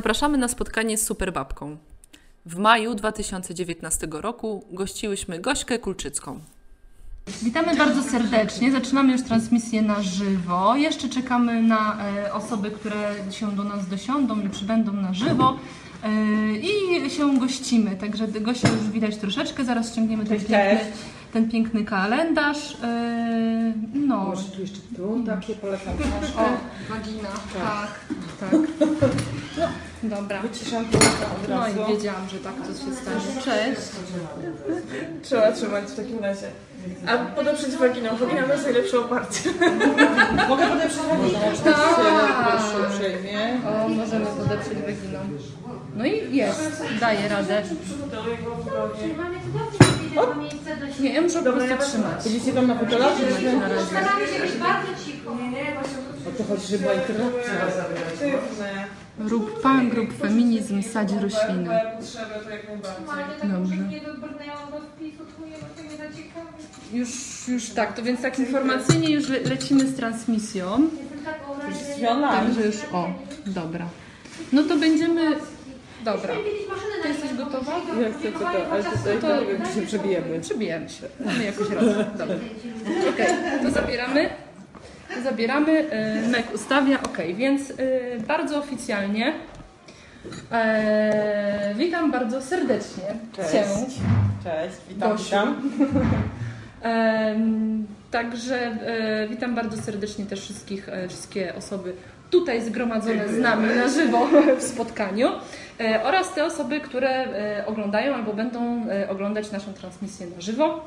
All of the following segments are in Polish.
Zapraszamy na spotkanie z Superbabką. W maju 2019 roku gościłyśmy Gośkę Kulczycką. Witamy bardzo serdecznie. Zaczynamy już transmisję na żywo. Jeszcze czekamy na osoby, które się do nas dosiądą i przybędą na żywo. I się gościmy. Także Gosię już widać troszeczkę. Zaraz ściągniemy ten piękny kalendarz. No. Może tu jeszcze takie polecam książkę. O, wagina. Tak. No, dobra. Wyciszam to od razu. No i wiedziałam, że tak to się stanie. Cześć. Trzeba trzymać w takim razie. A podeprzeć waginą. Wagina to jest najlepsze oparcie. Mogę podeprzeć waginą. Oczywiście, uprzejmie. O, możemy podeprzeć waginą. No i jest. Daje radę. Nie, ja muszę po prostu trzymać. Będziecie tam na fotela? Na razie. Staramy się być bardzo cicho. O to chodzi, żeby była interakcja. Rób pan, rób feminizm, sadź rośliny. Potrzebę to jak najbardziej. Ale tak Dobrze. nie dobrnęłam do wpisu, to nie zaciekawi. Już tak, to więc tak informacyjnie już lecimy z transmisją. Jestem tak obrażona. Także już, dobra. No to będziemy, dobra. Ty jesteś gotowa? Ja chcę tylko, ale tutaj To- nie wiem, czy się przebijemy. Przebijemy się, mamy jakoś razem. Dobra. Okej, to zabieramy. Mek ustawia, więc bardzo oficjalnie witam bardzo serdecznie Cię. Cześć, witam, Gosiu. witam. Także witam bardzo serdecznie też wszystkie osoby tutaj zgromadzone z nami na żywo w spotkaniu oraz te osoby, które oglądają albo będą oglądać naszą transmisję na żywo.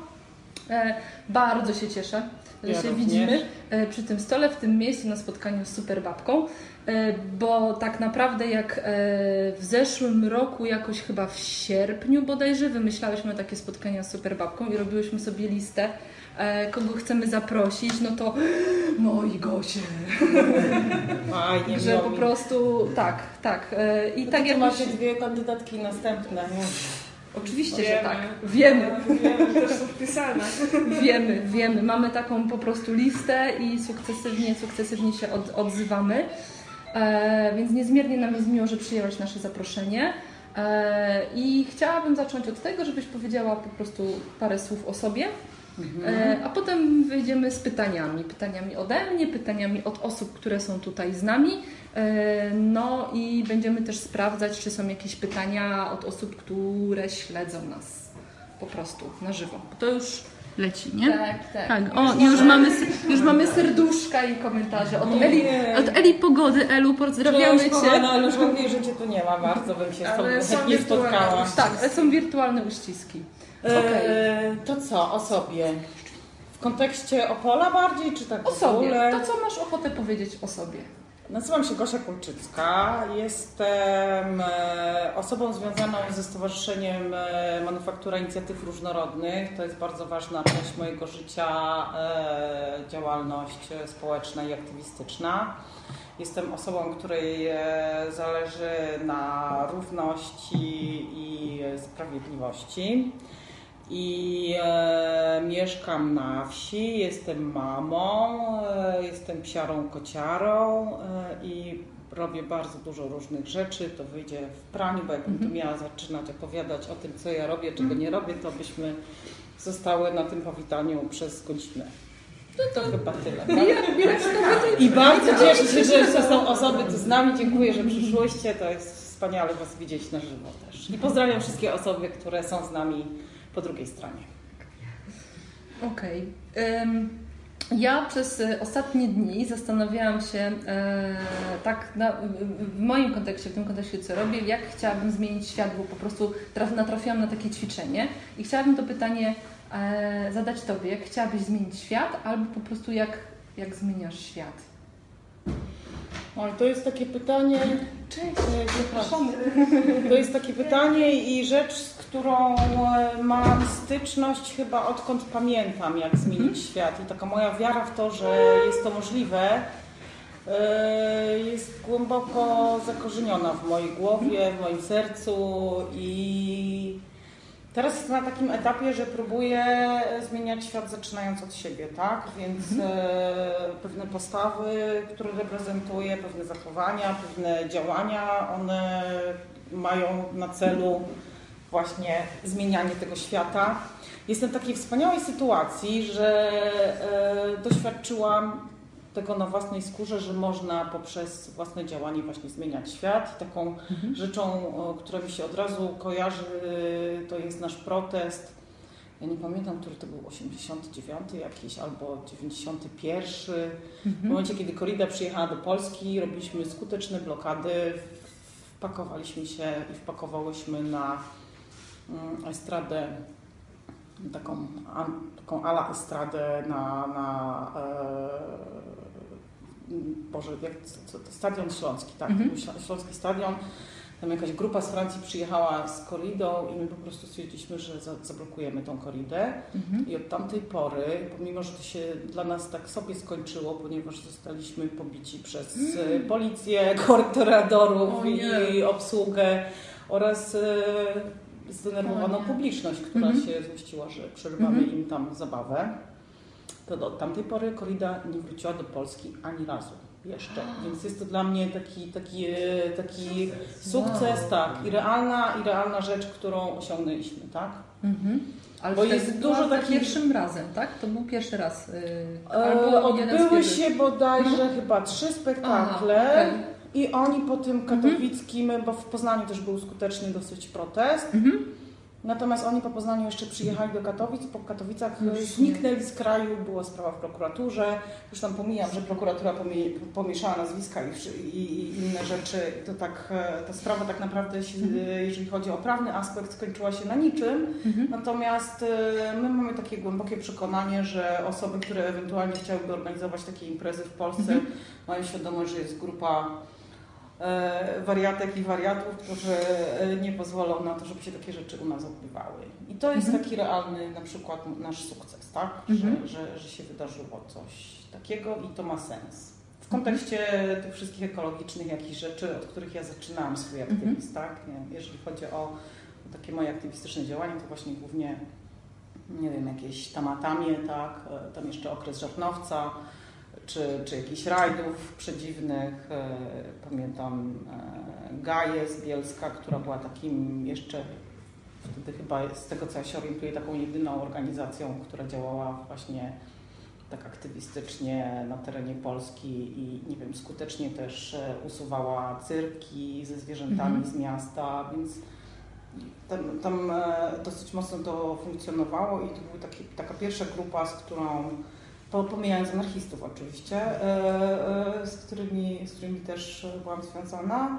Bardzo się cieszę, że Ja się również. widzimy przy tym stole, w tym miejscu na spotkaniu z Superbabką, bo tak naprawdę jak w zeszłym roku, jakoś chyba w sierpniu bodajże, wymyślałyśmy takie spotkania z Superbabką i robiłyśmy sobie listę, kogo chcemy zaprosić, no to no i Gosię. Fajnie, Że po prostu tak. I No tak to jak macie dwie kandydatki następne. oczywiście, że Wiemy. tak. Wiemy. Też są wpisane. Wiemy. Mamy taką po prostu listę i sukcesywnie się odzywamy. Więc niezmiernie nam jest miło, że przyjęłaś nasze zaproszenie. I chciałabym zacząć od tego, żebyś powiedziała po prostu parę słów o sobie. A potem wyjdziemy z pytaniami. Pytaniami ode mnie, pytaniami od osób, które są tutaj z nami. No i będziemy też sprawdzać, czy są jakieś pytania od osób, które śledzą nas po prostu na żywo. Bo to już leci, nie? Tak. O, już mamy serduszka i komentarze. Od Eli Pogody. Elu, pozdrawiamy Cię. No ale żałuję, że Cię tu nie ma. Bardzo bym się z Tobą chętnie spotkała. Tak, ale są wirtualne uściski. To co o sobie? W kontekście Opola bardziej, czy tak O w sobie. ogóle? To co masz ochotę powiedzieć o sobie? Nazywam się Gosia Kulczycka. Jestem osobą związaną ze Stowarzyszeniem Manufaktura Inicjatyw Różnorodnych. To jest bardzo ważna część mojego życia, działalność społeczna i aktywistyczna. Jestem osobą, której zależy na równości i sprawiedliwości. I mieszkam na wsi, jestem mamą, jestem psiarą, kociarą i robię bardzo dużo różnych rzeczy. To wyjdzie w praniu, bo jakbym tu miała zaczynać opowiadać o tym, co ja robię, czego nie robię, to byśmy zostały na tym powitaniu przez godzinę. No to chyba tyle. I bardzo cieszę się, że są osoby tu z nami. Dziękuję, że przyszłyście. To jest wspaniale Was widzieć na żywo też. I pozdrawiam wszystkie osoby, które są z nami po drugiej stronie. Okej. Ja przez ostatnie dni zastanawiałam się w moim kontekście, w tym kontekście co robię, jak chciałabym zmienić świat, bo po prostu natrafiłam na takie ćwiczenie i chciałabym to pytanie zadać Tobie, jak chciałabyś zmienić świat, albo po prostu jak zmieniasz świat? Oj, to jest takie pytanie. Cześć, Zapraszamy. To jest takie pytanie i rzecz, z którą mam styczność chyba odkąd pamiętam, jak zmienić świat. I taka moja wiara w to, że jest to możliwe, jest głęboko zakorzeniona w mojej głowie, w moim sercu i Teraz jest na takim etapie, że próbuję zmieniać świat zaczynając od siebie, tak? Więc pewne postawy, które reprezentuję, pewne zachowania, pewne działania, one mają na celu właśnie zmienianie tego świata. Jestem w takiej wspaniałej sytuacji, że doświadczyłam tego na własnej skórze, że można poprzez własne działanie właśnie zmieniać świat. I taką rzeczą, która mi się od razu kojarzy, to jest nasz protest. Ja nie pamiętam, który to był 89 jakiś albo 91. W momencie, kiedy Corrida przyjechała do Polski, robiliśmy skuteczne blokady, wpakowaliśmy się i wpakowałyśmy na estradę, taką ala estradę Boże, jak to Stadion Śląski, tak? Śląski Stadion. Tam jakaś grupa z Francji przyjechała z Corridą i my po prostu stwierdziliśmy, że zablokujemy tą Corridę. I od tamtej pory, pomimo że to się dla nas tak sobie skończyło, ponieważ zostaliśmy pobici przez policję, koordynadorów i obsługę oraz zdenerwowaną publiczność, która się złościła, że przerywamy im tam zabawę. To od tamtej pory Corrida nie wróciła do Polski ani razu jeszcze. Więc jest to dla mnie taki sukces, tak, i realna rzecz, którą osiągnęliśmy, tak? Ale bo jest dużo takich... pierwszym razem, tak? To był pierwszy raz. Odbyły się bodajże chyba 3 spektakle. I oni po tym katowickim, bo w Poznaniu też był skuteczny dosyć protest, natomiast oni po Poznaniu jeszcze przyjechali do Katowic, po Katowicach zniknęli z kraju, była sprawa w prokuraturze, już tam pomijam, że prokuratura pomieszała nazwiska i inne rzeczy, to tak, ta sprawa tak naprawdę, jeżeli chodzi o prawny aspekt, skończyła się na niczym, natomiast my mamy takie głębokie przekonanie, że osoby, które ewentualnie chciałyby organizować takie imprezy w Polsce, mają świadomość, że jest grupa wariatek i wariatów, którzy nie pozwolą na to, żeby się takie rzeczy u nas odbywały. I to jest taki realny na przykład nasz sukces, tak? Że się wydarzyło coś takiego i to ma sens. W kontekście tych wszystkich ekologicznych jakichś rzeczy, od których ja zaczynałam swój aktywizm, tak? Jeżeli chodzi o takie moje aktywistyczne działania, to właśnie głównie, nie wiem, jakieś tamatamie, tak? Tam jeszcze okres Żarnowca, czy jakichś rajdów przedziwnych. Pamiętam Gaję z Bielska, która była takim jeszcze wtedy chyba, z tego co ja się orientuję, taką jedyną organizacją, która działała właśnie tak aktywistycznie na terenie Polski i nie wiem, skutecznie też usuwała cyrki ze zwierzętami z miasta, więc tam dosyć mocno to funkcjonowało i to była taka pierwsza grupa, z którą, pomijając anarchistów oczywiście, z którymi też byłam związana.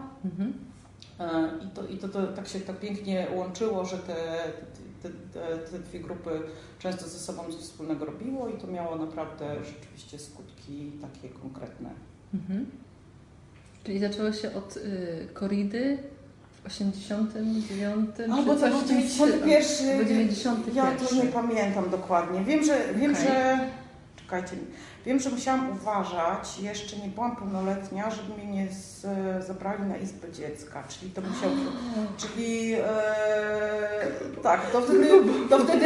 I to tak się tak pięknie łączyło, że te dwie grupy często ze sobą coś wspólnego robiło i to miało naprawdę rzeczywiście skutki takie konkretne. Czyli zaczęło się od Corridy w 89, albo to był 91. 91. Ja to nie pamiętam dokładnie. Wiem, że czekajcie, wiem, że musiałam uważać, jeszcze nie byłam pełnoletnia, żeby mnie nie zabrali na izbę dziecka, czyli to musiał, tak, to wtedy był,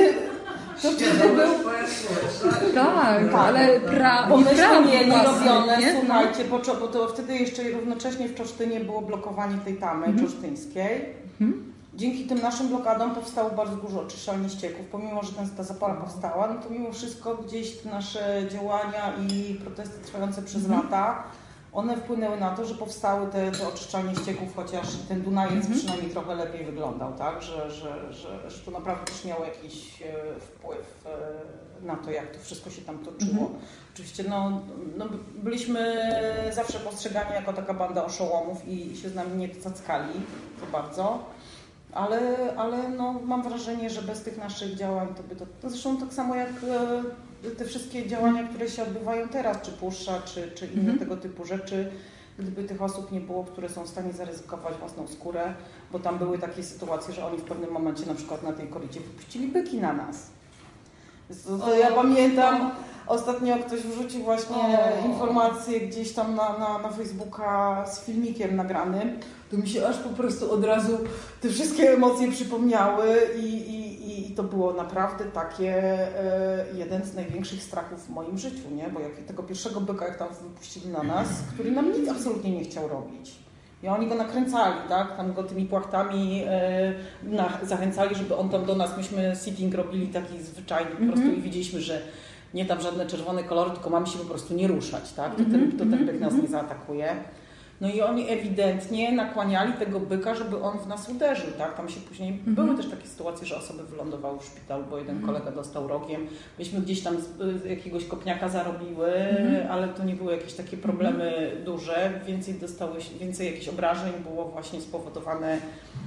tak, ale pomyślnie nie robione, słuchajcie, bo to wtedy jeszcze równocześnie w Czorsztynie było blokowanie tej tamy czorsztyńskiej. Dzięki tym naszym blokadom powstało bardzo dużo oczyszczalni ścieków. Pomimo, że ta zapora powstała, no to mimo wszystko gdzieś te nasze działania i protesty trwające przez lata, one wpłynęły na to, że powstały te oczyszczalnie ścieków, chociaż ten Dunajec przynajmniej trochę lepiej wyglądał, tak? Że to naprawdę też miało jakiś wpływ na to, jak to wszystko się tam toczyło. Oczywiście byliśmy zawsze postrzegani jako taka banda oszołomów i się z nami nie cackali za bardzo. Ale mam wrażenie, że bez tych naszych działań to zresztą tak samo jak te wszystkie działania, które się odbywają teraz, czy Puszcza, czy inne tego typu rzeczy, gdyby tych osób nie było, które są w stanie zaryzykować własną skórę, bo tam były takie sytuacje, że oni w pewnym momencie na przykład na tej Corridzie wypuścili byki na nas. To ja pamiętam, ostatnio ktoś wrzucił właśnie informację gdzieś tam na Facebooka z filmikiem nagranym. To mi się aż po prostu od razu te wszystkie emocje przypomniały i to było naprawdę takie jeden z największych strachów w moim życiu, nie? Bo jak tego pierwszego byka, jak tam wypuścili na nas, który nam nic absolutnie nie chciał robić. I oni go nakręcali, tak? Tam go tymi płachtami zachęcali, żeby on tam do nas, myśmy sitting robili taki zwyczajny po prostu i widzieliśmy, że nie tam żadne czerwone kolory, tylko mamy się po prostu nie ruszać, tak? To ten byk nas nie zaatakuje. No i oni ewidentnie nakłaniali tego byka, żeby on w nas uderzył, tak? Tam się później były też takie sytuacje, że osoby wylądowały w szpitalu, bo jeden kolega dostał rogiem. Myśmy gdzieś tam z jakiegoś kopniaka zarobiły, ale to nie były jakieś takie problemy duże. Więcej jakichś obrażeń było właśnie spowodowane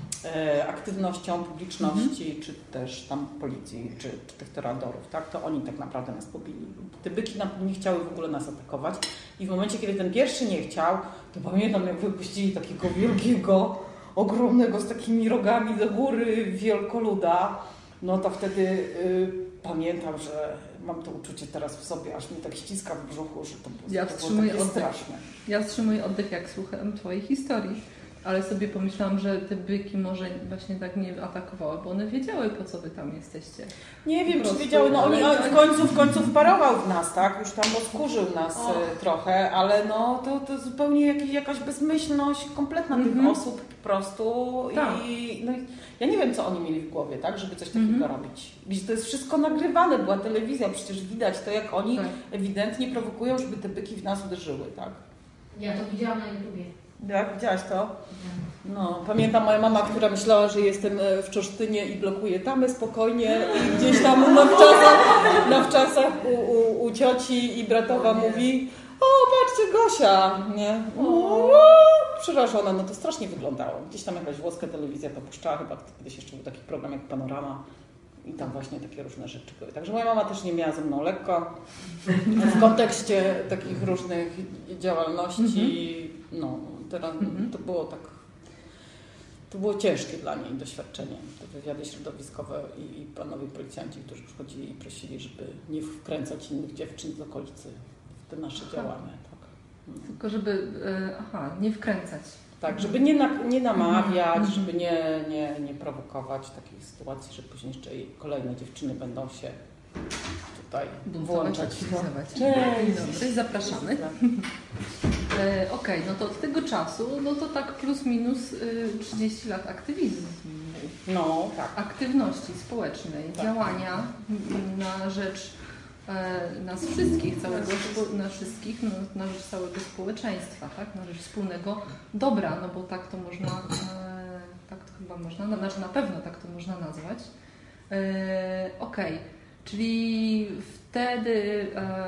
aktywnością publiczności, czy też tam policji, czy tych toreadorów, tak? To oni tak naprawdę nas pobili. Te byki nie chciały w ogóle nas atakować i w momencie, kiedy ten pierwszy nie chciał, to pamiętam, jak wypuścili takiego wielkiego, ogromnego, z takimi rogami do góry wielkoluda, no to wtedy pamiętam, że mam to uczucie teraz w sobie, aż mi tak ściska w brzuchu, że to było takie straszne. Ja wstrzymuję oddech, jak słucham Twojej historii. Ale sobie pomyślałam, że te byki może właśnie tak nie atakowały, bo one wiedziały, po co wy tam jesteście. Nie wiem, czy wiedziały, no oni w końcu wparował w nas, tak? Już tam rozkurzył nas trochę, ale no to zupełnie jakaś bezmyślność kompletna tych osób po prostu. Tak. Ja nie wiem, co oni mieli w głowie, tak? Żeby coś takiego robić. Gdzie to jest wszystko nagrywane, była telewizja, przecież widać to, jak oni ewidentnie prowokują, żeby te byki w nas uderzyły, tak? Ja to widziałam na YouTubie. Jak? Widziałaś to? No, pamiętam moja mama, która myślała, że jestem w Czorsztynie i blokuje tamy spokojnie i gdzieś tam na wczasach u cioci i bratowa mówi: o, patrzcie, Gosia, nie? Przerażona, no to strasznie wyglądało. Gdzieś tam jakaś włoska telewizja to puszczała, chyba kiedyś jeszcze był taki program jak Panorama. I tam właśnie takie różne rzeczy były. Także moja mama też nie miała ze mną lekko. W kontekście takich różnych działalności, no teraz to było tak, to było ciężkie dla niej doświadczenie. Te wywiady środowiskowe i panowie policjanci, którzy przychodzili i prosili, żeby nie wkręcać innych dziewczyn z okolicy w te nasze działania. Tak. Tylko żeby, nie wkręcać. Tak, żeby nie namawiać, żeby nie prowokować takich sytuacji, że później jeszcze kolejne dziewczyny będą się tutaj włączać. Dzień dobry, zapraszamy. Okej, no to od tego czasu, no to tak plus minus 30 lat aktywizmu. No, tak. Aktywności społecznej, działania na rzecz nas wszystkich, na rzecz całego społeczeństwa, tak? Na rzecz wspólnego dobra, no bo tak to można, tak to chyba można, znaczy na pewno tak to można nazwać. Czyli wtedy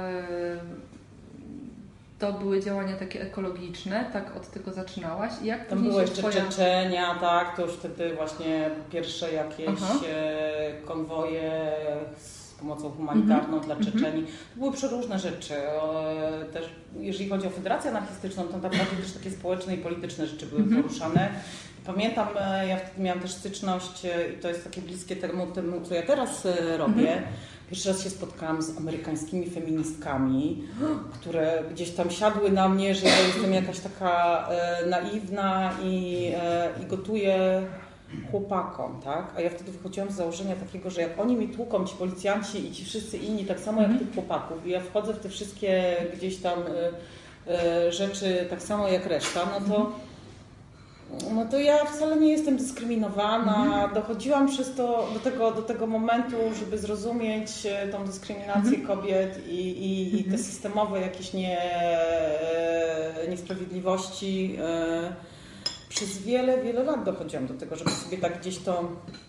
to były działania takie ekologiczne, tak od tego zaczynałaś. I jak tam było jeszcze Czeczenia, tak, to już wtedy właśnie pierwsze jakieś konwoje z pomocą humanitarną dla Czeczenii. To były przeróżne rzeczy. Też jeżeli chodzi o Federację Anarchistyczną, to naprawdę też takie społeczne i polityczne rzeczy były poruszane. Pamiętam, ja wtedy miałam też styczność i to jest takie bliskie temu, co ja teraz robię. Pierwszy raz się spotkałam z amerykańskimi feministkami, które gdzieś tam siadły na mnie, że ja jestem jakaś taka naiwna i gotuję chłopakom, tak? A ja wtedy wychodziłam z założenia takiego, że jak oni mi tłuką, ci policjanci i ci wszyscy inni, tak samo jak tych chłopaków, i ja wchodzę w te wszystkie gdzieś tam rzeczy tak samo jak reszta, no to ja wcale nie jestem dyskryminowana. Dochodziłam przez to do tego momentu, żeby zrozumieć tą dyskryminację kobiet i te systemowe jakieś niesprawiedliwości. Przez wiele, wiele lat dochodziłam do tego, żeby sobie tak gdzieś to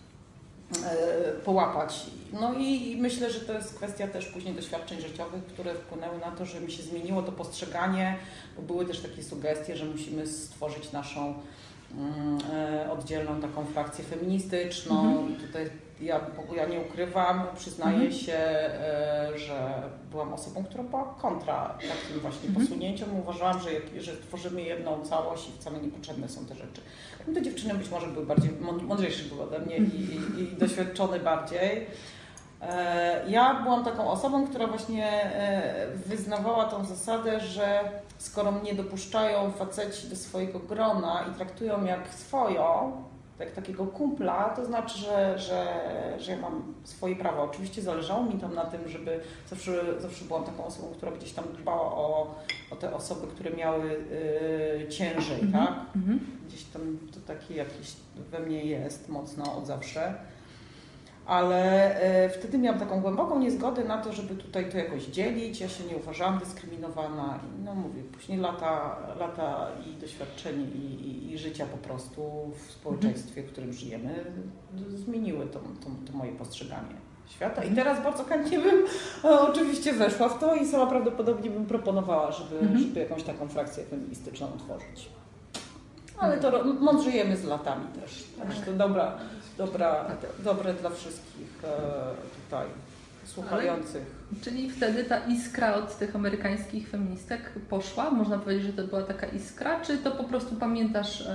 połapać. No i myślę, że to jest kwestia też później doświadczeń życiowych, które wpłynęły na to, że mi się zmieniło to postrzeganie, bo były też takie sugestie, że musimy stworzyć naszą oddzielną taką frakcję feministyczną. I tutaj ja nie ukrywam, przyznaję się, że byłam osobą, która była kontra takim właśnie posunięciom. Uważałam, że tworzymy jedną całość i wcale niepotrzebne są te rzeczy. No te dziewczyny być może były bardziej mądrzejsze były ode mnie i doświadczone bardziej. Ja byłam taką osobą, która właśnie wyznawała tą zasadę, że skoro mnie dopuszczają faceci do swojego grona i traktują jak swoją, takiego kumpla, to znaczy, że ja mam swoje prawa. Oczywiście zależało mi tam na tym, żeby zawsze byłam taką osobą, która gdzieś tam dbała o te osoby, które miały ciężej, tak? Gdzieś tam to takie jakieś we mnie jest mocno od zawsze. Ale wtedy miałam taką głęboką niezgodę na to, żeby tutaj to jakoś dzielić. Ja się nie uważałam dyskryminowana. I no mówię, później lata i doświadczenie i życia po prostu w społeczeństwie, w którym żyjemy, zmieniły to moje postrzeganie świata. I teraz bardzo chętnie bym oczywiście weszła w to i sama prawdopodobnie bym proponowała, żeby jakąś taką frakcję feministyczną utworzyć. Ale to mądrzejemy z latami też. Także to dobre dla wszystkich tutaj słuchających. Czyli wtedy ta iskra od tych amerykańskich feministek poszła? Można powiedzieć, że to była taka iskra? Czy to po prostu pamiętasz?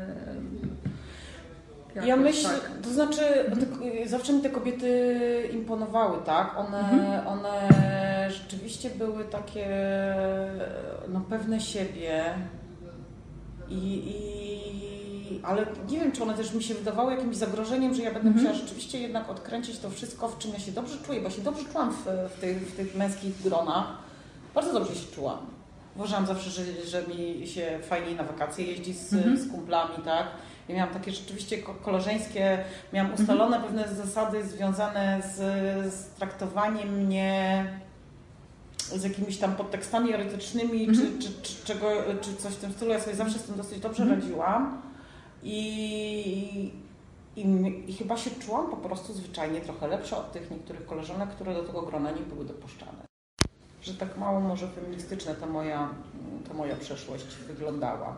Ja myślę, to znaczy zawsze mi te kobiety imponowały, tak? One rzeczywiście były takie pewne siebie. Ale nie wiem, czy one też mi się wydawały jakimś zagrożeniem, że ja będę musiała rzeczywiście jednak odkręcić to wszystko, w czym ja się dobrze czuję, bo się dobrze czułam w tych męskich gronach. Bardzo dobrze się czułam. Uważałam zawsze, że mi się fajniej na wakacje jeździ z kumplami, tak? Ja miałam takie rzeczywiście koleżeńskie, miałam ustalone pewne zasady związane z traktowaniem mnie z jakimiś tam podtekstami erotycznymi, czy coś w tym stylu. Ja sobie zawsze z tym dosyć dobrze radziłam i chyba się czułam po prostu zwyczajnie trochę lepsza od tych niektórych koleżanek, które do tego grona nie były dopuszczane. Że tak mało może feministyczne ta moja przeszłość wyglądała.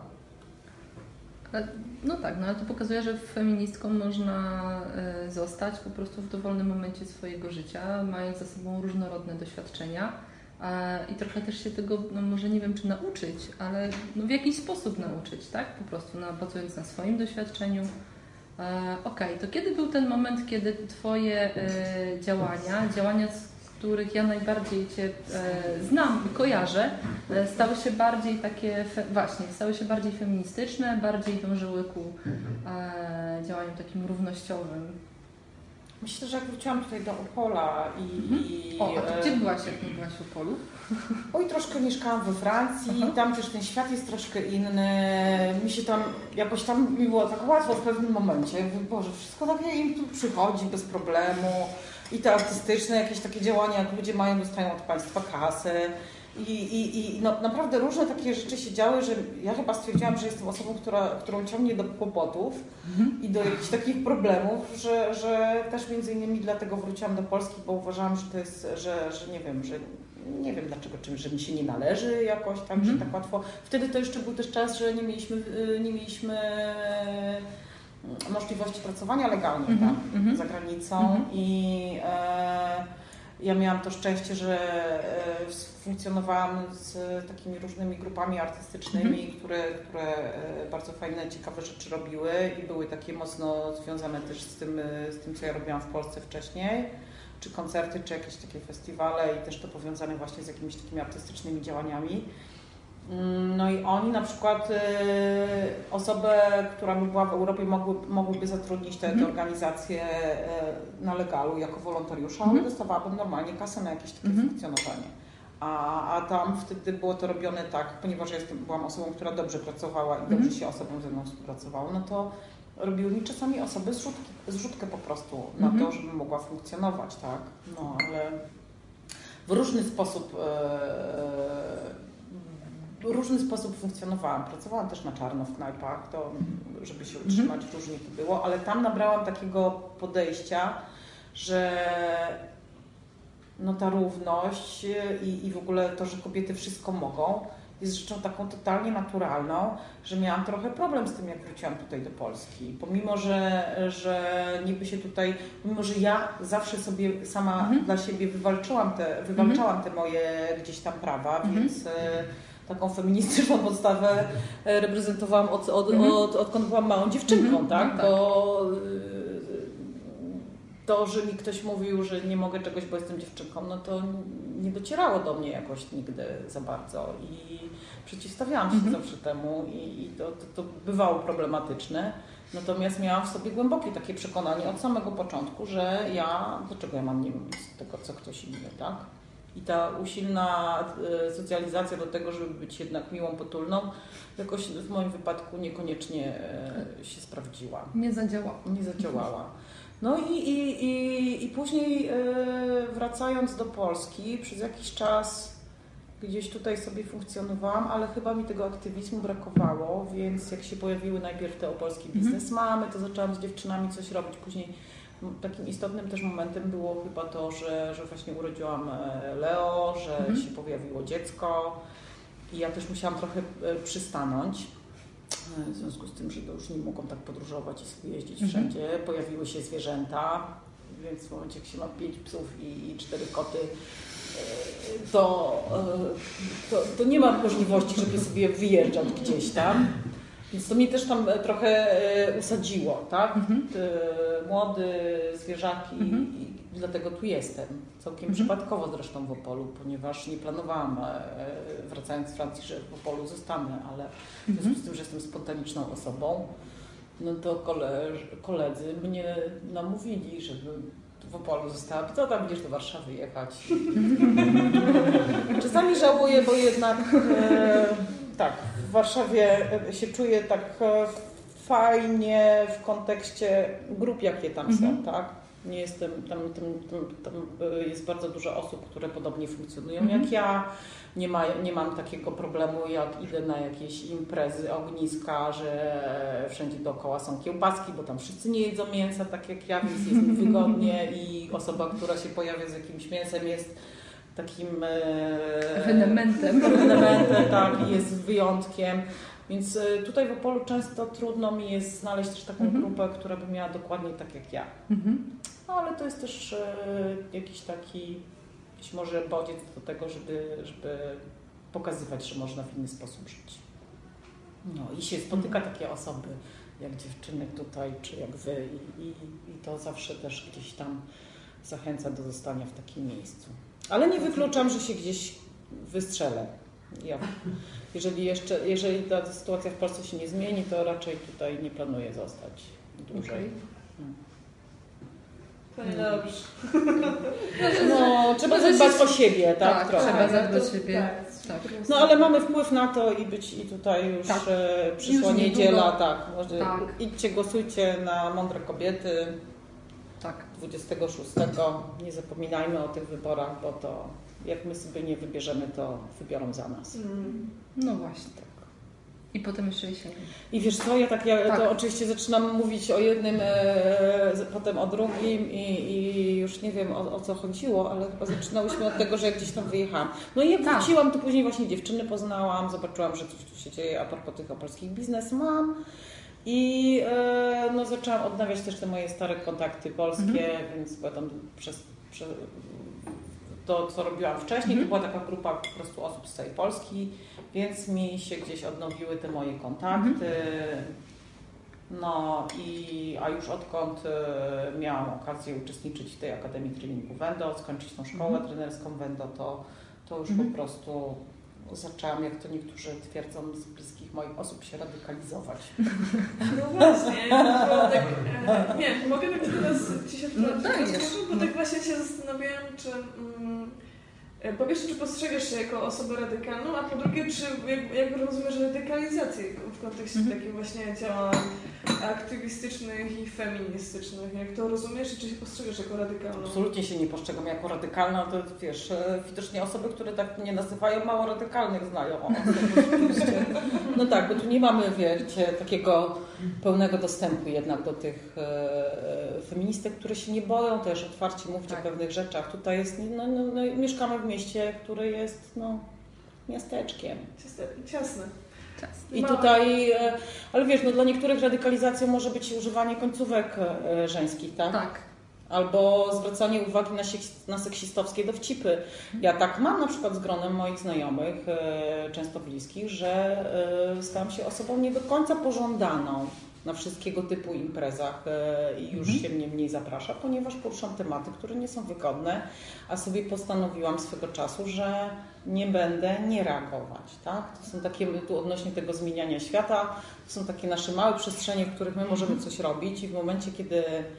No tak, ale to pokazuje, że feministką można zostać po prostu w dowolnym momencie swojego życia, mając za sobą różnorodne doświadczenia. I trochę też się tego, może nie wiem czy nauczyć, ale w jakiś sposób nauczyć, tak? Po prostu bazując na swoim doświadczeniu. Okej, to kiedy był ten moment, kiedy Twoje działania, z których ja najbardziej Cię znam i kojarzę, stały się bardziej takie, stały się bardziej feministyczne, bardziej dążyły ku działaniom takim równościowym? Myślę, że jak wróciłam tutaj do Opola a to gdzie byłaś, jak nie byłaś w Opolu? Oj, troszkę mieszkałam we Francji, tam też ten świat jest troszkę inny. Mi się tam, jakoś tam mi było tak łatwo w pewnym momencie. Boże, wszystko takie im tu przychodzi bez problemu. I te artystyczne jakieś takie działania, jak ludzie dostają od państwa kasę. I naprawdę różne takie rzeczy się działy, że ja chyba stwierdziłam, że jestem osobą, którą ciągnie do kłopotów i do jakichś takich problemów, że też między innymi dlatego wróciłam do Polski, bo uważałam, że to jest, że nie wiem dlaczego, że mi się nie należy jakoś tak, że tak łatwo. Wtedy to jeszcze był też czas, że nie mieliśmy możliwości pracowania legalnie za granicą i ja miałam to szczęście, że funkcjonowałam z takimi różnymi grupami artystycznymi, które bardzo fajne, ciekawe rzeczy robiły i były takie mocno związane też z tym, co ja robiłam w Polsce wcześniej, czy koncerty, czy jakieś takie festiwale i też to powiązane właśnie z jakimiś takimi artystycznymi działaniami. No i oni na przykład osobę, która by była w Europie, mogłyby zatrudnić te organizacje na legalu jako wolontariusza, ale dostawałabym normalnie kasę na jakieś takie funkcjonowanie. A tam wtedy było to robione tak, ponieważ ja byłam osobą, która dobrze pracowała i dobrze się osobą ze mną współpracowało, no to robiły mi czasami osoby zrzutkę po prostu na to, żebym mogła funkcjonować, tak? No ale w różny sposób funkcjonowałam. Pracowałam też na czarno w knajpach, to żeby się utrzymać różnie to było, ale tam nabrałam takiego podejścia, że ta równość i w ogóle to, że kobiety wszystko mogą, jest rzeczą taką totalnie naturalną, że miałam trochę problem z tym, jak wróciłam tutaj do Polski. Pomimo, że niby się tutaj, mimo że ja zawsze sobie sama dla siebie wywalczałam te moje gdzieś tam prawa, więc taką feministyczną podstawę reprezentowałam odkąd byłam małą dziewczynką, tak? Bo to, że mi ktoś mówił, że nie mogę czegoś, bo jestem dziewczynką, no to nie docierało do mnie jakoś nigdy za bardzo i przeciwstawiałam się zawsze temu i to bywało problematyczne. Natomiast miałam w sobie głębokie takie przekonanie od samego początku, że dlaczego ja mam nie mówić tego, co ktoś inny, tak? I ta usilna socjalizacja do tego, żeby być jednak miłą, potulną, jakoś w moim wypadku niekoniecznie się sprawdziła. Nie zadziałała. No i później wracając do Polski, przez jakiś czas gdzieś tutaj sobie funkcjonowałam, ale chyba mi tego aktywizmu brakowało, więc jak się pojawiły najpierw te opolskie biznesmamy, to zaczęłam z dziewczynami coś robić. Później takim istotnym też momentem było chyba to, że właśnie urodziłam Leo, że się pojawiło dziecko i ja też musiałam trochę przystanąć. W związku z tym, że już nie mogą tak podróżować i sobie jeździć wszędzie. Pojawiły się zwierzęta, więc w momencie, jak się ma 5 psów i 4 koty, to nie ma możliwości, żeby sobie wyjeżdżać gdzieś tam. Więc to mnie też tam trochę usadziło, tak? Młody, zwierzaki i dlatego tu jestem. Całkiem przypadkowo zresztą w Opolu, ponieważ nie planowałam, wracając z Francji, że w Opolu zostanę, ale w związku z tym, że jestem spontaniczną osobą, no to koledzy mnie namówili, żebym w Opolu została. Co tam będziesz do Warszawy jechać? Czasami żałuję, bo jednak tak, w Warszawie się czuję tak fajnie w kontekście grup, jakie tam są, tak? Nie jestem, tam jest bardzo dużo osób, które podobnie funkcjonują jak ja. Nie mam takiego problemu, jak idę na jakieś imprezy, ogniska, że wszędzie dookoła są kiełbaski, bo tam wszyscy nie jedzą mięsa, tak jak ja, więc jest mi wygodnie i osoba, która się pojawia z jakimś mięsem, jest takim ewenementem, tak, i jest wyjątkiem. Więc tutaj w Opolu często trudno mi jest znaleźć też taką grupę, która by miała dokładnie tak jak ja. No ale to jest też jakiś taki być może bodziec do tego, żeby pokazywać, że można w inny sposób żyć. No i się spotyka takie osoby jak dziewczyny tutaj, czy jak wy i to zawsze też gdzieś tam zachęca do zostania w takim miejscu. Ale nie wykluczam, że się gdzieś wystrzelę. Jeżeli ta sytuacja w Polsce się nie zmieni, to raczej tutaj nie planuję zostać dłużej. To niedobrze. No, trzeba zadbać o siebie, tak? Tak, trzeba zadbać o siebie. Tak. No ale mamy wpływ na to i tutaj już przyszła już niedziela, tak. Może tak. Idźcie, głosujcie na Mądre Kobiety. Tak. 26. Nie zapominajmy o tych wyborach, bo to jak my sobie nie wybierzemy, to wybiorą za nas. No właśnie. Tak. I potem jeszcze jesienią. I wiesz co, ja to oczywiście zaczynam mówić o jednym, potem o drugim i już nie wiem o co chodziło, ale chyba zaczynałyśmy od tego, że jak gdzieś tam wyjechałam. No i jak wróciłam, to później właśnie dziewczyny poznałam, zobaczyłam, że coś tu się dzieje a propos tych opolskich biznesmam. I zaczęłam odnawiać też te moje stare kontakty polskie, więc była tam przez to, co robiłam wcześniej, to była taka grupa po prostu osób z całej Polski, więc mi się gdzieś odnowiły te moje kontakty. No a już odkąd miałam okazję uczestniczyć w tej Akademii Treningu Wendo, skończyć tą szkołę trenerską Wendo, to już po prostu zaczęłam, jak to niektórzy twierdzą, z bliskich moich osób się radykalizować. No właśnie, tak, nie, mogę tak teraz Ci się bo tak właśnie się zastanawiałam, czy po pierwsze, czy postrzegasz się jako osobę radykalną, a po drugie, czy jak rozumiesz radykalizację w kontekście takich właśnie działań aktywistycznych i feministycznych? Jak to rozumiesz i czy się postrzegasz jako radykalną? Absolutnie się nie postrzegam jako radykalna, to wiesz, widocznie osoby, które tak mnie nazywają, mało radykalnych znają. No tak, bo tu nie mamy, wiecie, takiego pełnego dostępu jednak do tych feministek, które się nie boją też otwarcie mówić o pewnych rzeczach. Tutaj jest, mieszkamy w mieście, które jest miasteczkiem. Ciasne. I tutaj, ale wiesz, dla niektórych radykalizacją może być używanie końcówek żeńskich, tak? Tak. Albo zwracanie uwagi na seksistowskie dowcipy. Ja tak mam na przykład z gronem moich znajomych, często bliskich, że stałam się osobą nie do końca pożądaną. na wszystkiego typu imprezach i już się mnie mniej zaprasza, ponieważ poruszam tematy, które nie są wygodne, a sobie postanowiłam swego czasu, że nie będę nie reagować. Tak? To są takie, tu odnośnie tego zmieniania świata, to są takie nasze małe przestrzenie, w których my możemy coś robić i w momencie, kiedy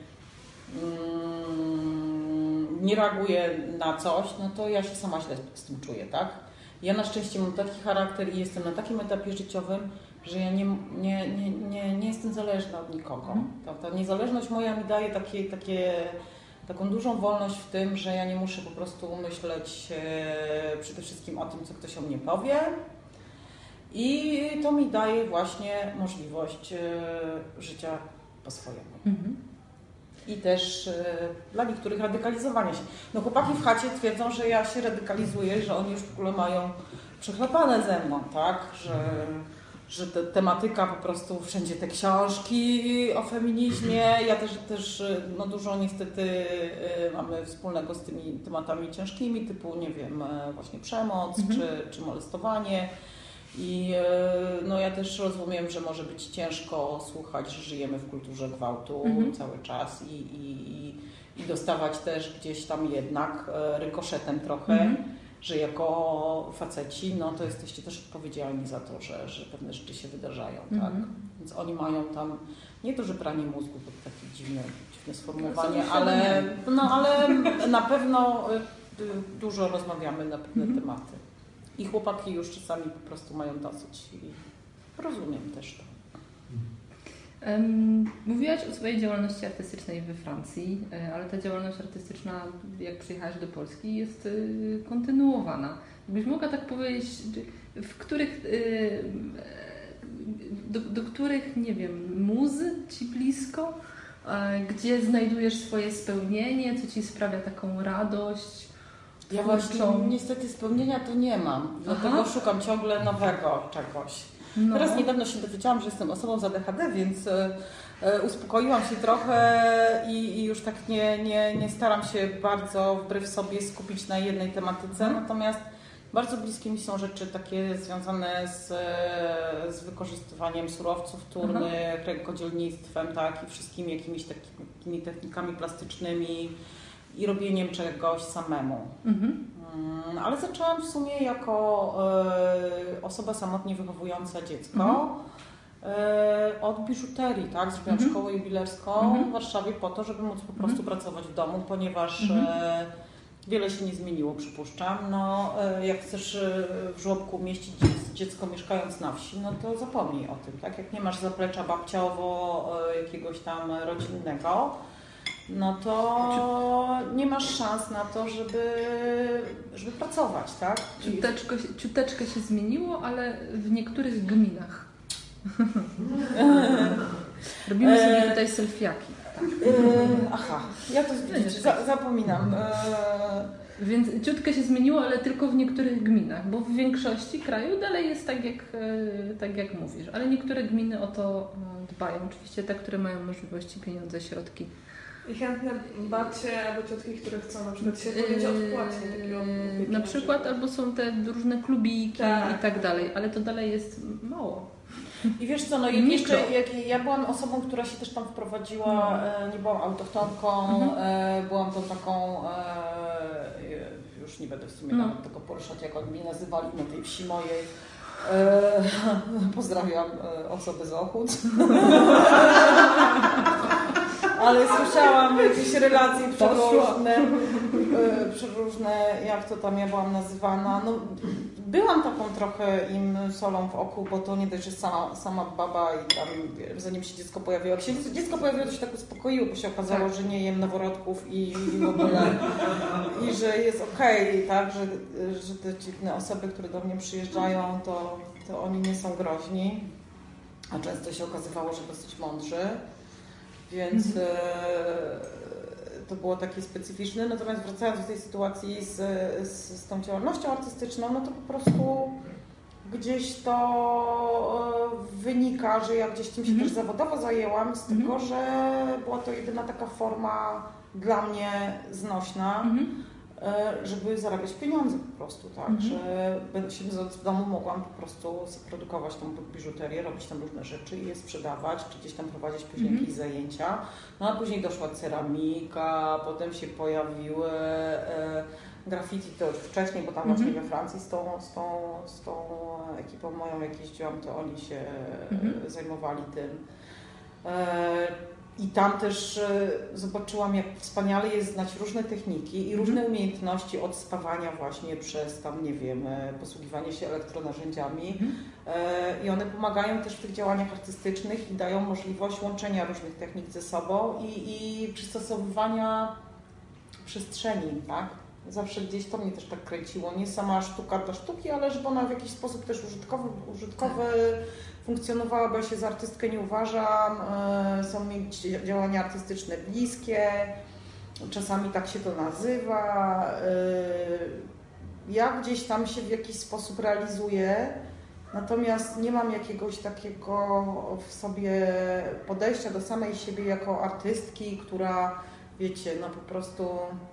nie reaguję na coś, no to ja się sama źle z tym czuję, tak? Ja na szczęście mam taki charakter i jestem na takim etapie życiowym, że ja nie jestem zależna od nikogo. Ta niezależność moja mi daje taką dużą wolność w tym, że ja nie muszę po prostu myśleć przede wszystkim o tym, co ktoś o mnie powie. I to mi daje właśnie możliwość życia po swojemu. I też dla niektórych radykalizowania się. No chłopaki w chacie twierdzą, że ja się radykalizuję, że oni już w ogóle mają przechlapane ze mną, tak? Że tematyka po prostu, wszędzie te książki o feminizmie. Ja też no dużo niestety mamy wspólnego z tymi tematami ciężkimi, typu, nie wiem, właśnie przemoc czy molestowanie. I no ja też rozumiem, że może być ciężko słuchać, że żyjemy w kulturze gwałtu cały czas i dostawać też gdzieś tam jednak rykoszetem trochę, że jako faceci, no to jesteście też odpowiedzialni za to, że pewne rzeczy się wydarzają, tak? Więc oni mają tam, nie to, że pranie mózgu, to takie dziwne sformułowanie, ale na pewno dużo rozmawiamy na pewne tematy. I chłopaki już czasami po prostu mają dosyć i rozumiem też to. Mówiłaś o swojej działalności artystycznej we Francji, ale ta działalność artystyczna, jak przyjechałaś do Polski, jest kontynuowana. Gdybyś mogła tak powiedzieć, w których, do których, nie wiem, muz ci blisko, gdzie znajdujesz swoje spełnienie, co ci sprawia taką radość? Ja właśnie niestety spełnienia to nie mam, dlatego szukam ciągle nowego czegoś. No. Teraz niedawno się dowiedziałam, że jestem osobą z ADHD, więc uspokoiłam się trochę i już tak nie staram się bardzo wbrew sobie skupić na jednej tematyce, natomiast bardzo bliskie mi są rzeczy takie związane z wykorzystywaniem surowców wtórnych, rękodzielnictwem, tak, i wszystkimi jakimiś takimi technikami plastycznymi i robieniem czegoś samemu. Ale zaczęłam w sumie jako osoba samotnie wychowująca dziecko od biżuterii, tak? Zrobiłam szkołę jubilerską w Warszawie po to, żeby móc po prostu pracować w domu, ponieważ wiele się nie zmieniło, przypuszczam. No, jak chcesz w żłobku mieścić dziecko mieszkając na wsi, no to zapomnij o tym, tak? Jak nie masz zaplecza babciowo jakiegoś tam rodzinnego, no to nie masz szans na to, żeby pracować, tak? Ciuteczkę się zmieniło, ale w niektórych gminach. Robimy sobie tutaj selfiaki. Aha, ja to zapominam. Więc ciutkę się zmieniło, ale tylko w niektórych gminach, bo w większości kraju dalej jest tak jak mówisz, ale niektóre gminy o to dbają. Oczywiście te, które mają możliwości, pieniądze, środki. I chętne babcie albo ciotki, które chcą na przykład się podjąć odpłatnie takiego opieki. Na przykład, albo są te różne klubiki i tak dalej, ale to dalej jest mało. I wiesz co, no ja byłam osobą, która się też tam wprowadziła, nie byłam autochtonką, byłam tą taką, już nie będę w sumie nawet tego poruszać, jak oni mnie nazywali na tej wsi mojej. Pozdrawiam osoby z Ochód. Ale słyszałam jakieś relacje przeróżne, jak to tam ja byłam nazywana. No, byłam taką trochę im solą w oku, bo to nie dość, że sama baba i tam zanim się dziecko pojawiło. Jak się dziecko pojawiło, to się tak uspokoiło, bo się okazało, że nie jem noworodków i w ogóle i że jest okej, tak, że te dziwne osoby, które do mnie przyjeżdżają, to oni nie są groźni, a często się okazywało, że dosyć mądrzy. Więc to było takie specyficzne. Natomiast wracając do tej sytuacji z tą działalnością artystyczną, no to po prostu gdzieś to wynika, że ja gdzieś tym się też zawodowo zajęłam, z tego, że była to jedyna taka forma dla mnie znośna żeby zarabiać pieniądze po prostu, tak, że siedząc w domu mogłam po prostu produkować tą biżuterię, robić tam różne rzeczy i je sprzedawać, czy gdzieś tam prowadzić później jakieś zajęcia. No a później doszła ceramika, potem się pojawiły graffiti, to już wcześniej, bo tam właśnie we Francji z tą ekipą moją jak jeździłam, to oni się zajmowali tym. I tam też zobaczyłam, jak wspaniale jest znać różne techniki i różne umiejętności od spawania właśnie przez tam, nie wiem, posługiwanie się elektronarzędziami. I one pomagają też w tych działaniach artystycznych i dają możliwość łączenia różnych technik ze sobą i przystosowywania przestrzeni, tak? Zawsze gdzieś to mnie też tak kręciło. Nie sama sztuka dla sztuki, ale żeby ona w jakiś sposób też użytkowy funkcjonowała, bo ja się za artystkę nie uważam. Są mi działania artystyczne bliskie, czasami tak się to nazywa. Ja gdzieś tam się w jakiś sposób realizuję, natomiast nie mam jakiegoś takiego w sobie podejścia do samej siebie jako artystki, która, wiecie, no po prostu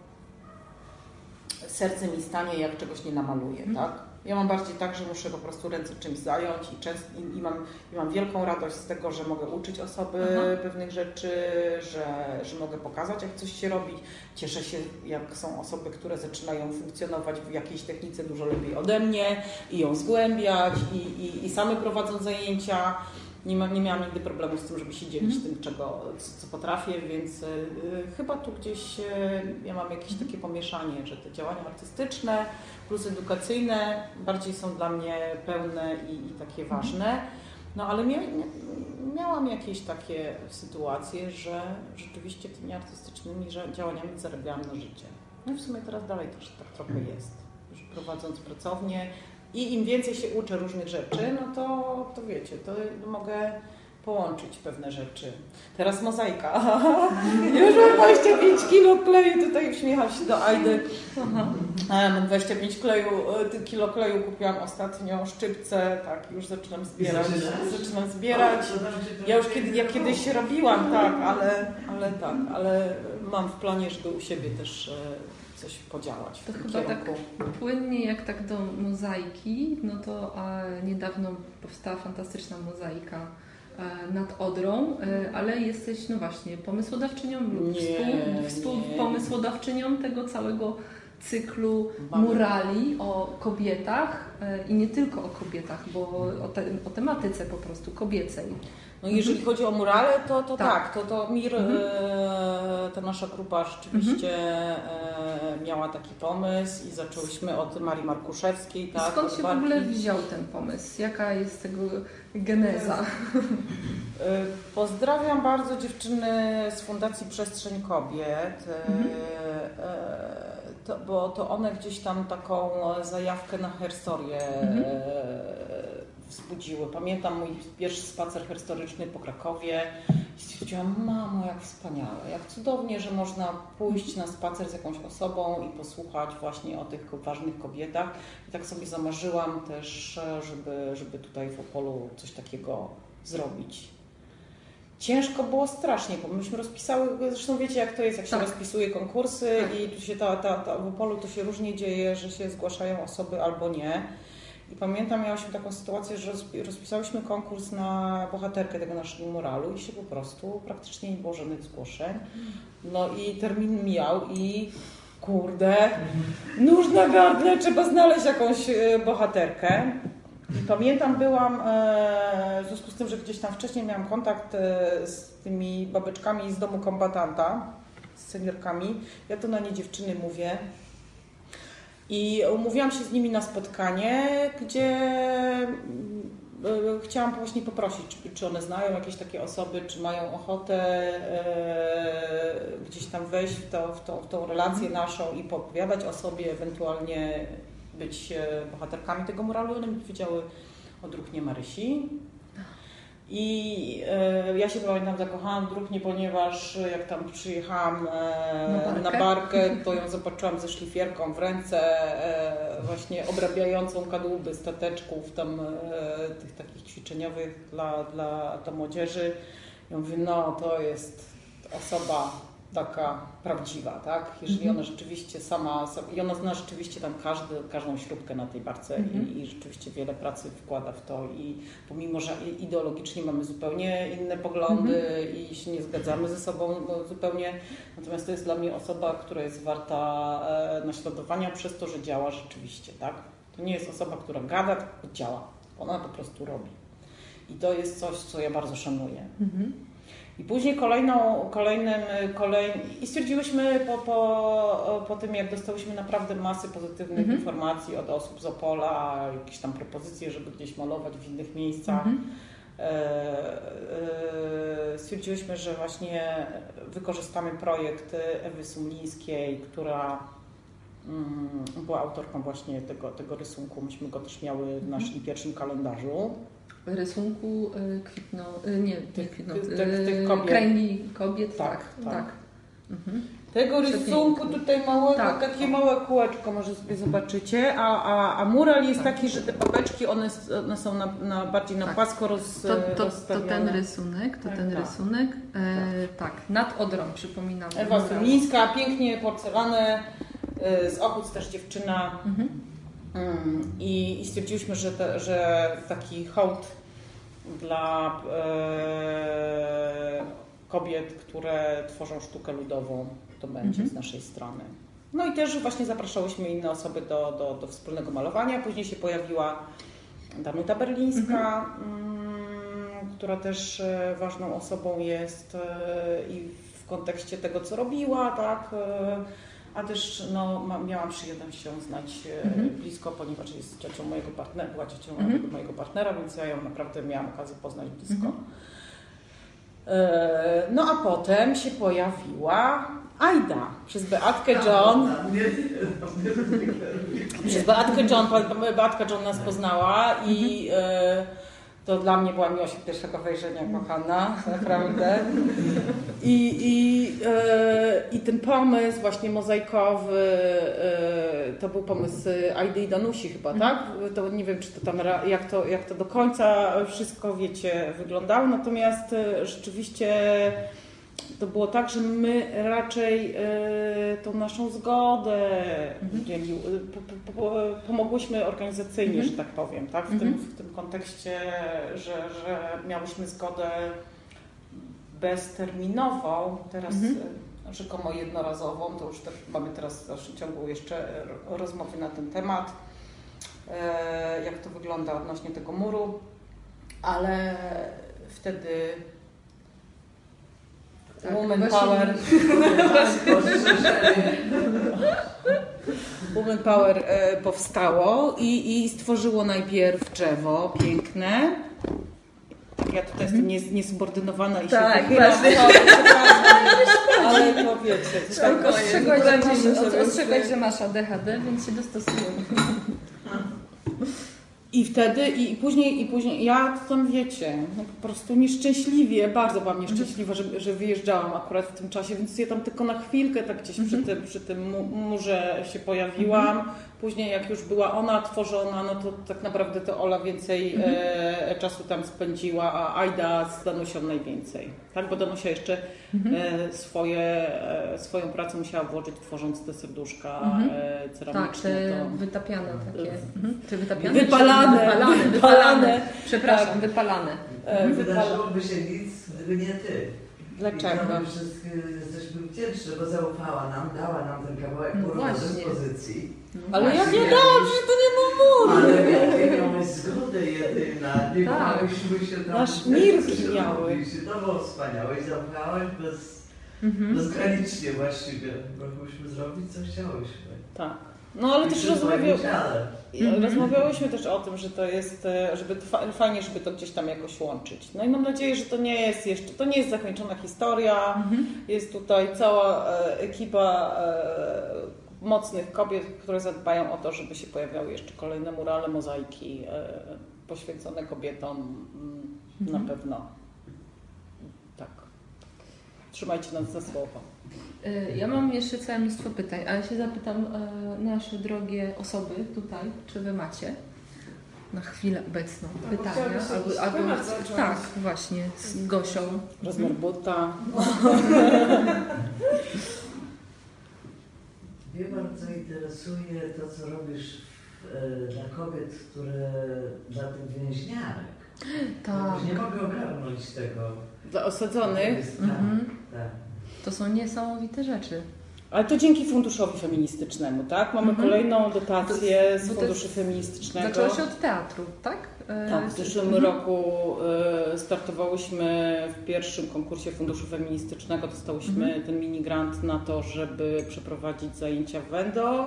serce mi stanie, jak czegoś nie namaluję, tak? Ja mam bardziej tak, że muszę po prostu ręce czymś zająć i mam wielką radość z tego, że mogę uczyć osoby pewnych rzeczy, że mogę pokazać, jak coś się robi. Cieszę się, jak są osoby, które zaczynają funkcjonować w jakiejś technice dużo lepiej ode mnie i ją zgłębiać i same prowadzą zajęcia. Nie miałam nigdy problemu z tym, żeby się dzielić tym, co potrafię, więc chyba tu gdzieś ja mam jakieś takie pomieszanie, że te działania artystyczne plus edukacyjne bardziej są dla mnie pełne i takie ważne. No ale miałam jakieś takie sytuacje, że rzeczywiście tymi artystycznymi działaniami zarabiałam na życie. No i w sumie teraz dalej też tak trochę jest, że prowadząc pracownię i im więcej się uczę różnych rzeczy, no to wiecie, to mogę połączyć pewne rzeczy. Teraz mozaika. Już mam 25 kilo kleju, tutaj uśmiecham się do Ajdy. Mam 25 kilo kleju kupiłam ostatnio, szczypce, tak, już zaczynam zbierać. Ja już kiedyś robiłam, tak, ale mam w planie, żeby u siebie też coś podziałać w to tym chyba kierunku. Tak płynnie jak tak do mozaiki, no to niedawno powstała fantastyczna mozaika nad Odrą, ale jesteś no właśnie pomysłodawczynią lub współpomysłodawczynią tego całego cyklu murali o kobietach i nie tylko o kobietach, bo o tematyce po prostu kobiecej. No jeżeli chodzi o murale, to tak, to Mir, ta nasza grupa rzeczywiście miała taki pomysł i zaczęłyśmy od Marii Markuszewskiej. Tak, skąd się w ogóle wziął ten pomysł? Jaka jest tego geneza? Pozdrawiam bardzo dziewczyny z Fundacji Przestrzeń Kobiet, bo to one gdzieś tam taką zajawkę na herstorię wzbudziły. Pamiętam mój pierwszy spacer historyczny po Krakowie i stwierdziłam, mamo, jak wspaniale, jak cudownie, że można pójść na spacer z jakąś osobą i posłuchać właśnie o tych ważnych kobietach. I tak sobie zamarzyłam też, żeby tutaj w Opolu coś takiego zrobić. Ciężko było strasznie, bo myśmy rozpisały, zresztą wiecie jak to jest, jak się rozpisuje konkursy i tu się w Opolu to się różnie dzieje, że się zgłaszają osoby albo nie. I pamiętam, miałyśmy taką sytuację, że rozpisałyśmy konkurs na bohaterkę tego naszego muralu i się po prostu praktycznie nie było żadnych zgłoszeń. No i termin mijał i kurde, nóż na gardle, trzeba znaleźć jakąś bohaterkę. I pamiętam, byłam, w związku z tym, że gdzieś tam wcześniej miałam kontakt z tymi babeczkami z domu kombatanta, z seniorkami, ja to na nie dziewczyny mówię. I umówiłam się z nimi na spotkanie, gdzie chciałam właśnie poprosić, czy one znają jakieś takie osoby, czy mają ochotę gdzieś tam wejść w tą relację naszą i opowiadać o sobie, ewentualnie być bohaterkami tego muralu. One mi powiedziały o Druhnie Marysi. I ja się pamiętam zakochałam w Druhnie, ponieważ jak tam przyjechałam na barkę, to ją zobaczyłam ze szlifierką w ręce, właśnie obrabiającą kadłuby stateczków tam tych takich ćwiczeniowych dla młodzieży. Ja mówię, no to jest osoba taka prawdziwa, tak? Jeżeli ona rzeczywiście i ona zna rzeczywiście tam każdą śrubkę na tej barce i rzeczywiście wiele pracy wkłada w to i pomimo, że ideologicznie mamy zupełnie inne poglądy i się nie zgadzamy ze sobą zupełnie, natomiast to jest dla mnie osoba, która jest warta naśladowania przez to, że działa rzeczywiście, tak? To nie jest osoba, która gada, tylko działa. Ona po prostu robi. I to jest coś, co ja bardzo szanuję. I później i stwierdziłyśmy po tym, jak dostałyśmy naprawdę masę pozytywnych informacji od osób z Opola, jakieś tam propozycje, żeby gdzieś malować w innych miejscach, stwierdziłyśmy, że właśnie wykorzystamy projekt Ewy Sumlińskiej, która była autorką właśnie tego rysunku. Myśmy go też miały w naszym pierwszym kalendarzu. Rysunku kręgi kobiet. Tak. Tego rysunku tutaj małego, takie małe kółeczko może sobie zobaczycie, a mural jest taki, że te babeczki one są bardziej na płasko rozstawione. To ten rysunek, nad Odrą, przypominam. Ewa Sumlińska, pięknie porcelanę, z Ochódz też dziewczyna. I stwierdziliśmy, że taki hołd dla kobiet, które tworzą sztukę ludową, to będzie z naszej strony. No i też właśnie zapraszałyśmy inne osoby do wspólnego malowania. Później się pojawiła Danuta Berlińska, która też ważną osobą jest i w kontekście tego, co robiła, tak. A też miałam przyjemność ją znać blisko, ponieważ jest ciocią mojego partnera, była ciocią mojego partnera, więc ja ją naprawdę miałam okazję poznać blisko. No a potem się pojawiła Aida przez Beatkę John. Przez Beatka John nas poznała i to dla mnie była miłość od pierwszego wejrzenia, kochana, naprawdę. I ten pomysł właśnie mozaikowy, to był pomysł Aidy i Danusi chyba, tak? To nie wiem, czy to tam, jak to do końca wszystko, wiecie, wyglądało, natomiast rzeczywiście to było tak, że my raczej tą naszą zgodę pomogłyśmy organizacyjnie, że tak powiem, tak? W tym kontekście, że miałyśmy zgodę bezterminową, teraz rzekomo jednorazową, to już też mamy teraz w dalszym ciągu jeszcze rozmowy na ten temat, jak to wygląda odnośnie tego muru, ale wtedy Woman Power powstało i stworzyło najpierw drzewo piękne. Ja tutaj jestem niesubordynowana i się wychylam, ale to wiecie. Ostrzegać, że masz ADHD, więc się dostosujemy. I wtedy, i później, ja tam wiecie, po prostu nieszczęśliwie, bardzo byłam nieszczęśliwa, że wyjeżdżałam akurat w tym czasie, więc ja tam tylko na chwilkę tak gdzieś przy tym murze się pojawiłam. Później jak już była ona tworzona, no to tak naprawdę to Ola więcej czasu tam spędziła, a Aida z Danusią najwięcej. Tak, bo Danusia jeszcze swoją pracę musiała włożyć, tworząc te serduszka ceramiczne. Tak, wytapiane takie. Czy wytapiane? Wypalane. Przepraszam, wypalane. Nie wydarzyłoby się nic, gdyby nie ty. Dlaczego? Jesteśmy wdzięczni, bo zaufała nam, dała nam ten kawałek muru do dyspozycji. Ale ja nie dałam, że to nie był mur. Ale jakie miałeś zgodę jedyna, nie miałyśmy się tam... Nasz Mirki miały. To było wspaniałe i zaufałaś bezgranicznie właściwie. Mogłyśmy zrobić, co chciałyśmy. Tak. No ale też rozmawiałyśmy też o tym, że to jest, fajnie, żeby to gdzieś tam jakoś łączyć. No i mam nadzieję, że to nie jest zakończona historia. Jest tutaj cała ekipa mocnych kobiet, które zadbają o to, żeby się pojawiały jeszcze kolejne murale, mozaiki poświęcone kobietom. Na pewno. Tak. Trzymajcie nas za słowo. Ja mam jeszcze całe mnóstwo pytań, ale się zapytam nasze drogie osoby tutaj, czy wy macie? na chwilę obecną pytania. Albo tak, właśnie, z Gosią. Rozmiar buta. Mnie bardzo interesuje to, co robisz dla kobiet, które dla tych więźniarek. Tak. Nie mogę ogarnąć tego. Dla osadzonych. Tak. To są niesamowite rzeczy. Ale to dzięki Funduszowi Feministycznemu, tak? Mamy kolejną dotację z Funduszu Feministycznego. Zaczęło się od teatru, tak? Tak, w zeszłym roku startowałyśmy w pierwszym konkursie Funduszu Feministycznego. Dostałyśmy ten mini grant na to, żeby przeprowadzić zajęcia w Wendo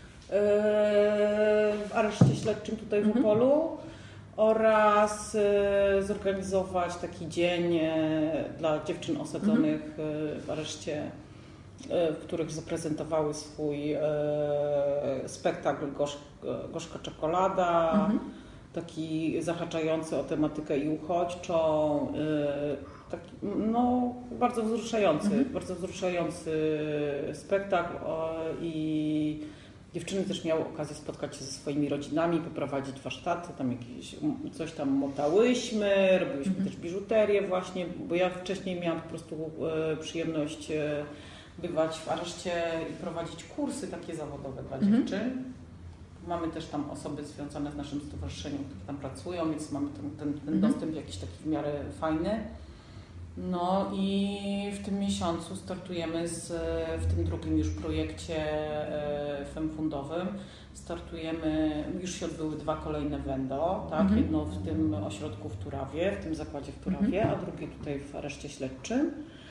w areszcie śledczym tutaj w Opolu oraz zorganizować taki dzień dla dziewczyn osadzonych w areszcie, w których zaprezentowały swój spektakl Gorzka czekolada, taki zahaczający o tematykę i uchodźczą, taki, no, bardzo wzruszający spektakl i dziewczyny też miały okazję spotkać się ze swoimi rodzinami, poprowadzić warsztaty, tam coś tam motałyśmy, robiłyśmy też biżuterię właśnie, bo ja wcześniej miałam po prostu przyjemność bywać w areszcie i prowadzić kursy takie zawodowe dla dziewczyn. Mamy też tam osoby związane z naszym stowarzyszeniem, które tam pracują, więc mamy ten dostęp jakiś taki w miarę fajny. No i w tym miesiącu startujemy w tym drugim już projekcie femfundowym. Startujemy, już się odbyły 2 kolejne Wendo, tak? Jedno w tym ośrodku w Turawie, w tym zakładzie w Turawie, a drugie tutaj w areszcie śledczym.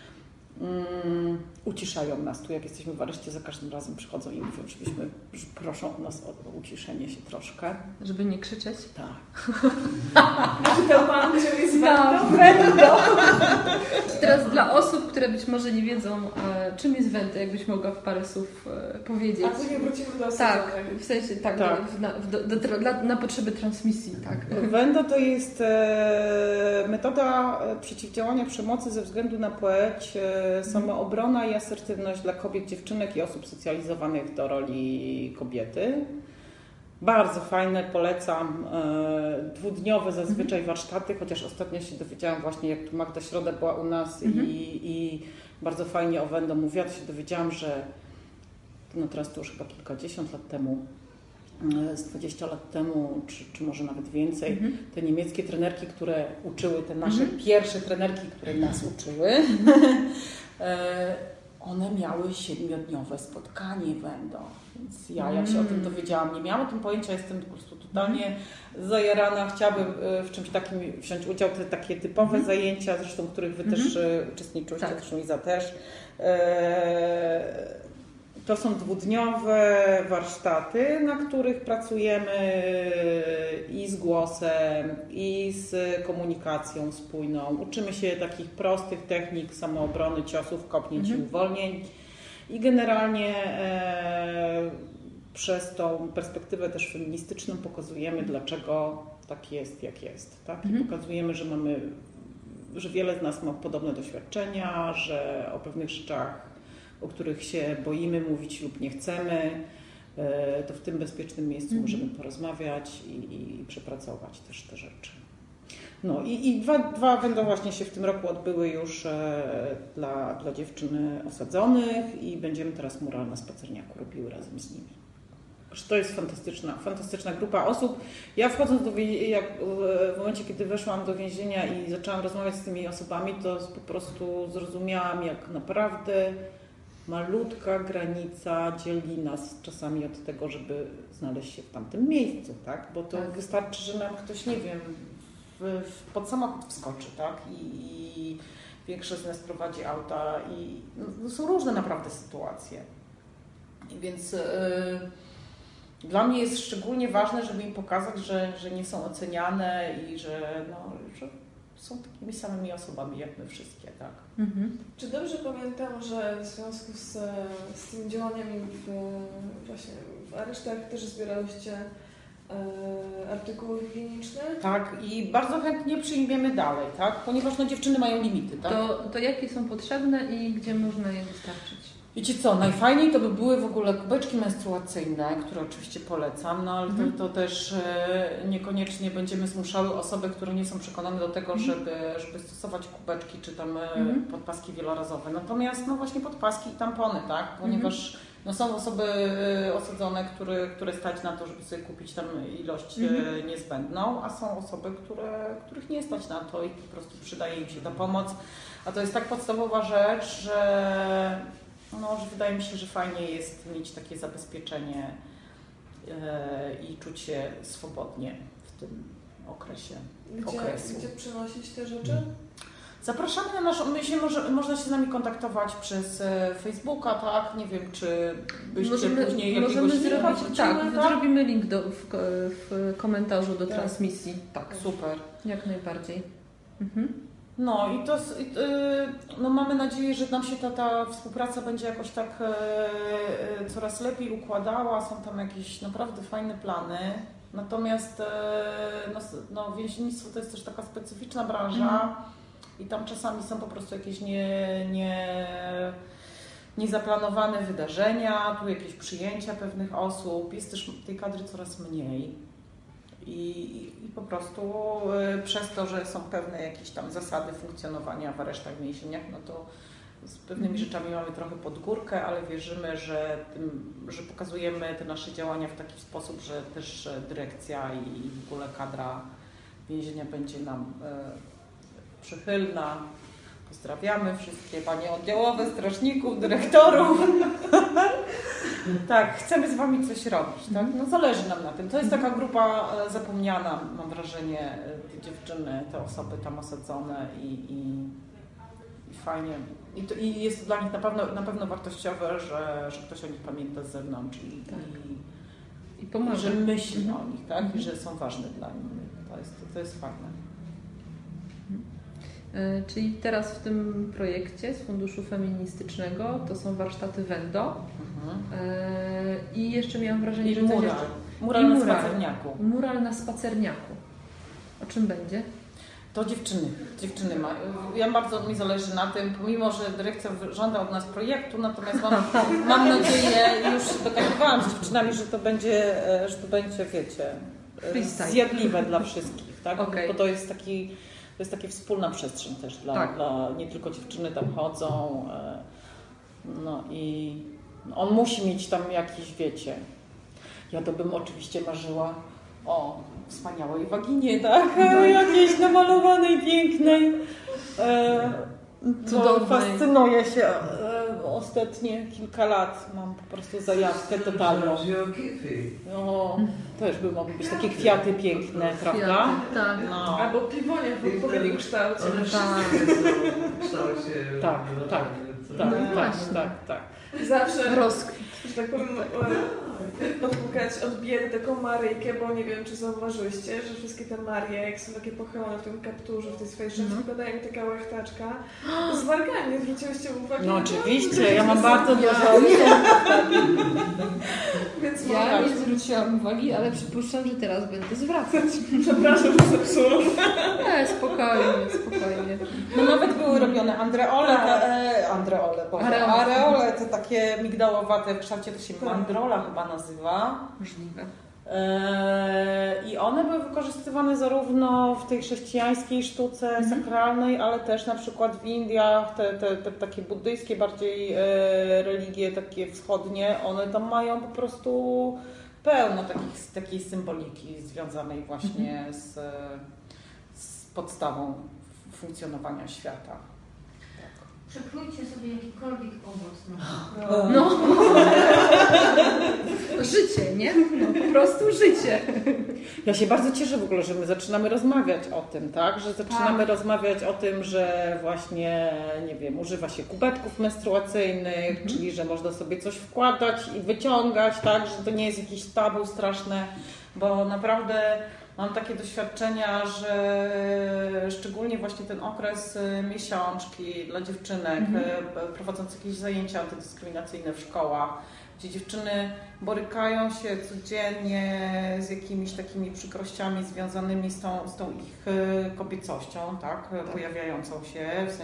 Uciszają nas tu, jak jesteśmy w areszcie, za każdym razem przychodzą i mówią, że proszą nas o uciszenie się troszkę. Żeby nie krzyczeć? Tak. Czytał Pan, że jest Wendo. Teraz dla osób, które być może nie wiedzą, czym jest Wendo, jakbyś mogła w parę słów powiedzieć. A później wrócimy do osób. Tak, w sensie tak. Na potrzeby transmisji, tak. Wendo to jest metoda przeciwdziałania przemocy ze względu na płeć, samoobrona i asertywność dla kobiet, dziewczynek i osób socjalizowanych do roli kobiety. Bardzo fajne, polecam. 2-dniowe zazwyczaj warsztaty, chociaż ostatnio się dowiedziałam właśnie, jak tu Magda Środa była u nas i bardzo fajnie o Wendo mówiła, to się dowiedziałam, że no teraz to już chyba kilkadziesiąt lat temu, z 20 lat temu, czy może nawet więcej, te niemieckie trenerki, które uczyły, te nasze pierwsze trenerki, które nas uczyły, one miały 7-dniowe spotkanie Wendo. Więc ja, jak się o tym dowiedziałam, nie miałam o tym pojęcia, jestem po prostu totalnie zajarana. Chciałabym w czymś takim wziąć udział, te takie typowe zajęcia, zresztą w których Wy też uczestniczyłyście, zresztą Iza też. To są 2-dniowe warsztaty, na których pracujemy i z głosem, i z komunikacją spójną. Uczymy się takich prostych technik samoobrony, ciosów, kopnięć i uwolnień. I generalnie przez tą perspektywę też feministyczną pokazujemy, dlaczego tak jest, jak jest. Tak? I pokazujemy, że wiele z nas ma podobne doświadczenia, że o pewnych rzeczach, o których się boimy mówić lub nie chcemy, to w tym bezpiecznym miejscu możemy porozmawiać i przepracować też te rzeczy. No i dwa będą właśnie się w tym roku odbyły już dla dziewczyn osadzonych i będziemy teraz mural na Spacerniaku robiły razem z nimi. To jest fantastyczna grupa osób. Ja wchodząc w momencie, kiedy weszłam do więzienia i zaczęłam rozmawiać z tymi osobami, to po prostu zrozumiałam, jak naprawdę malutka granica dzieli nas czasami od tego, żeby znaleźć się w tamtym miejscu, tak? Bo to wystarczy, że nam ktoś, nie wiem, pod samochód wskoczy, tak? I większość z nas prowadzi auta i no, są różne naprawdę sytuacje. Więc dla mnie jest szczególnie ważne, żeby im pokazać, że nie są oceniane i że są takimi samymi osobami jak my wszystkie, tak? Czy dobrze pamiętam, że w związku z tymi działaniami właśnie w aresztach też zbierałyście artykuły higieniczne? Tak, i bardzo chętnie przyjmiemy dalej, tak? Ponieważ dziewczyny mają limity, tak? To jakie są potrzebne i gdzie można je dostarczyć? Wiecie co, najfajniej to by były w ogóle kubeczki menstruacyjne, które oczywiście polecam, no ale to też niekoniecznie będziemy zmuszały osoby, które nie są przekonane do tego, żeby stosować kubeczki czy tam podpaski wielorazowe. Natomiast no właśnie podpaski i tampony, tak? Ponieważ no są osoby osadzone, które stać na to, żeby sobie kupić tam ilość niezbędną, a są osoby, których nie stać na to i po prostu przydaje im się ta pomoc. A to jest tak podstawowa rzecz, że wydaje mi się, że fajnie jest mieć takie zabezpieczenie i czuć się swobodnie w tym okresie. Gdzie przenosić te rzeczy? Zapraszamy na naszą, można się z nami kontaktować przez Facebooka, tak? Nie wiem, czy byście później jakiegoś linka wrzucimy, tak? Zrobimy link w komentarzu do transmisji. Tak, super. Jak najbardziej. No i mamy nadzieję, że nam się ta współpraca będzie jakoś tak coraz lepiej układała. Są tam jakieś naprawdę fajne plany. Natomiast więziennictwo to jest też taka specyficzna branża i tam czasami są po prostu jakieś niezaplanowane wydarzenia, tu jakieś przyjęcia pewnych osób. Jest też tej kadry coraz mniej. I po prostu przez to, że są pewne jakieś tam zasady funkcjonowania w aresztach, w więzieniach, no to z pewnymi rzeczami mamy trochę pod górkę, ale wierzymy, że pokazujemy te nasze działania w taki sposób, że też dyrekcja i w ogóle kadra więzienia będzie nam przychylna. Pozdrawiamy wszystkie panie oddziałowe, strażników, dyrektorów. Tak, chcemy z Wami coś robić, tak? No zależy nam na tym. To jest taka grupa zapomniana, mam wrażenie, te dziewczyny, te osoby tam osadzone i fajnie. I jest to dla nich na pewno wartościowe, że ktoś o nich pamięta z zewnątrz i pomaga. Że myśli o nich, tak? I że są ważne dla nich. To jest fajne. Czyli teraz w tym projekcie z Funduszu Feministycznego to są warsztaty Wendo i jeszcze miałam wrażenie, że mural. Mural na spacerniaku. Mural na spacerniaku. O czym będzie? To dziewczyny mają. Bardzo mi zależy na tym, pomimo że dyrekcja żąda od nas projektu, natomiast mam nadzieję, już dogadywałam z dziewczynami, że to będzie wiecie, zjadliwe dla wszystkich, tak? Okay. Bo to jest taka wspólna przestrzeń też dla nie tylko dziewczyny tam chodzą. No i on musi mieć tam jakiś, wiecie, ja to bym oczywiście marzyła o wspaniałej waginie, tak? Jakiejś namalowanej, pięknej. Fascynuję się. Ostatnie kilka lat mam po prostu zajawkę totalną. No, też by mogły być takie kwiaty piękne, prawda? Tak. No. Albo piwonie w odpowiednim kształcie. Tak. Zawsze, że tak powiem, odpukać od biedy taką Maryjkę, bo nie wiem, czy zauważyłyście, że wszystkie te Marie, jak są takie pochylone w tym kapturze, w tej swojej szafie, wkładają taka łechtaczka z wargami. Nie zwróciłyście uwagi? No oczywiście, ja mam bardzo dużo. Więc ja nie zwróciłam uwagi, ale przypuszczam, że teraz będę zwracać. Przepraszam, że zepsułam. Nie, spokojnie. No nawet były robione areole, te takie migdałowate w kształcie, to się mandrola chyba nazywa. Możliwe. I one były wykorzystywane zarówno w tej chrześcijańskiej sztuce sakralnej, ale też na przykład w Indiach, te takie buddyjskie bardziej religie, takie wschodnie, one tam mają po prostu pełno takiej symboliki związanej właśnie z podstawą funkcjonowania świata. Przekrójcie sobie jakikolwiek owoc. No. Życie, nie? No, po prostu życie. Ja się bardzo cieszę w ogóle, że my zaczynamy rozmawiać o tym, tak? Że zaczynamy rozmawiać o tym, że właśnie, nie wiem, używa się kubeczków menstruacyjnych, czyli że można sobie coś wkładać i wyciągać, tak? Że to nie jest jakieś tabu straszne, bo naprawdę mam takie doświadczenia, że szczególnie właśnie ten okres miesiączki dla dziewczynek, prowadząc jakieś zajęcia antydyskryminacyjne w szkołach, gdzie dziewczyny borykają się codziennie z jakimiś takimi przykrościami związanymi z tą ich kobiecością, tak? Pojawiającą się, w sensie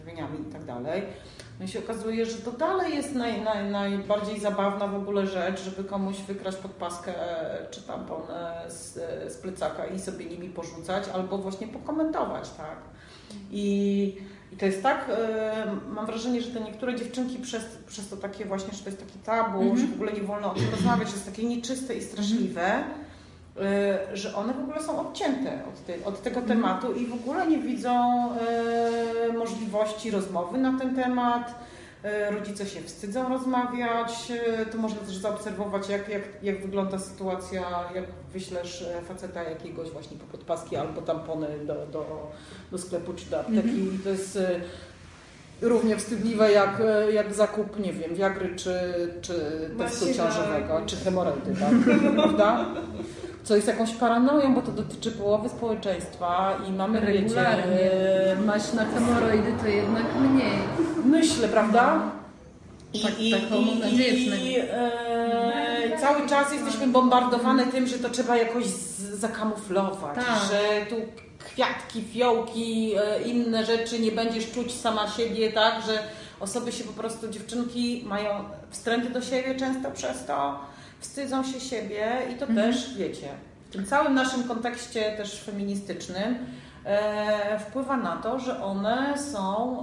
pozdrowieniami i tak dalej. No i się okazuje, że to dalej jest najbardziej zabawna w ogóle rzecz, żeby komuś wykraść podpaskę czy tampon z plecaka i sobie nimi porzucać albo właśnie pokomentować, tak. I to jest tak, mam wrażenie, że te niektóre dziewczynki przez to takie właśnie, że to jest taki tabu, że w ogóle nie wolno o tym rozmawiać, że jest takie nieczyste i straszliwe, że one w ogóle są odcięte od tego tematu i w ogóle nie widzą możliwości rozmowy na ten temat. Rodzice się wstydzą rozmawiać. To można też zaobserwować, jak wygląda sytuacja, jak wyślesz faceta jakiegoś właśnie po podpaski albo tampony do sklepu czy do apteki. I to jest równie wstydliwe jak zakup, nie wiem, Viagry czy testu ciążowego, czy hemoroidy, tak? Prawda? Co jest jakąś paranoją, bo to dotyczy połowy społeczeństwa i mamy, regularnie. Masz na hemoroidy, to jednak mniej. Myślę, prawda? Taką mam nadzieję przynajmniej. Cały czas jesteśmy bombardowane tym, że to trzeba jakoś zakamuflować, że tu kwiatki, fiołki, inne rzeczy, nie będziesz czuć sama siebie, tak, że osoby się po prostu, dziewczynki mają wstręty do siebie często przez to, wstydzą się siebie i to też, wiecie, w tym całym naszym kontekście też feministycznym wpływa na to, że one są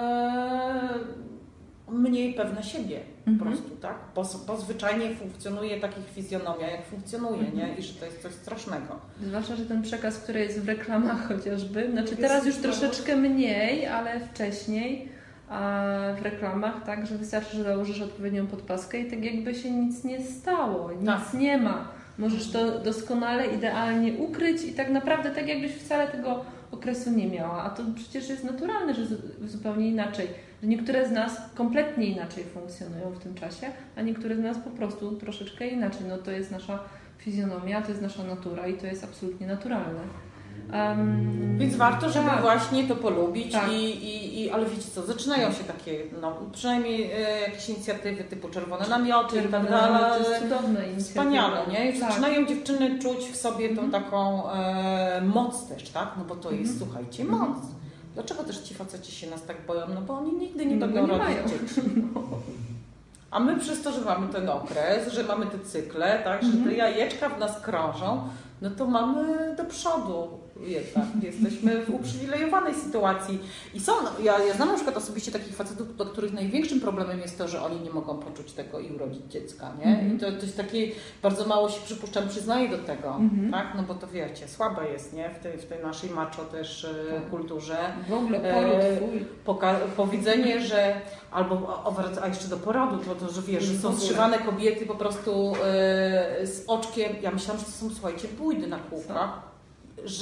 mniej pewne siebie po prostu, tak? Bo zwyczajnie funkcjonuje takich fizjonomia, jak funkcjonuje, nie? I że to jest coś strasznego. Zwłaszcza, że ten przekaz, który jest w reklamach chociażby, znaczy teraz już troszeczkę mniej, ale wcześniej w reklamach, tak, że wystarczy, że założysz odpowiednią podpaskę i tak jakby się nic nie stało, nic nie ma. Możesz to doskonale, idealnie ukryć i tak naprawdę tak jakbyś wcale tego okresu nie miała, a to przecież jest naturalne, że zupełnie inaczej, że niektóre z nas kompletnie inaczej funkcjonują w tym czasie, a niektóre z nas po prostu troszeczkę inaczej. No to jest nasza fizjonomia, to jest nasza natura i to jest absolutnie naturalne. Więc warto, żeby właśnie to polubić ale wiecie co, zaczynają się takie, no przynajmniej jakieś inicjatywy typu Czerwone Namioty i tak dalej. To jest cudowne inicjatywa. Wspaniale, nie? I zaczynają dziewczyny czuć w sobie tą taką moc też, tak? No bo to jest, słuchajcie, moc. Dlaczego też ci faceci się nas tak boją? No bo oni nigdy nie będą robić dzieci. A my przez to, że mamy ten okres, że mamy te cykle, tak, że te jajeczka w nas krążą, no to mamy do przodu jednak. Jesteśmy w uprzywilejowanej sytuacji. I są, ja znam na przykład osobiście takich facetów, do których największym problemem jest to, że oni nie mogą poczuć tego i urodzić dziecka, nie? I to jest takie, bardzo mało się przyznaje do tego, tak? No bo to wiecie, słabe jest, nie? W tej naszej macho też kulturze. W ogóle powiedzenie, że a jeszcze do porodu, to że wiesz, że są zszywane kobiety po prostu z oczkiem. Ja myślałam, że to są, słuchajcie, bójdy na kółkach, że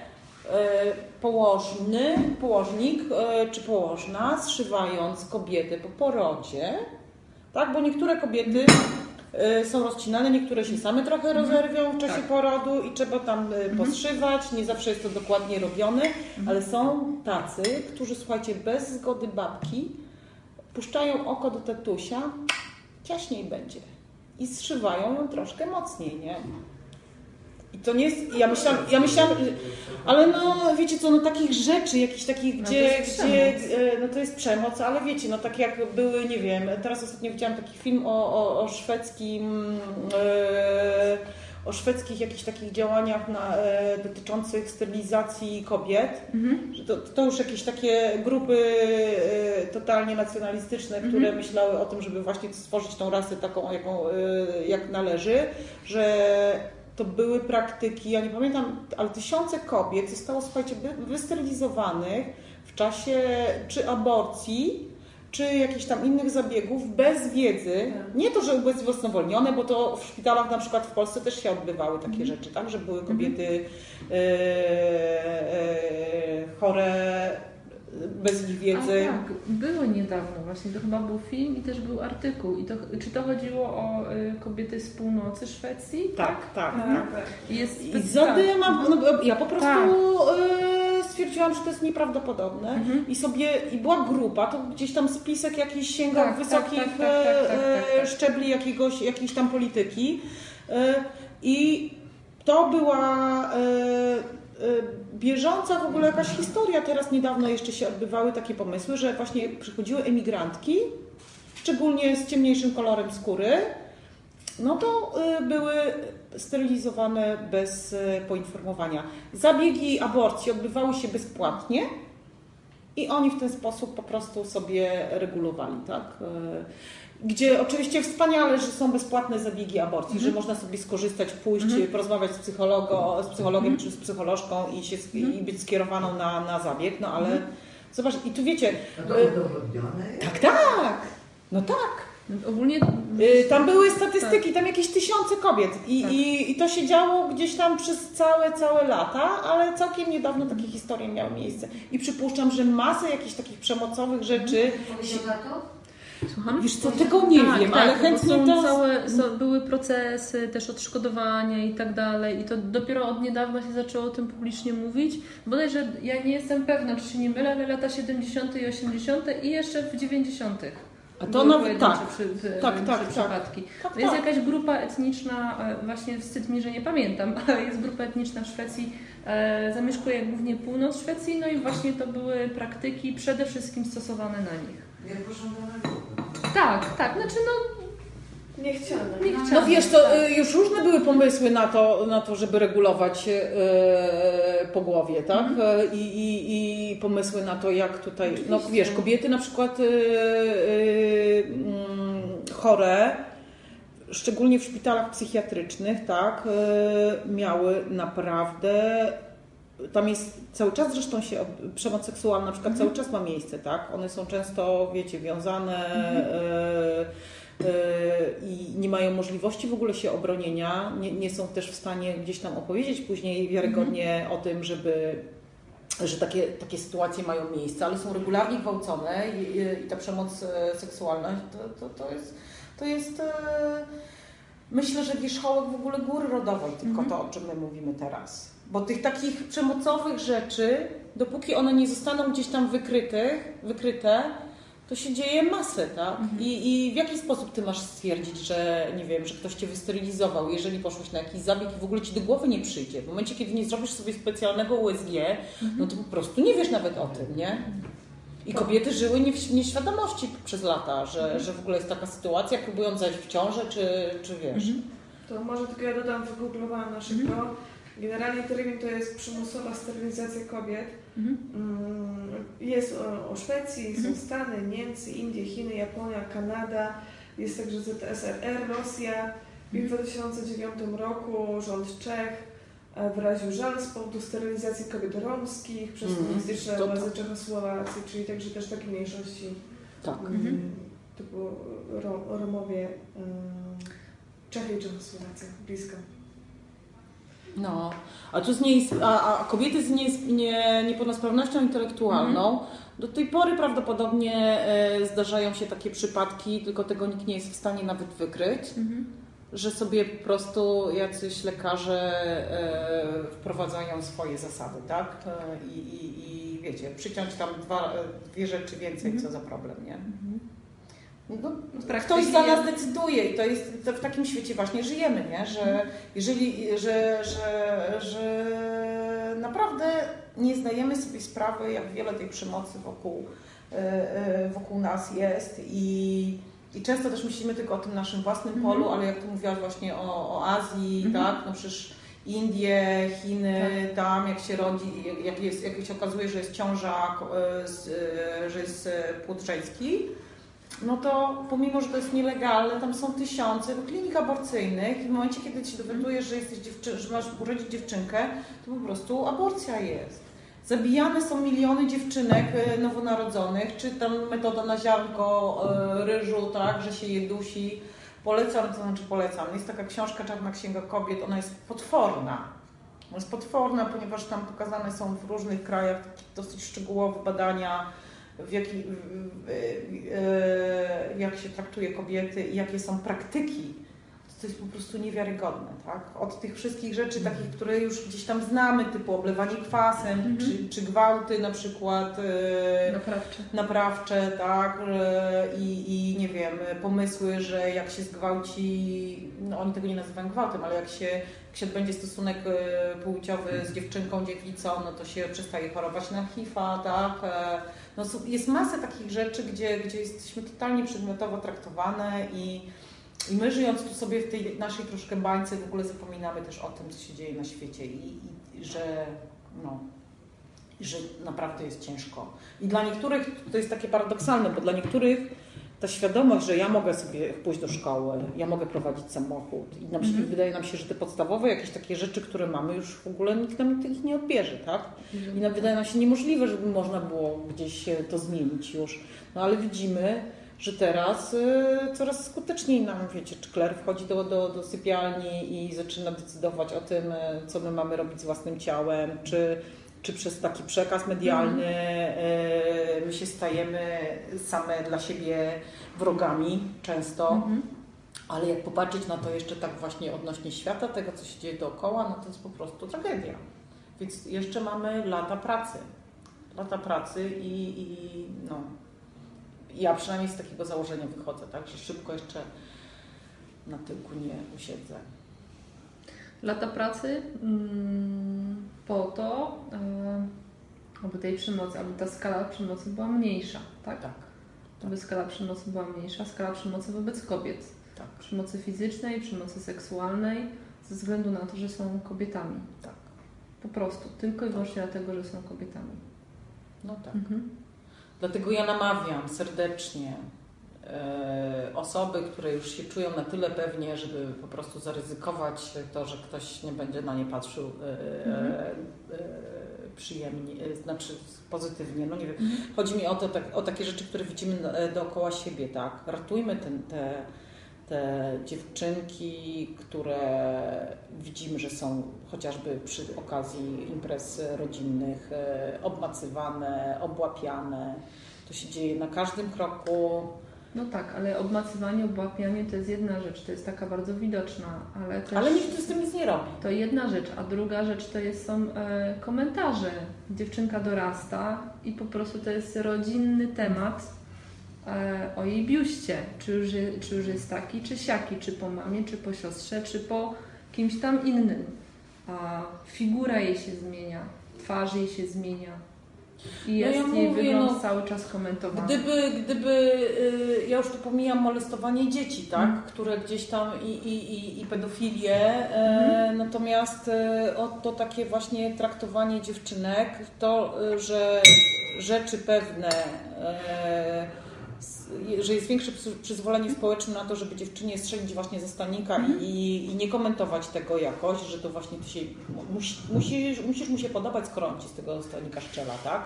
położnik czy położna, zszywając kobietę po porodzie, tak, bo niektóre kobiety są rozcinane, niektóre się same trochę rozerwią w czasie porodu i trzeba tam poszywać, nie zawsze jest to dokładnie robione, ale są tacy, którzy, słuchajcie, bez zgody babki puszczają oko do tatusia, ciaśniej będzie i zszywają ją troszkę mocniej, nie? I to nie jest, ja myślałam, ale no wiecie co, no takich rzeczy, jakichś takich, gdzie no to jest przemoc, ale wiecie, no tak jak były, nie wiem, teraz ostatnio widziałam taki film o szwedzkich jakichś takich działaniach dotyczących sterylizacji kobiet, że to już jakieś takie grupy totalnie nacjonalistyczne, które myślały o tym, żeby właśnie stworzyć tą rasę taką, jak należy, że to były praktyki, ja nie pamiętam, ale tysiące kobiet zostało, słuchajcie, wysterylizowanych w czasie czy aborcji, czy jakichś tam innych zabiegów bez wiedzy. Nie to, że były zwolnione, bo to w szpitalach na przykład w Polsce też się odbywały takie rzeczy, tak, że były kobiety chore bez ich wiedzy. Tak, było niedawno właśnie, to chyba był film i też był artykuł. Czy to chodziło o kobiety z północy Szwecji? Tak. Ja po prostu stwierdziłam, że to jest nieprawdopodobne i była grupa, to gdzieś tam spisek jakiś sięgał wysokich szczebli jakiejś tam polityki i to była bieżąca w ogóle jakaś historia. Teraz niedawno jeszcze się odbywały takie pomysły, że właśnie przychodziły emigrantki, szczególnie z ciemniejszym kolorem skóry, no to były sterylizowane bez poinformowania. Zabiegi aborcji odbywały się bezpłatnie i oni w ten sposób po prostu sobie regulowali, tak? Gdzie oczywiście wspaniale, że są bezpłatne zabiegi aborcji, że można sobie skorzystać, pójść, porozmawiać z psychologiem czy z psycholożką i być skierowaną na zabieg, no ale zobacz, i tu wiecie... A to udowodnione jest? Tak, no tak. Ogólnie tam były statystyki, tam jakieś 1000 kobiet i to się działo gdzieś tam przez całe lata, ale całkiem niedawno takie historie miały miejsce. I przypuszczam, że masę jakichś takich przemocowych rzeczy... Słucham? Wiesz co, tego nie wiem, ale chętnie były procesy, też odszkodowania i tak dalej i to dopiero od niedawna się zaczęło o tym publicznie mówić. Bodajże ja nie jestem pewna, czy się nie mylę, ale lata 70. i 80. i jeszcze w 90. A to nawet przypadki. Jest jakaś grupa etniczna, właśnie wstyd mi, że nie pamiętam, ale jest grupa etniczna w Szwecji, zamieszkuje głównie północ Szwecji, no i właśnie to były praktyki przede wszystkim stosowane na nich. Tak, znaczy niechciane. No wiesz, to już różne były pomysły na to, żeby regulować pogłowie, tak? I pomysły na to, jak tutaj, oczywiście. No wiesz, kobiety na przykład chore, szczególnie w szpitalach psychiatrycznych, tak, miały naprawdę... Tam jest cały czas, zresztą przemoc seksualna na przykład cały czas ma miejsce, tak? One są często, wiecie, wiązane i nie mają możliwości w ogóle się obronienia, nie są też w stanie gdzieś tam opowiedzieć później wiarygodnie o tym, że takie sytuacje mają miejsce, ale są regularnie gwałcone i ta przemoc seksualna to jest myślę, że wierzchołek w ogóle góry rodowej, tylko to, o czym my mówimy teraz. Bo tych takich przemocowych rzeczy, dopóki one nie zostaną gdzieś tam wykryte, to się dzieje masę, tak? I w jaki sposób ty masz stwierdzić, że nie wiem, że ktoś cię wysterylizował, jeżeli poszłeś na jakiś zabieg i w ogóle ci do głowy nie przyjdzie. W momencie, kiedy nie zrobisz sobie specjalnego USG, no to po prostu nie wiesz nawet o tym, nie? I kobiety żyły w nieświadomości przez lata, że w ogóle jest taka sytuacja, próbując zajść w ciążę, czy wiesz. To może tylko ja dodam, wygooglowałam na szybko. Generalnie termin to jest przymusowa sterylizacja kobiet. Jest o Szwecji, są Stany, Niemcy, Indie, Chiny, Japonia, Kanada, jest także ZSRR, Rosja. W 2009 roku rząd Czech wyraził żal z powodu sterylizacji kobiet romskich przez komunistyczne władze Czechosłowacji, czyli także też takie mniejszości typu Romowie, Czechy i Czechosłowacja, blisko. No, a kobiety z niepełnosprawnością intelektualną do tej pory prawdopodobnie zdarzają się takie przypadki, tylko tego nikt nie jest w stanie nawet wykryć, że sobie po prostu jacyś lekarze wprowadzają swoje zasady, tak? I wiecie, przyciąć tam dwie rzeczy więcej, co za problem, nie? No, ktoś za nas decyduje i to w takim świecie właśnie żyjemy, nie? Że że naprawdę nie zdajemy sobie sprawy, jak wiele tej przemocy wokół nas jest i często też myślimy tylko o tym naszym własnym polu, ale jak tu mówiłaś właśnie o Azji, tak? No przecież Indie, Chiny, tam jak się rodzi, jak się okazuje, że jest ciąża, że jest płód żeński, no to pomimo, że to jest nielegalne, tam są tysiące klinik aborcyjnych i w momencie, kiedy się dowiadujesz, że masz urodzić dziewczynkę, to po prostu aborcja jest. Zabijane są miliony dziewczynek nowonarodzonych, czy tam metoda na ziarnko ryżu, tak, że się je dusi. Polecam, to znaczy polecam. Jest taka książka Czarna Księga Kobiet, ona jest potworna. Ona jest potworna, ponieważ tam pokazane są w różnych krajach dosyć szczegółowe badania, jak się traktuje kobiety i jakie są praktyki to jest po prostu niewiarygodne, tak? Od tych wszystkich rzeczy takich, które już gdzieś tam znamy, typu oblewanie kwasem, czy gwałty na przykład naprawcze, tak? I nie wiem, pomysły, że jak się zgwałci, no oni tego nie nazywają gwałtem, ale jak się odbędzie stosunek płciowy z dziewczynką, dziewicą, no to się przestaje chorować na HIV-a, tak? No, jest masa takich rzeczy, gdzie jesteśmy totalnie przedmiotowo traktowane i my żyjąc tu sobie w tej naszej troszkę bańce w ogóle zapominamy też o tym, co się dzieje na świecie i że naprawdę jest ciężko. I dla niektórych to jest takie paradoksalne, bo dla niektórych ta świadomość, że ja mogę sobie pójść do szkoły, ja mogę prowadzić samochód i na przykład wydaje nam się, że te podstawowe jakieś takie rzeczy, które mamy, już w ogóle nikt nam ich nie odbierze, tak? I wydaje nam się niemożliwe, żeby można było gdzieś to zmienić już. No ale widzimy, że teraz coraz skuteczniej nam, wiecie, czy Claire wchodzi do sypialni i zaczyna decydować o tym, co my mamy robić z własnym ciałem, czy przez taki przekaz medialny my się stajemy same dla siebie wrogami często. Ale jak popatrzeć na to jeszcze tak właśnie odnośnie świata, tego co się dzieje dookoła, no to jest po prostu tragedia. Więc jeszcze mamy lata pracy. Lata pracy i no... Ja przynajmniej z takiego założenia wychodzę, tak, że szybko jeszcze na tyłku nie usiedzę. Lata pracy po to, aby tej przemocy, aby ta skala przemocy była mniejsza, tak? Tak. Aby skala przemocy była mniejsza, skala przemocy wobec kobiet. Tak. Przemocy fizycznej, przemocy seksualnej, ze względu na to, że są kobietami. Tak. Po prostu, tylko i wyłącznie dlatego, że są kobietami. No tak. Dlatego ja namawiam serdecznie osoby, które już się czują na tyle pewnie, żeby po prostu zaryzykować to, że ktoś nie będzie na nie patrzył przyjemnie, znaczy pozytywnie. No nie wiem. Chodzi mi o takie rzeczy, które widzimy dookoła siebie, tak? Ratujmy te dziewczynki, które widzimy, że są chociażby przy okazji imprez rodzinnych obmacywane, obłapiane. To się dzieje na każdym kroku. No tak, ale obmacywanie, obłapianie to jest jedna rzecz, to jest taka bardzo widoczna, ale też... Ale nikt z tym nic nie robi. To jedna rzecz, a druga rzecz to są komentarze. Dziewczynka dorasta i po prostu to jest rodzinny temat o jej biuście. Czy już jest taki, czy siaki, czy po mamie, czy po siostrze, czy po kimś tam innym. Figura jej się zmienia, twarz jej się zmienia. I jest jej wygląd cały czas komentowany. Ja już tu pomijam molestowanie dzieci, tak? Które gdzieś tam i pedofilię, natomiast to takie właśnie traktowanie dziewczynek, to, że rzeczy pewne, że jest większe przyzwolenie społeczne na to, żeby dziewczynie strzelić właśnie ze stanika i nie komentować tego jakoś, że to właśnie ty się musisz mu się podobać, skoro on ci z tego stanika strzela, tak?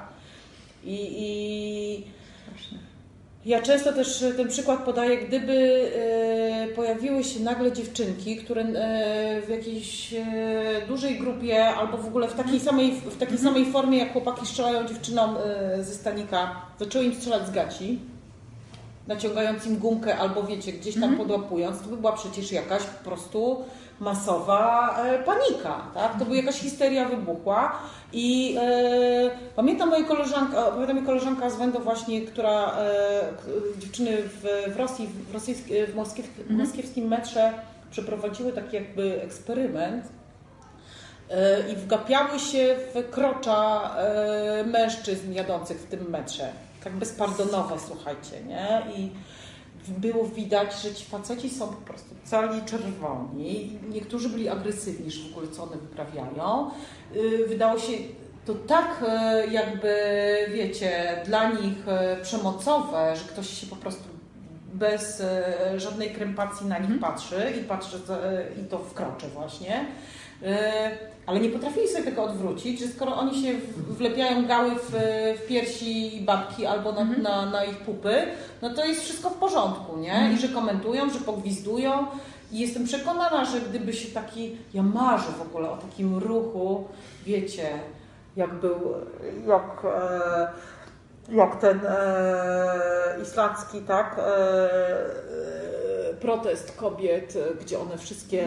Ja często też ten przykład podaję, gdyby pojawiły się nagle dziewczynki, które w jakiejś dużej grupie albo w ogóle w takiej samej formie jak chłopaki strzelają dziewczynom ze stanika, zaczęły im strzelać z gaci, naciągając im gumkę albo wiecie, gdzieś tam podłapując, to by była przecież jakaś po prostu masowa panika, tak? To by jakaś histeria wybuchła i pamiętam moja koleżanka z Wendo właśnie, która dziewczyny w Rosji, w moskiewskim metrze przeprowadziły taki jakby eksperyment i wgapiały się w krocza mężczyzn jadących w tym metrze. Tak bezpardonowe, słuchajcie, nie? I było widać, że ci faceci są po prostu cali czerwoni. Niektórzy byli agresywni, niż w ogóle co one wyprawiają. Wydało się to tak jakby, wiecie, dla nich przemocowe, że ktoś się po prostu bez żadnej krępacji na nich patrzy i to wkroczy właśnie. Ale nie potrafili sobie tego odwrócić, że skoro oni się wlepiają gały w piersi babki albo na ich pupy, no to jest wszystko w porządku, nie? I że komentują, że pogwizdują. I jestem przekonana, że gdyby się ja marzę w ogóle o takim ruchu, wiecie, jak ten islandzki, tak, protest kobiet, gdzie one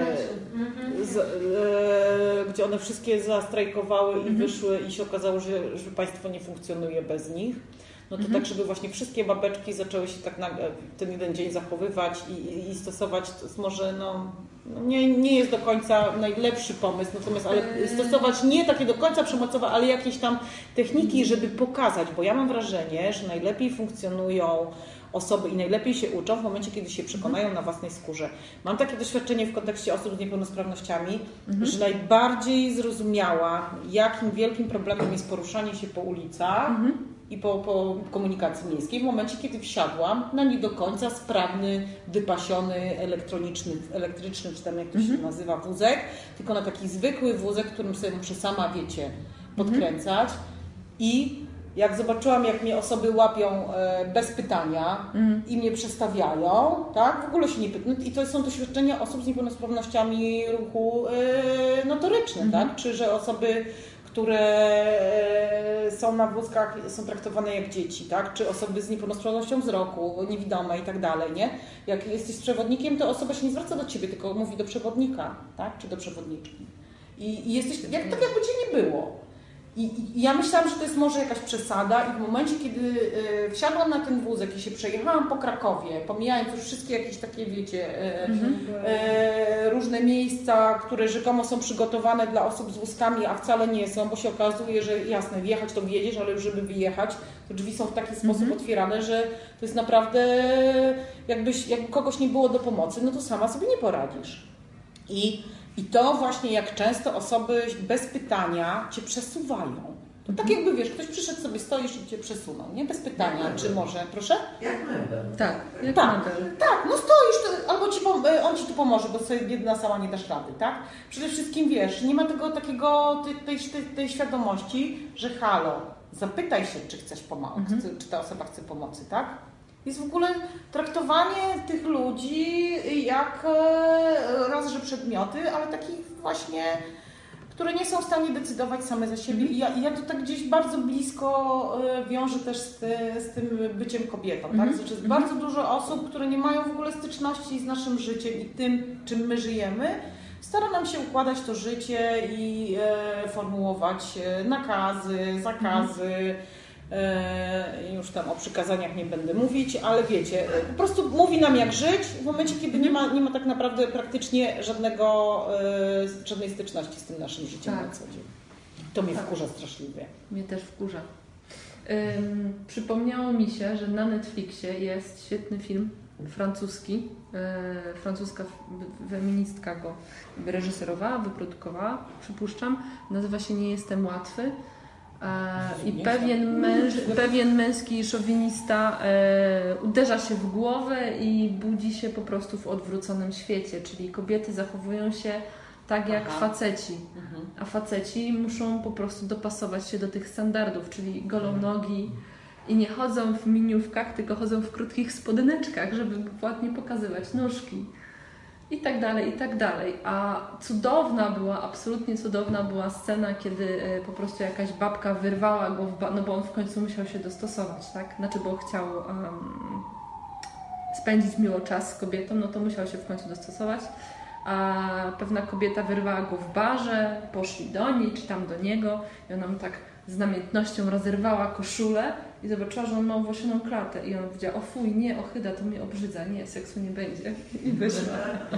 wszystkie zastrajkowały i wyszły i się okazało, że państwo nie funkcjonuje bez nich. No to tak, żeby właśnie wszystkie babeczki zaczęły się tak ten jeden dzień zachowywać i stosować, to jest może nie jest do końca najlepszy pomysł, natomiast ale stosować nie takie do końca przemocowe, ale jakieś tam techniki, żeby pokazać, bo ja mam wrażenie, że najlepiej funkcjonują osoby i najlepiej się uczą w momencie, kiedy się przekonają na własnej skórze. Mam takie doświadczenie w kontekście osób z niepełnosprawnościami, że najbardziej zrozumiała, jakim wielkim problemem jest poruszanie się po ulicach i po komunikacji miejskiej w momencie, kiedy wsiadłam na nie do końca sprawny, wypasiony, elektryczny, czy tam jak to się nazywa, wózek, tylko na taki zwykły wózek, którym sobie muszę sama, wiecie, podkręcać. I jak zobaczyłam, jak mnie osoby łapią bez pytania i mnie przestawiają, tak, w ogóle się nie pytam. I to są doświadczenia osób z niepełnosprawnościami ruchu motorycznym, tak, czy że osoby, które są na wózkach, są traktowane jak dzieci, tak? Czy osoby z niepełnosprawnością wzroku, niewidome i tak dalej, nie? Jak jesteś z przewodnikiem, to osoba się nie zwraca do ciebie, tylko mówi do przewodnika, tak? Czy do przewodniczki. I jesteś tak, jakby cię nie było. I ja myślałam, że to jest może jakaś przesada i w momencie, kiedy wsiadłam na ten wózek i się przejechałam po Krakowie, pomijając już wszystkie jakieś takie, wiecie, różne miejsca, które rzekomo są przygotowane dla osób z wózkami, a wcale nie są, bo się okazuje, że jasne, wjechać to wjedziesz, ale już żeby wyjechać, to drzwi są w taki sposób otwierane, że to jest naprawdę, jakby kogoś nie było do pomocy, no to sama sobie nie poradzisz. I to właśnie jak często osoby bez pytania cię przesuwają. To tak jakby, wiesz, ktoś przyszedł sobie, stoisz i cię przesunął, nie? Bez pytania, czy może, proszę? Jak mebel. Tak, no stoisz, albo on ci tu pomoże, bo sobie jedna sama nie dasz rady, tak? Przede wszystkim, wiesz, nie ma tej świadomości, że halo, zapytaj się, czy chcesz pomocy, czy ta osoba chce pomocy, tak? Jest w ogóle traktowanie tych ludzi jak raz, że przedmioty, ale takich właśnie, które nie są w stanie decydować same za siebie. I ja to tak gdzieś bardzo blisko wiążę też z tym byciem kobietą. Tak? Znaczy jest bardzo dużo osób, które nie mają w ogóle styczności z naszym życiem i tym, czym my żyjemy. Stara nam się układać to życie i formułować nakazy, zakazy. Już tam o przykazaniach nie będę mówić, ale wiecie, po prostu mówi nam jak żyć w momencie, kiedy nie ma tak naprawdę praktycznie żadnej styczności z tym naszym życiem na co dzień. To mnie wkurza straszliwie. Mnie też wkurza. Przypomniało mi się, że na Netflixie jest świetny film francuski. Francuska feministka go wyreżyserowała, wyprodukowała, przypuszczam. Nazywa się Nie jestem łatwy. I pewien męski szowinista uderza się w głowę i budzi się po prostu w odwróconym świecie, czyli kobiety zachowują się tak jak faceci, a faceci muszą po prostu dopasować się do tych standardów, czyli golą nogi i nie chodzą w miniówkach, tylko chodzą w krótkich spodeneczkach, żeby ładnie pokazywać nóżki. I tak dalej, i tak dalej. A absolutnie cudowna była scena, kiedy po prostu jakaś babka wyrwała go, no bo on w końcu musiał się dostosować, tak? Znaczy, bo chciał spędzić miło czas z kobietą, no to musiał się w końcu dostosować. A pewna kobieta wyrwała go w barze, poszli do niej, czy tam do niego i ona mu tak z namiętnością rozerwała koszulę i zobaczyła, że on ma owłosioną klatę i on powiedział: o fuj, nie, ochyda, to mnie obrzydza, nie, seksu nie będzie. I wyszła.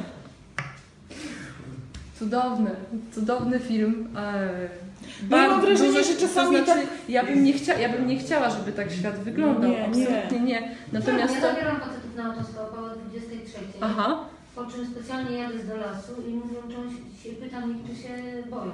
Cudowny film. Mam wrażenie, że czasami to znaczy, ja bym nie chciała, żeby tak świat wyglądał. Absolutnie nie. Natomiast ja zabieram facetów na autostop o 23. Aha. Po czym specjalnie jadę do lasu i mówią, pytam ich, czy się boją.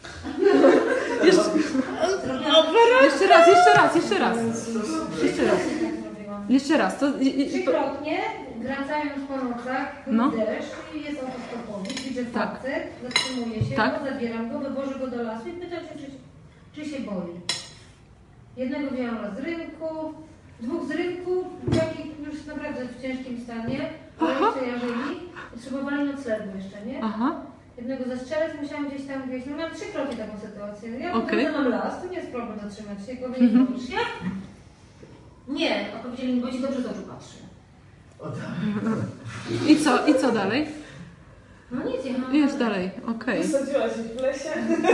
Jeszcze raz. Trzykrotnie, wracając po nocach, deszcz i jest autostopowy, widzę facet, zatrzymuje się, zabieram go, wywożę go do lasu i pytam się, czy się boi. Jednego wzięłam z rynku, dwóch z rynku, takich już naprawdę w ciężkim stanie, ale jeszcze jarzyli, potrzebowali noclegu jeszcze, nie? Jednego zastrzelec musiałam gdzieś tam wieść. No miałam trzykrotnie taką sytuację. Ja mówię, mam las, to nie jest problem zatrzymać się. Powiedzieli, boisz się? Nie, odpowiedzieli mi, bo ci dobrze z oczu patrzy. I co dalej? No nic, jechałam. Już dalej, okej. Wysadziłaś ich w lesie?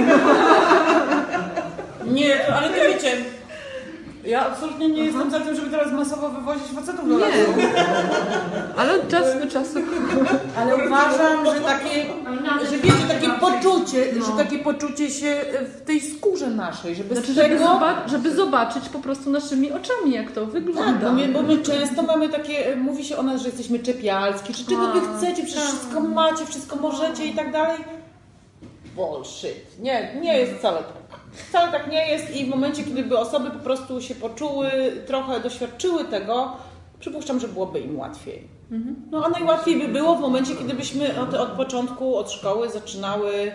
Nie, ale to wiecie, ja absolutnie nie jestem za tym, żeby teraz masowo wywozić facetów do lasu. Ale od czasu do czasu. Ale uważam, że że wiecie, takie poczucie się w tej skórze naszej, żeby Znaczy, z tego... żeby zobaczyć po prostu naszymi oczami, jak to wygląda. Tak, bo my często mamy takie, mówi się o nas, że jesteśmy czepialscy, czy czego wy chcecie, przecież wszystko macie, wszystko możecie i tak dalej. Bullshit. Nie jest wcale tak. Wcale tak nie jest i w momencie, kiedy by osoby po prostu się poczuły, trochę doświadczyły tego, przypuszczam, że byłoby im łatwiej. No a najłatwiej by było w momencie, kiedy byśmy od początku, od szkoły zaczynały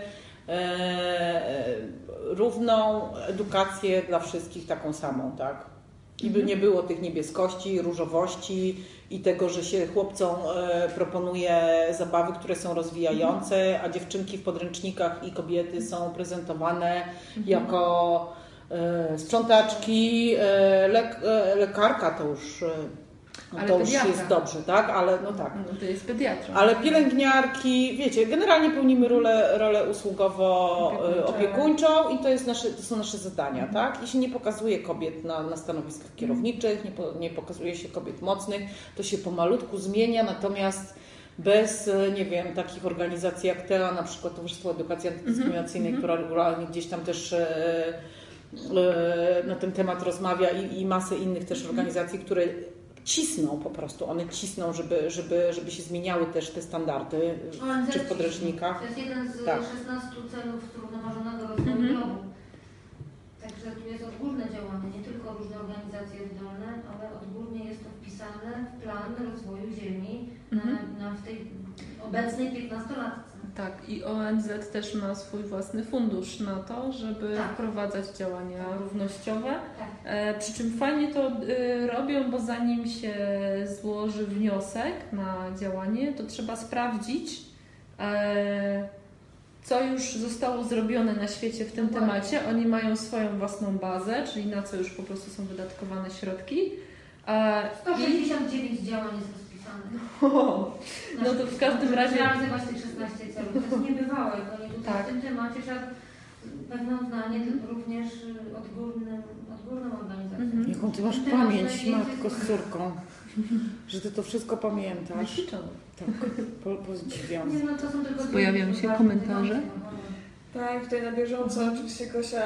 równą edukację dla wszystkich, taką samą, tak? I by nie było tych niebieskości, różowości i tego, że się chłopcom proponuje zabawy, które są rozwijające, a dziewczynki w podręcznikach i kobiety są prezentowane jako sprzątaczki, lekarka to już... to już jest dobrze, tak? Ale no tak. No to jest pediatra. Ale pielęgniarki, wiecie, generalnie pełnimy rolę usługowo-opiekuńczą i to są nasze zadania, tak? Jeśli nie pokazuje kobiet na stanowiskach kierowniczych, nie pokazuje się kobiet mocnych, to się pomalutku zmienia, natomiast bez, nie wiem, takich organizacji jak TEA, na przykład Towarzystwo Edukacji Antydyskryminacyjnej, która regularnie gdzieś tam też na ten temat rozmawia i masę innych też organizacji, które cisną po prostu, one cisną, żeby się zmieniały też te standardy, czy w podręcznikach. To jest jeden z 16 celów zrównoważonego rozwoju globu. Także tu jest odgórne działanie, nie tylko różne organizacje oddolne, ale odgórnie jest to wpisane w plan rozwoju Ziemi w tej obecnej 15-latce. Tak, i ONZ też ma swój własny fundusz na to, żeby wprowadzać działania równościowe. Tak. Przy czym fajnie to robią, bo zanim się złoży wniosek na działanie, to trzeba sprawdzić, co już zostało zrobione na świecie w tym temacie. Oni mają swoją własną bazę, czyli na co już po prostu są wydatkowane środki. 169 działań jest rozpisanych. No to w każdym razie... Realizować tych 16 celów. To jest niebywałe. Oni tutaj w tym temacie trzeba pewne uznanie również odgórną organizacją. Jaką ty masz pamięć, matko z córką, że ty to wszystko pamiętasz. Tak, podziwiam. Pojawiają się komentarze. Tak, tutaj na bieżąco oczywiście Gosia.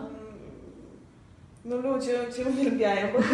No ludzie Cię uwielbiają, bo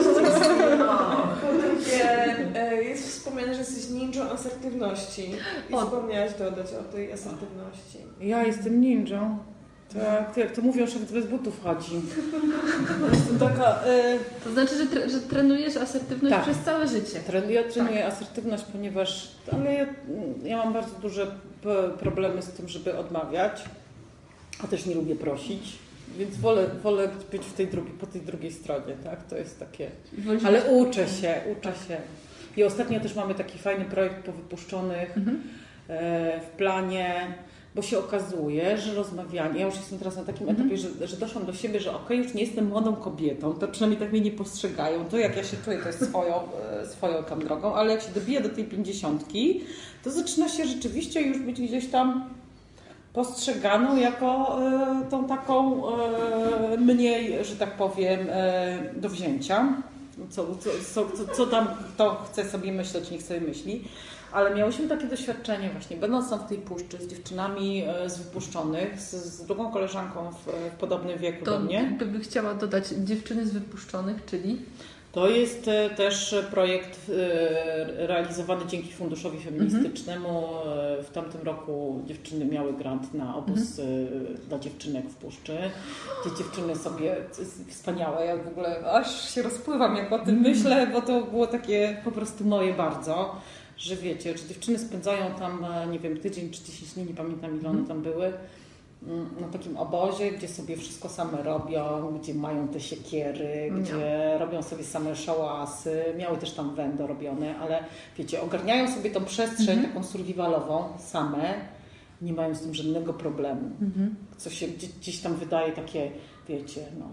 jest wspomniane, że jesteś ninją asertywności i wspomniałaś dodać o tej asertywności. Ja jestem ninją. Tak, jak to mówią, że bez butów chodzi. Jestem taka... To znaczy, że trenujesz asertywność przez całe życie. Ja trenuję asertywność, ponieważ ja mam bardzo duże problemy z tym, żeby odmawiać, a też nie lubię prosić. Więc wolę być po tej drugiej stronie, tak? To jest takie... Ale uczę się. I ostatnio też mamy taki fajny projekt po wypuszczonych w planie, bo się okazuje, że rozmawianie, ja już jestem teraz na takim etapie, że doszłam do siebie, że już nie jestem młodą kobietą, to przynajmniej tak mnie nie postrzegają. To jak ja się czuję, to jest swoją tam drogą, ale jak się dobiję do tej 50, to zaczyna się rzeczywiście już być gdzieś tam postrzeganą jako tą taką mniej, że tak powiem, do wzięcia. Co tam kto chce sobie myśleć, niech sobie myśli. Ale miałyśmy takie doświadczenie właśnie, będąc tam w tej puszczy z dziewczynami z wypuszczonych, z drugą koleżanką w podobnym wieku do mnie. To by chciała dodać dziewczyny z wypuszczonych, czyli? To jest też projekt realizowany dzięki Funduszowi Feministycznemu. W tamtym roku dziewczyny miały grant na obóz dla dziewczynek w Puszczy. Te dziewczyny sobie wspaniałe, ja w ogóle aż się rozpływam, jak o tym myślę, bo to było takie po prostu moje bardzo, że wiecie, że dziewczyny spędzają tam, nie wiem, tydzień czy 10 dni, nie pamiętam ile one tam były, na takim obozie, gdzie sobie wszystko same robią, gdzie mają te siekiery, gdzie robią sobie same szałasy, miały też tam wędo robione, ale wiecie, ogarniają sobie tą przestrzeń taką survivalową same, nie mają z tym żadnego problemu. Co się gdzieś tam wydaje takie, wiecie,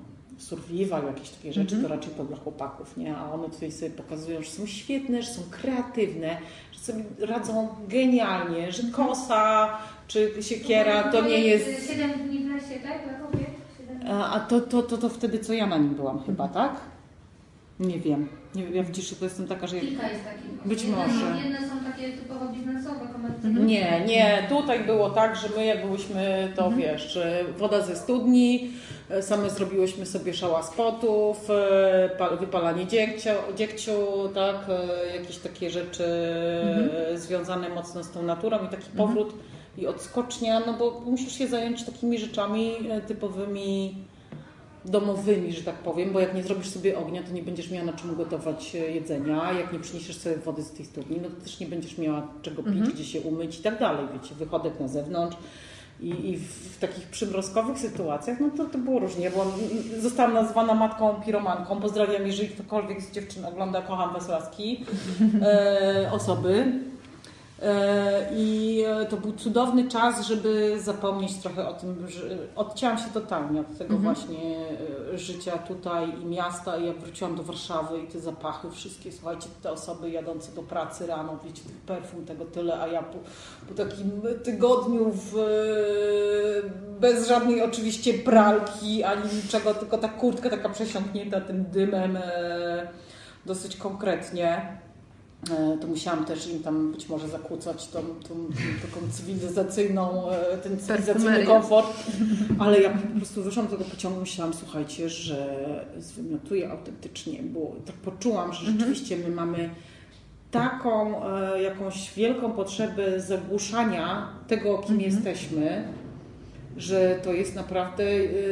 survival, jakieś takie rzeczy, to raczej to dla chłopaków, nie? A one tutaj sobie pokazują, że są świetne, że są kreatywne, że sobie radzą genialnie, że kosa czy siekiera to nie jest... 7 dni w lesie, tak? Dla kobiet? A to wtedy, co ja na nim byłam chyba, tak? Nie wiem. Nie wiem, ja widzisz, że to jestem taka, że... Kilka jest takich. Być może. Jedne są takie typowo biznesowe, komercyjne. Nie. Tutaj było tak, że my jak byłyśmy, to wiesz, woda ze studni, same zrobiłyśmy sobie szała spotów, wypalanie dziegciu, tak, jakieś takie rzeczy związane mocno z tą naturą i taki powrót i odskocznia, no bo musisz się zająć takimi rzeczami typowymi domowymi, że tak powiem, bo jak nie zrobisz sobie ognia, to nie będziesz miała na czym gotować jedzenia, jak nie przyniesiesz sobie wody z tej studni, no to też nie będziesz miała czego pić, gdzie się umyć i tak dalej, wiecie, wychodek na zewnątrz i w takich przymrozkowych sytuacjach, no to było różnie, zostałam nazwana matką piromanką, pozdrawiam, jeżeli ktokolwiek z dziewczyn ogląda, kocham was laski, osoby. I to był cudowny czas, żeby zapomnieć trochę o tym, że odcięłam się totalnie od tego właśnie życia tutaj i miasta i jak wróciłam do Warszawy i te zapachy wszystkie, słuchajcie, te osoby jadące do pracy rano, wiecie, tych perfum, tego tyle, a ja po takim tygodniu bez żadnej oczywiście pralki ani niczego, tylko ta kurtka taka przesiąknięta tym dymem dosyć konkretnie. To musiałam też im tam być może zakłócać taką cywilizacyjną, ten cywilizacyjny komfort, ale ja po prostu wyszłam z tego pociągu, myślałam, słuchajcie, że zwymiotuję autentycznie, bo tak poczułam, że rzeczywiście my mamy taką jakąś wielką potrzebę zagłuszania tego, kim jesteśmy, że to jest naprawdę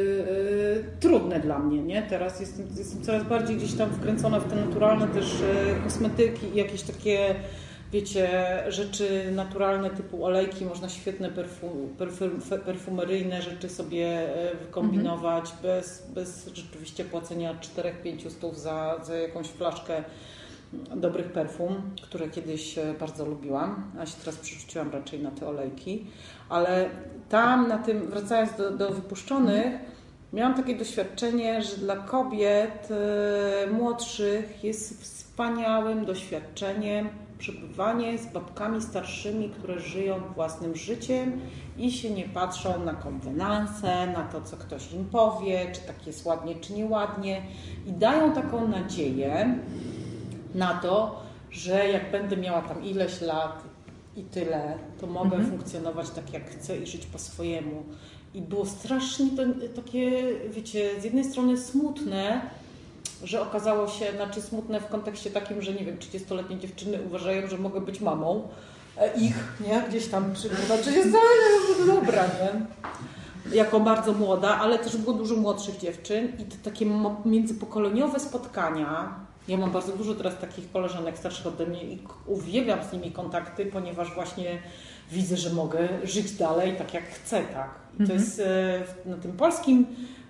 trudne dla mnie, nie? Teraz jestem coraz bardziej gdzieś tam wkręcona w te naturalne też kosmetyki i jakieś takie, wiecie, rzeczy naturalne typu olejki, można świetne perfumeryjne rzeczy sobie wykombinować bez rzeczywiście płacenia 4-5 stów za jakąś flaszkę dobrych perfum, które kiedyś bardzo lubiłam, a się teraz przerzuciłam raczej na te olejki, ale tam na tym, wracając do wypuszczonych, miałam takie doświadczenie, że dla kobiet młodszych jest wspaniałym doświadczeniem przebywanie z babkami starszymi, które żyją własnym życiem i się nie patrzą na konwenanse, na to, co ktoś im powie, czy tak jest ładnie, czy nieładnie i dają taką nadzieję na to, że jak będę miała tam ileś lat i tyle, to mogę funkcjonować tak, jak chcę i żyć po swojemu. I było strasznie to takie, wiecie, z jednej strony smutne, że okazało się, znaczy smutne w kontekście takim, że nie wiem, 30-letnie dziewczyny uważają, że mogę być mamą ich, nie? Gdzieś tam znaczy jest dobra, nie? Jako bardzo młoda, ale też było dużo młodszych dziewczyn i te takie międzypokoleniowe spotkania. Ja mam bardzo dużo teraz takich koleżanek starszych ode mnie i uwielbiam z nimi kontakty, ponieważ właśnie widzę, że mogę żyć dalej tak jak chcę, tak. I to jest na tym polskim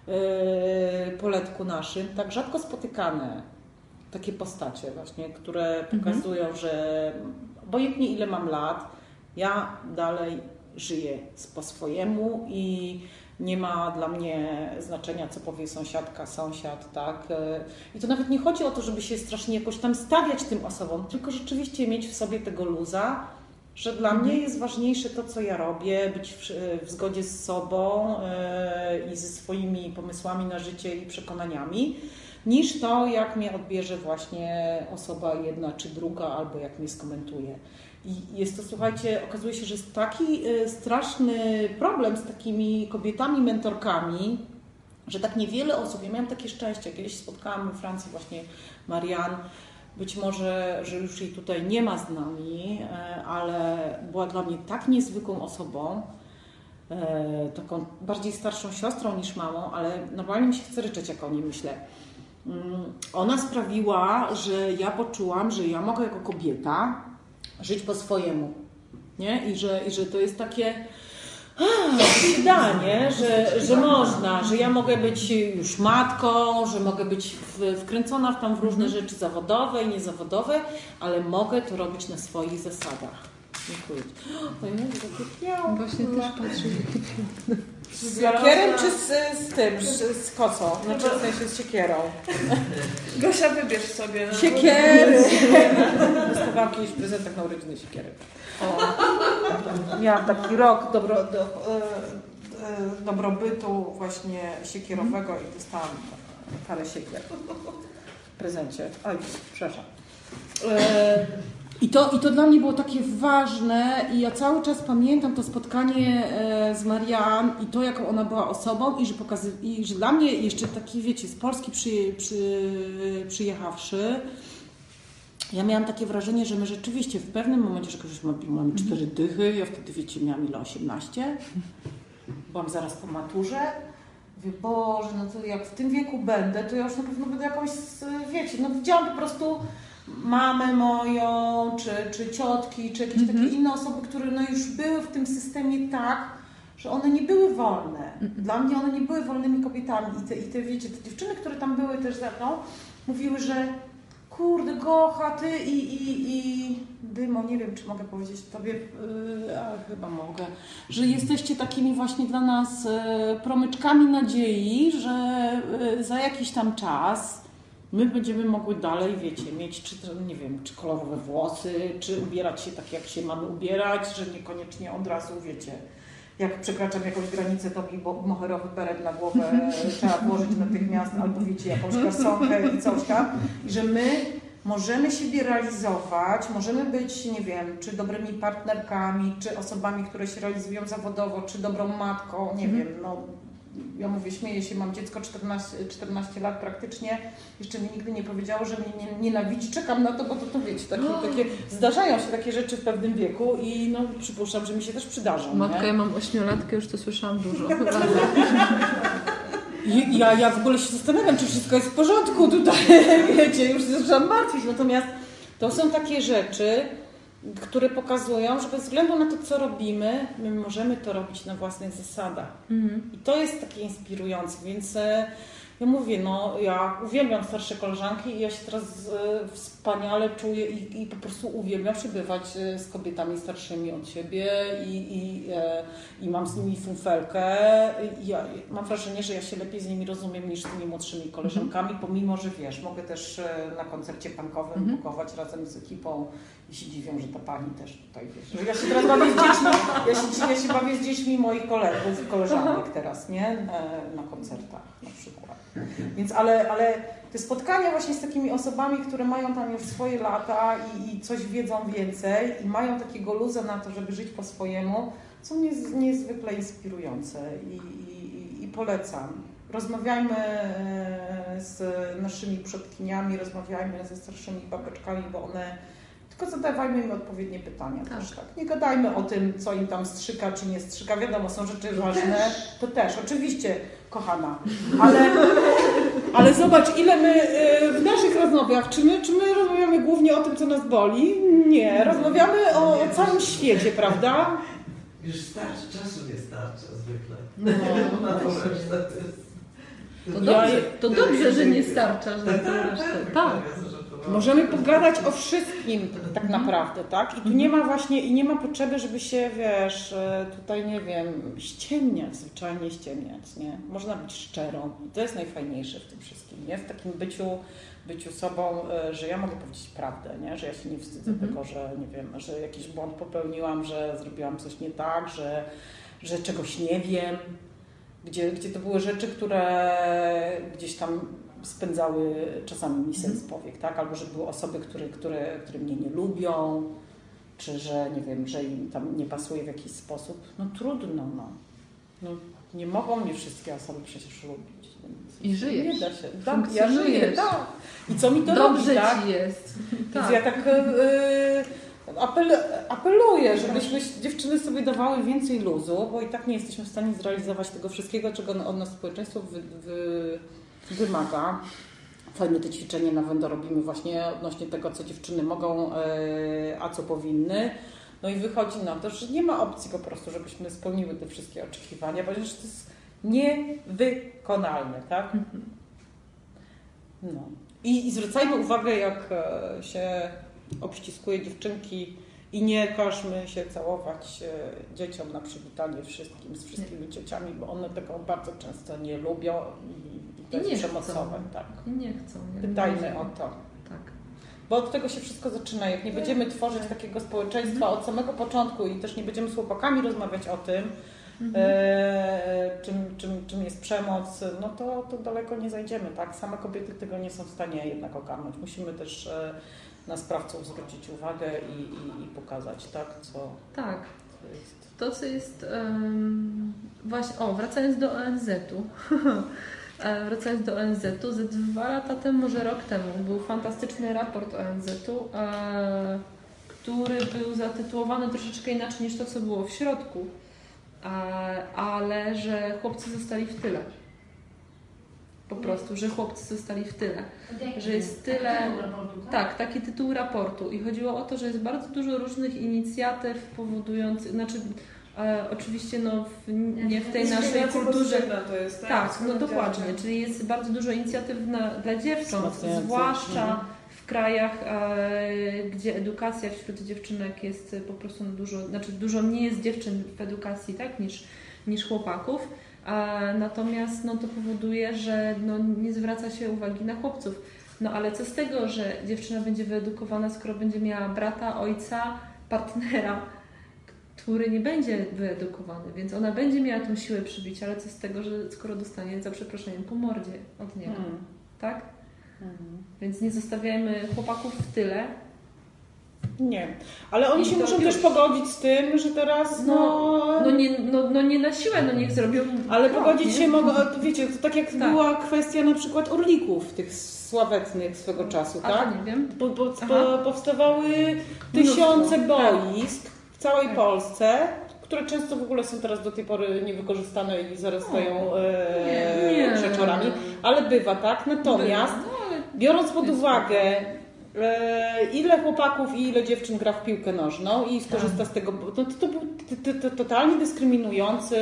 poletku naszym tak rzadko spotykane takie postacie właśnie, które pokazują, że obojętnie ile mam lat, ja dalej żyję po swojemu i nie ma dla mnie znaczenia, co powie sąsiadka, sąsiad, tak? I to nawet nie chodzi o to, żeby się strasznie jakoś tam stawiać tym osobom, tylko rzeczywiście mieć w sobie tego luza, że dla mnie jest ważniejsze to, co ja robię, być w zgodzie z sobą i ze swoimi pomysłami na życie i przekonaniami, niż to, jak mnie odbierze właśnie osoba jedna czy druga, albo jak mnie skomentuje. I jest to, słuchajcie, okazuje się, że jest taki straszny problem z takimi kobietami, mentorkami, że tak niewiele osób, ja miałam takie szczęście, kiedyś spotkałam we Francji właśnie Marianne, być może, że już jej tutaj nie ma z nami, ale była dla mnie tak niezwykłą osobą, taką bardziej starszą siostrą niż mamą, ale normalnie mi się chce ryczeć, jak o niej myślę. Ona sprawiła, że ja poczułam, że ja mogę jako kobieta żyć po swojemu, nie? I że to jest takie się da, nie? Że można, że ja mogę być już matką, że mogę być wkręcona w różne rzeczy zawodowe i niezawodowe, ale mogę to robić na swoich zasadach. Dziękuję. Ojej, takie piękne. Właśnie też patrzę. Z lakierem czy z tym, z kocą? Znaczy w sensie z siekierą. Gosia, wybierz sobie. No, Siekiery! Dostawałam kiedyś w prezentach na urodziny siekiery. Miałam taki rok dobrobytu właśnie siekierowego i dostałam parę siekier w prezencie. Oj, przepraszam. I to dla mnie było takie ważne i ja cały czas pamiętam to spotkanie z Marian i to, jaką ona była osobą i że dla mnie jeszcze taki, wiecie, z Polski przyjechawszy, ja miałam takie wrażenie, że my rzeczywiście w pewnym momencie, że już mamy 4 dychy, ja wtedy, wiecie, miałam ile? 18? Byłam zaraz po maturze. Mówię, Boże, no to jak w tym wieku będę, to ja już na pewno będę jakąś, wiecie, no widziałam po prostu mamę moją, czy ciotki, czy jakieś takie inne osoby, które no już były w tym systemie tak, że one nie były wolne. Dla mnie one nie były wolnymi kobietami. I te, wiecie, te dziewczyny, które tam były też ze mną, mówiły, że kurde, Gocha, ty i Dymo, nie wiem, czy mogę powiedzieć tobie, chyba mogę, że jesteście takimi właśnie dla nas promyczkami nadziei, że za jakiś tam czas my będziemy mogły dalej, wiecie, mieć nie wiem, czy kolorowe włosy, czy ubierać się tak, jak się mamy ubierać, że niekoniecznie od razu, wiecie, jak przekraczam jakąś granicę, to mi moherowy beret na głowę trzeba włożyć natychmiast, albo wiecie, jakąś garsonkę i coś tam. I że my możemy siebie realizować, możemy być, nie wiem, czy dobrymi partnerkami, czy osobami, które się realizują zawodowo, czy dobrą matką, nie wiem, no. Ja mówię, śmieję się, mam dziecko 14 lat praktycznie, jeszcze mi nigdy nie powiedziało, że mnie nienawidzi, czekam na to, bo to wiecie, takie zdarzają się takie rzeczy w pewnym wieku i no przypuszczam, że mi się też przydarzą. Matka, nie? ja mam 8-latkę, już to słyszałam dużo. Ja w ogóle się zastanawiam, czy wszystko jest w porządku tutaj, wiecie, już się zaczęłam martwić, natomiast to są takie rzeczy, które pokazują, że bez względu na to, co robimy, my możemy to robić na własnych zasadach. I to jest takie inspirujące, więc ja mówię, no ja uwielbiam starsze koleżanki i ja się teraz wspaniale czuję i po prostu uwielbiam przebywać z kobietami starszymi od siebie i mam z nimi funfelkę. Ja mam wrażenie, że ja się lepiej z nimi rozumiem niż z tymi młodszymi koleżankami, pomimo, że wiesz, mogę też na koncercie punkowym bukować razem z ekipą i się dziwią, że ta pani też tutaj, wiesz, że ja się teraz bawię z dziećmi, ja się bawię z dziećmi moich kolegów i koleżanek teraz, nie? Na koncertach na przykład. Więc, ale te spotkania właśnie z takimi osobami, które mają tam już swoje lata i coś wiedzą więcej i mają takiego luza na to, żeby żyć po swojemu, są niezwykle inspirujące i polecam. Rozmawiajmy z naszymi przodkiniami, rozmawiajmy ze starszymi babeczkami, bo one... Tylko zadawajmy im odpowiednie pytania też, tak. Nie gadajmy o tym, co im tam strzyka, czy nie strzyka. Wiadomo, są rzeczy ważne, to też, oczywiście, kochana. Ale zobacz, ile my w naszych rozmowach, czy my rozmawiamy głównie o tym, co nas boli? Nie, rozmawiamy o całym świecie, prawda? Już starczy, czasu nie starcza zwykle. To dobrze, że nie starczasz na tę resztę. Tak. Możemy pogadać o wszystkim tak naprawdę, tak? I tu nie ma właśnie, nie ma potrzeby, żeby się, wiesz, tutaj, nie wiem, zwyczajnie ściemniać, nie? Można być szczerą. I to jest najfajniejsze w tym wszystkim, nie? W takim byciu sobą, że ja mogę powiedzieć prawdę, nie? Że ja się nie wstydzę tego, że, nie wiem, że jakiś błąd popełniłam, że zrobiłam coś nie tak, że czegoś nie wiem. Gdzie to były rzeczy, które gdzieś tam spędzały czasami mi sens powiek, tak? Albo że były osoby, które mnie nie lubią, czy że nie wiem, że im tam nie pasuje w jakiś sposób. No trudno, no nie mogą mnie wszystkie osoby przecież lubić. I żyjesz. Nie da się. Tak, ja żyję, tak. I co mi to dobrze robi, tak? ci jest. Więc Tak. ja tak apeluję, żebyśmy dziewczyny sobie dawały więcej luzu, bo i tak nie jesteśmy w stanie zrealizować tego wszystkiego, czego od nas społeczeństwo wymaga. Fajne te ćwiczenie na Wendo robimy właśnie odnośnie tego, co dziewczyny mogą, a co powinny. No i wychodzi na to, że nie ma opcji po prostu, żebyśmy spełniły te wszystkie oczekiwania, ponieważ to jest niewykonalne, tak? No. I zwracajmy uwagę, jak się obściskuje dziewczynki I nie każmy się całować dzieciom na przywitanie z wszystkimi ciociami, bo one tego bardzo często nie lubią i to jest przemocowe. Tak. I nie chcą. Pytajmy o to. Tak. Bo od tego się wszystko zaczyna. Jak nie będziemy tworzyć takiego społeczeństwa od samego początku i też nie będziemy z chłopakami rozmawiać o tym, czym jest przemoc, no to daleko nie zajdziemy. Tak? Same kobiety tego nie są w stanie jednak ogarnąć. Musimy też na sprawców zwrócić uwagę i pokazać, tak? Co jest. To, co jest właśnie, wracając do ONZ-u. Wracając do ONZ-u, ze 2 lata temu, może rok temu, był fantastyczny raport ONZ-u, który był zatytułowany troszeczkę inaczej niż to, co było w środku, ale że chłopcy zostali w tyle. Po prostu, że chłopcy zostali w tyle. Że jest tyle... Tak, taki tytuł raportu. I chodziło o to, że jest bardzo dużo różnych inicjatyw powodujących... oczywiście nie w tej naszej kulturze. To jest, tak, dokładnie. Czyli jest bardzo dużo inicjatyw dla dziewcząt, zwłaszcza w krajach, gdzie edukacja wśród dziewczynek jest po prostu dużo mniej jest dziewczyn w edukacji, tak, niż chłopaków. Natomiast to powoduje, że nie zwraca się uwagi na chłopców. Ale co z tego, że dziewczyna będzie wyedukowana, skoro będzie miała brata, ojca, partnera, który nie będzie wyedukowany, więc ona będzie miała tą siłę przybicia, ale co z tego, że skoro dostanie, za przeproszeniem, po mordzie od niego, tak? Więc nie zostawiajmy chłopaków w tyle. Nie, ale oni się muszą też pogodzić z tym, że teraz nie na siłę, niech zrobią. Ale pogodzić się mogą, wiecie, to tak jak była kwestia na przykład orlików, tych sławetnych swego czasu, tak? Nie wiem. Powstawały tysiące boisk w całej Polsce, które często w ogóle są teraz do tej pory niewykorzystane i zarastają krzeczorami, ale bywa, tak? Natomiast biorąc pod uwagę ile chłopaków i ile dziewczyn gra w piłkę nożną i skorzysta z tego, to był totalnie dyskryminujący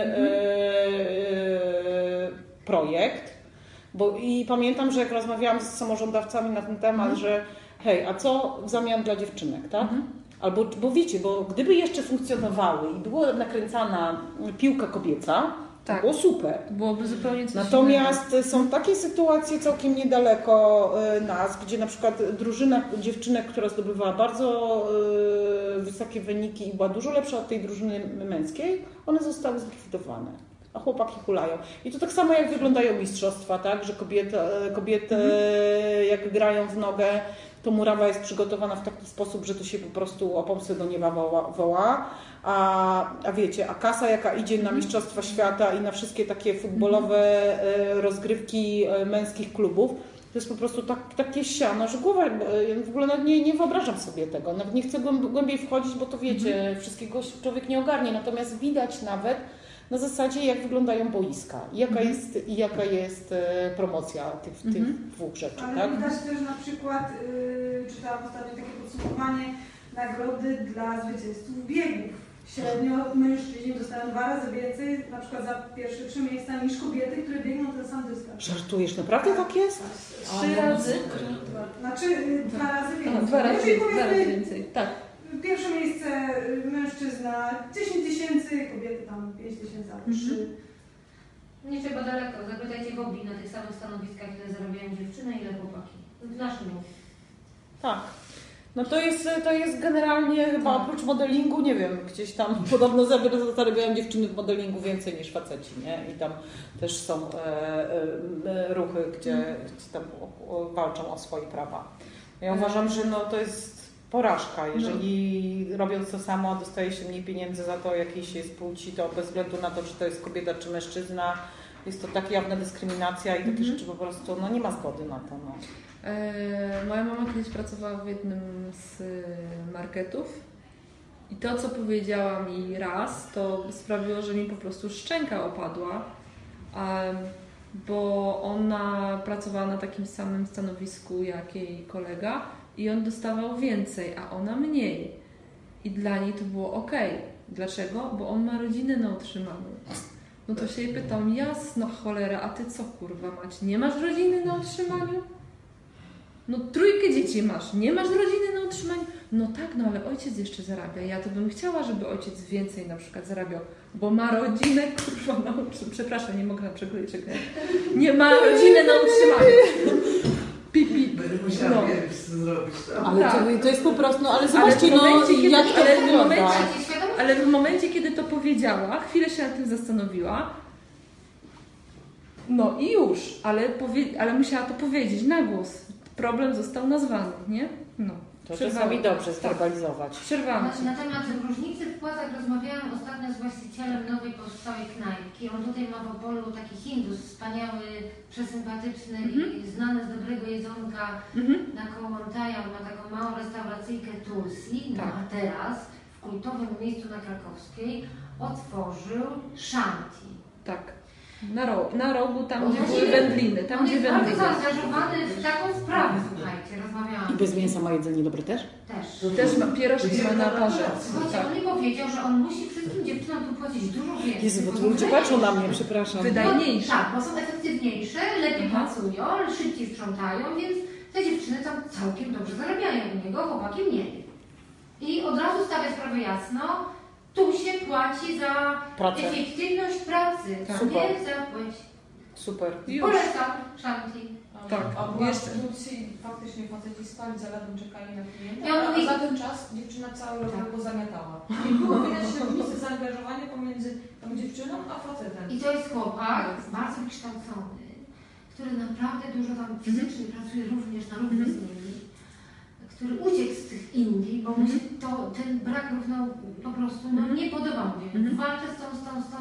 projekt. I pamiętam, że jak rozmawiałam z samorządowcami na ten temat, że hej, a co w zamian dla dziewczynek, tak? Albo, wiecie, bo gdyby jeszcze funkcjonowały i była nakręcana piłka kobieca, to było super. Byłoby zupełnie coś Natomiast są takie sytuacje całkiem niedaleko nas, gdzie na przykład drużyna dziewczynek, która zdobywała bardzo wysokie wyniki i była dużo lepsza od tej drużyny męskiej, one zostały zlikwidowane, a chłopaki hulają. I to tak samo jak wyglądają mistrzostwa, tak? Że kobiety jak grają w nogę, to murawa jest przygotowana w taki sposób, że to się po prostu o pomstę do nieba woła. A wiecie, a kasa jaka idzie na Mistrzostwa Świata i na wszystkie takie futbolowe rozgrywki męskich klubów, to jest po prostu takie siano, że głowa, w ogóle nawet nie wyobrażam sobie tego. Nawet nie chcę głębiej wchodzić, bo to wiecie, wszystkiego człowiek nie ogarnie. Natomiast widać nawet na zasadzie, jak wyglądają boiska i jaka jest promocja tych dwóch rzeczy. Ale tak? widać też na przykład, czytałam ostatnio takie podsumowanie nagrody dla zwycięzców biegów. Średnio mężczyźni dostają 2 razy więcej, na przykład za pierwsze 3 miejsca, niż kobiety, które biegną ten sam dyskans. Żartujesz, naprawdę tak jest? 3 razy? Znaczy 2 razy więcej. 2 razy więcej, tak. Pierwsze miejsce mężczyzna 10 000, kobiety tam 5 000, 3. Nie trzeba daleko, zapytajcie Bobby na tych samych stanowiskach, ile zarabiają dziewczyny, ile chłopaki. W naszym roku. Tak. No to jest generalnie chyba oprócz modelingu, nie wiem, gdzieś tam podobno zarabiają dziewczyny w modelingu więcej niż faceci, nie? I tam też są ruchy, gdzie tam walczą o swoje prawa. Ja uważam, że to jest porażka, jeżeli robiąc to samo dostaje się mniej pieniędzy za to, jakiej się jest płci, to bez względu na to, czy to jest kobieta, czy mężczyzna, jest to tak jawna dyskryminacja i takie rzeczy po prostu, nie ma zgody na to. Moja mama kiedyś pracowała w jednym z marketów i to, co powiedziała mi raz, to sprawiło, że mi po prostu szczęka opadła, bo ona pracowała na takim samym stanowisku jak jej kolega i on dostawał więcej, a ona mniej. I dla niej to było okej. Dlaczego? Bo on ma rodzinę na utrzymaniu. No to się jej pytam, jasna cholera, a ty co kurwa mać, nie masz rodziny na utrzymaniu? No 3 dzieci masz, nie masz rodziny na utrzymaniu? no tak, no ale ojciec jeszcze zarabia. Ja to bym chciała, żeby ojciec więcej na przykład zarabiał, bo ma rodzinę, kurwa, przepraszam, nie mogę na przekroić, nie ma rodziny na utrzymaniu. Pipi. Będę musiała wiedzieć, co zrobić. Ale tak. to jest po prostu, ale zobaczcie, jak to wygląda. Ale w momencie, kiedy to powiedziała, chwilę się nad tym zastanowiła, no i już, ale musiała to powiedzieć na głos. Problem został nazwany, nie? No. To czasami dobrze zwerbalizować. Przerwamy. Na temat różnicy w płacach rozmawiałam ostatnio z właścicielem nowej powstałej knajpki. On tutaj ma w Opolu taki Hindus, wspaniały, przesympatyczny i znany z dobrego jedzonka na koło Montaja. On ma taką małą restauracyjkę Tulsi. No a teraz w kultowym miejscu na Krakowskiej otworzył Shanti. Tak. Na rogu, tam gdzie były wędliny. Tam, gdzie jest wędliny. bardzo zaangażowany w taką sprawę, słuchajcie, rozmawiałam. I bez mięsa ma jedzenie dobre też? Też ma pierożki ma na parze. Słuchajcie, on mi powiedział, że on musi wszystkim dziewczynom tu płacić dużo więcej. Jezu, bo tu ludzie patrzą na mnie, przepraszam. Wydajniejsze. Tak, bo są efektywniejsze, lepiej pracują, szybciej sprzątają, więc te dziewczyny tam całkiem dobrze zarabiają u niego, chłopaki mniej. I od razu stawia sprawę jasno, tu się płaci za pracę. Efektywność pracy, nie za płeć. Super. Polecam Shanti. Tak, A była jeszcze. w Turcji faktycznie faceci spali za lewą, czekali na klienta, Ja mówię- a za ten czas dziewczyna cały rok go zamiatała. I było widać różnicę zaangażowania pomiędzy tą dziewczyną a facetem. I to jest chłopak bardzo wykształcony, który naprawdę dużo tam fizycznie pracuje również na równi z nimi, który uciekł z tych Indii, bo mu się ten brak równał po prostu, nie podoba mu się. Walczę z tą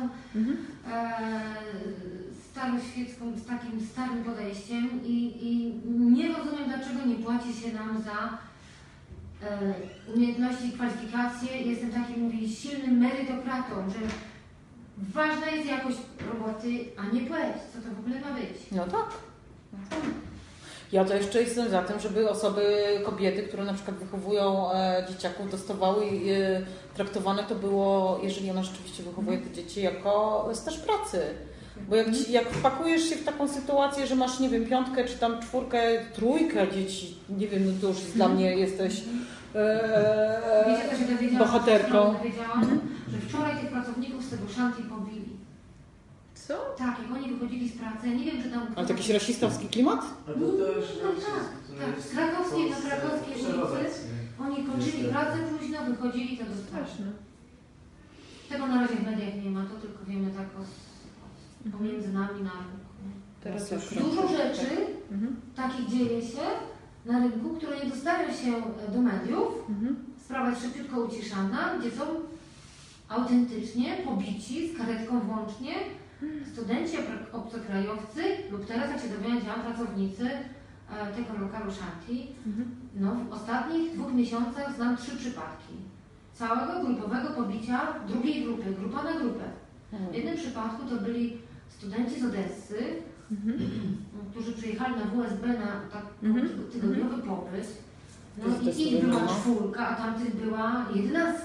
staroświecką, z takim starym podejściem i nie rozumiem, dlaczego nie płaci się nam za umiejętności i kwalifikacje. Jestem takim, mówię, silnym merytokratą, że ważna jest jakość roboty, a nie płeć. Co to w ogóle ma być? No tak. Ja to jeszcze jestem za tym, żeby kobiety, które na przykład wychowują dzieciaków, dostawały traktowane to było, jeżeli ona rzeczywiście wychowuje te dzieci, jako staż pracy. Bo jak wpakujesz się w taką sytuację, że masz, nie wiem, 5 czy tam 4, 3 dzieci, nie wiem, no to już dla mnie jesteś Wiecie, co się dowiedziałam? bohaterką. Dowiedziałam, że wczoraj tych pracowników z tego Shanti pobili. Co? Tak, jak oni wychodzili z pracy, ja nie wiem, czy tam... Ale to jakiś rasistowski klimat? A to już tak. Z krakowskiej na krakowskiej ulicy oni kończyli pracę późno, wychodzili, to straszne. Tego na razie w mediach nie ma, to tylko wiemy tak pomiędzy nami na rynku. Teraz już Dużo rzeczy takich dzieje się na rynku, które nie dostają się do mediów. Sprawa jest szybciutko uciszana, gdzie są autentycznie pobici z karetką włącznie studenci, obcokrajowcy lub teraz, jak się dowiedziałam, pracownicy tego lokalu Shanti. No, w ostatnich 2 miesiącach znam 3 przypadki całego grupowego pobicia drugiej grupy, grupa na grupę. W jednym przypadku to byli studenci z Odessy, którzy przyjechali na WSB na tygodniowy pobyt. No i ich była 4, a tamtych była 11.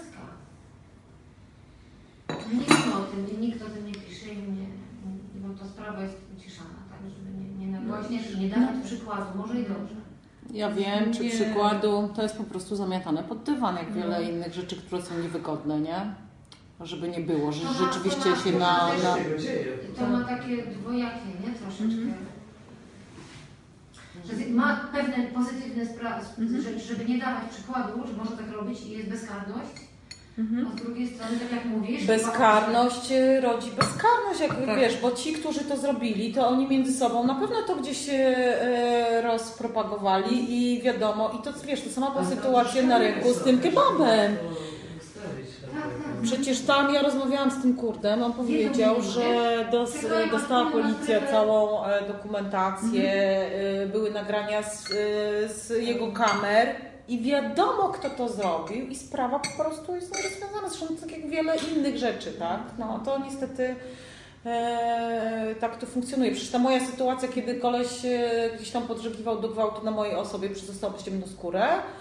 Nie wiemy o tym, nikt o tym nie pisze i bo to sprawa jest uciszana, tak, żeby nie nagłaśniać i nie dawać przykładu, może i dobrze. Ja wiem, czy przykładu to jest po prostu zamiatane pod dywan, jak wiele innych rzeczy, które są niewygodne, nie? Żeby nie było, że rzeczywiście się na... To ma takie dwojakie, nie? Troszeczkę. Że ma pewne pozytywne rzeczy, żeby nie dawać przykładu, że można tak robić i jest bezkarność. A z drugiej strony, tak jak mówisz... Bezkarność rodzi bezkarność, jak wiesz, bo ci, którzy to zrobili, to oni między sobą na pewno to gdzieś rozpropagowali i wiadomo, i to wiesz, to sama była sytuacja na rynku z tym kebabem. Przecież tam ja rozmawiałam z tym Kurdem, on powiedział, że dostała policja całą dokumentację, były nagrania z jego kamer i wiadomo, kto to zrobił i sprawa po prostu jest rozwiązana, zresztą tak jak wiele innych rzeczy, tak? No to niestety tak to funkcjonuje. Przecież ta moja sytuacja, kiedy koleś gdzieś tam podżegiwał do gwałtu na mojej osobie, został ciemną skórę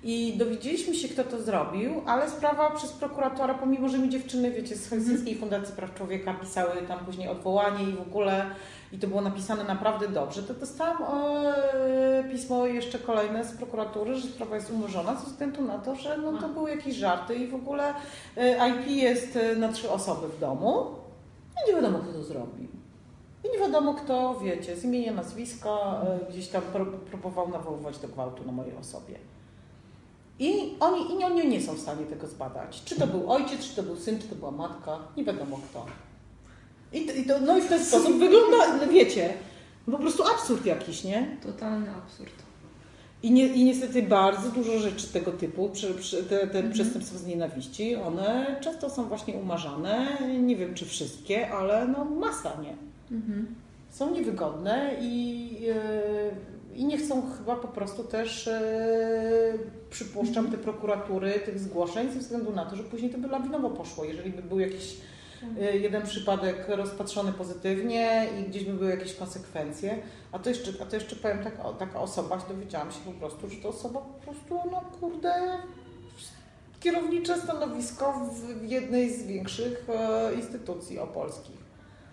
I dowiedzieliśmy się, kto to zrobił, ale sprawa przez prokuratora, pomimo że mi dziewczyny, wiecie, z Helsińskiej Fundacji Praw Człowieka pisały tam później odwołanie i w ogóle, i to było napisane naprawdę dobrze, to dostałam pismo jeszcze kolejne z prokuratury, że sprawa jest umorzona ze względu na to, że no, to były jakieś żarty i w ogóle IP jest na 3 osoby w domu i nie wiadomo, kto to zrobił. I nie wiadomo kto, wiecie, z imienia, nazwiska gdzieś tam próbował nawoływać do gwałtu na mojej osobie. I oni nie są w stanie tego zbadać. Czy to był ojciec, czy to był syn, czy to była matka, nie wiadomo kto. I w ten sposób wygląda, no wiecie, po prostu absurd jakiś, nie? Totalny absurd. I niestety bardzo dużo rzeczy tego typu, te przestępstwa z nienawiści, one często są właśnie umarzane, nie wiem czy wszystkie, ale no masa, nie? Są niewygodne i nie chcą chyba po prostu też, przypuszczam, te prokuratury tych zgłoszeń ze względu na to, że później to by lawinowo poszło. Jeżeli by był jakiś jeden przypadek rozpatrzony pozytywnie i gdzieś by były jakieś konsekwencje, a to jeszcze powiem, taka osoba, dowiedziałam się po prostu, że to osoba po prostu, no kurde, kierownicze stanowisko w jednej z większych instytucji opolskich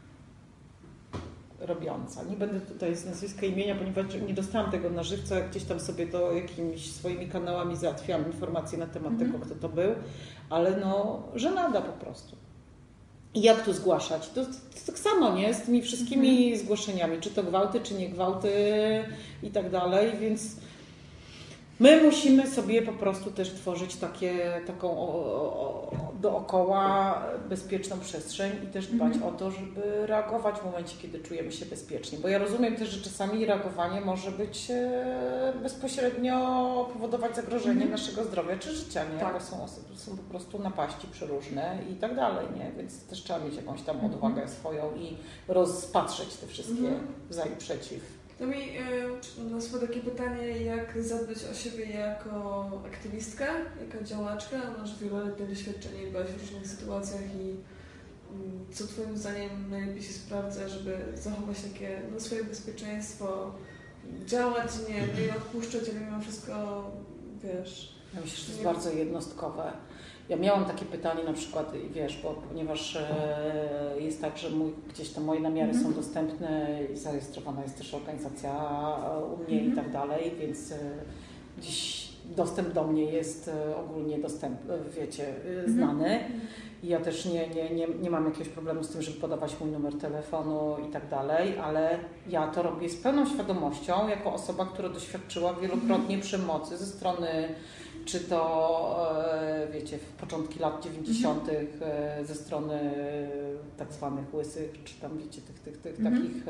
robiąca. Nie będę tutaj z nazwiska imienia, ponieważ nie dostałam tego na żywca, gdzieś tam sobie to jakimiś swoimi kanałami załatwiałam informacje na temat tego, kto to był, ale no, żenada po prostu. I jak tu zgłaszać? To tak samo, nie? Z tymi wszystkimi zgłoszeniami, czy to gwałty, czy nie gwałty i tak dalej, więc my musimy sobie po prostu też tworzyć taką dookoła bezpieczną przestrzeń i też dbać o to, żeby reagować w momencie, kiedy czujemy się bezpiecznie. Bo ja rozumiem też, że czasami reagowanie może być bezpośrednio powodować zagrożenie naszego zdrowia czy życia, nie? Tak. Bo są po prostu napaści przeróżne i tak dalej, nie? Więc też trzeba mieć jakąś tam odwagę swoją i rozpatrzeć te wszystkie za i przeciw. To mi nasuwa takie pytanie, jak zadbać o siebie jako aktywistka, jako działaczka. Masz wieloletnie doświadczenie, byłaś w różnych sytuacjach i co Twoim zdaniem najlepiej się sprawdza, żeby zachować takie swoje bezpieczeństwo, działać, nie odpuszczać, ale mimo wszystko, wiesz... Ja myślę, że to jest bardzo jednostkowe. Ja miałam takie pytanie na przykład, wiesz, ponieważ jest tak, że gdzieś tam moje namiary są dostępne i zarejestrowana jest też organizacja u mnie i tak dalej, więc gdzieś dostęp do mnie jest ogólnie wiecie, znany. I ja też nie mam jakiegoś problemu z tym, żeby podawać mój numer telefonu i tak dalej, ale ja to robię z pełną świadomością, jako osoba, która doświadczyła wielokrotnie przemocy ze strony, czy to, wiecie, w początki lat 90. Ze strony tak zwanych łysych, czy tam, wiecie, tych takich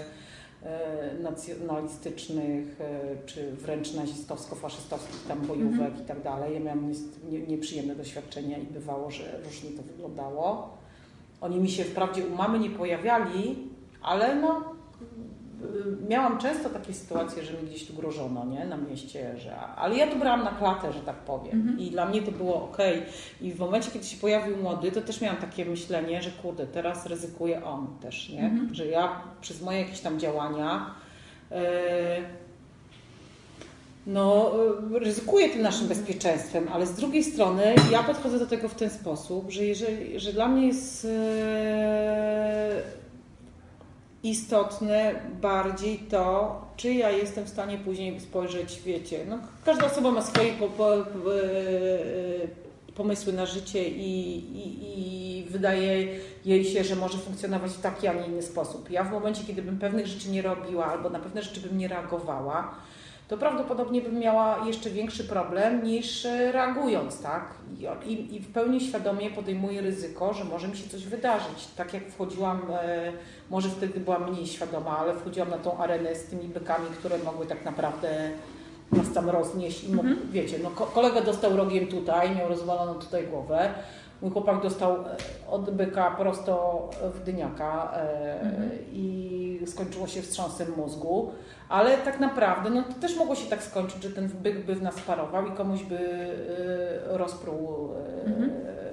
nacjonalistycznych, czy wręcz nazistowsko-faszystowskich tam bojówek i tak dalej. Ja miałam nieprzyjemne doświadczenia i bywało, że różnie to wyglądało. Oni mi się wprawdzie u mamy nie pojawiali, ale no miałam często takie sytuacje, że mi gdzieś tu grożono, nie? Na mieście, ale ja to brałam na klatę, że tak powiem. I dla mnie to było okej. I w momencie, kiedy się pojawił młody, to też miałam takie myślenie, że kurde, teraz ryzykuje on też, nie? Że ja przez moje jakieś tam działania ryzykuję tym naszym bezpieczeństwem, ale z drugiej strony ja podchodzę do tego w ten sposób, że dla mnie jest istotne bardziej to, czy ja jestem w stanie później spojrzeć, wiecie, no każda osoba ma swoje pomysły na życie i wydaje jej się, że może funkcjonować w taki, a nie inny sposób. Ja w momencie, kiedy bym pewnych rzeczy nie robiła albo na pewne rzeczy bym nie reagowała, to prawdopodobnie bym miała jeszcze większy problem niż reagując, tak? I w pełni świadomie podejmuję ryzyko, że może mi się coś wydarzyć. Tak jak wchodziłam, może wtedy byłam mniej świadoma, ale wchodziłam na tą arenę z tymi bykami, które mogły tak naprawdę nas tam roznieść i mógł, wiecie, no kolega dostał rogiem tutaj, miał rozwaloną tutaj głowę. Mój chłopak dostał od byka prosto w dyniaka i skończyło się wstrząsem mózgu, ale tak naprawdę no, to też mogło się tak skończyć, że ten byk by w nas parował i komuś by rozpruł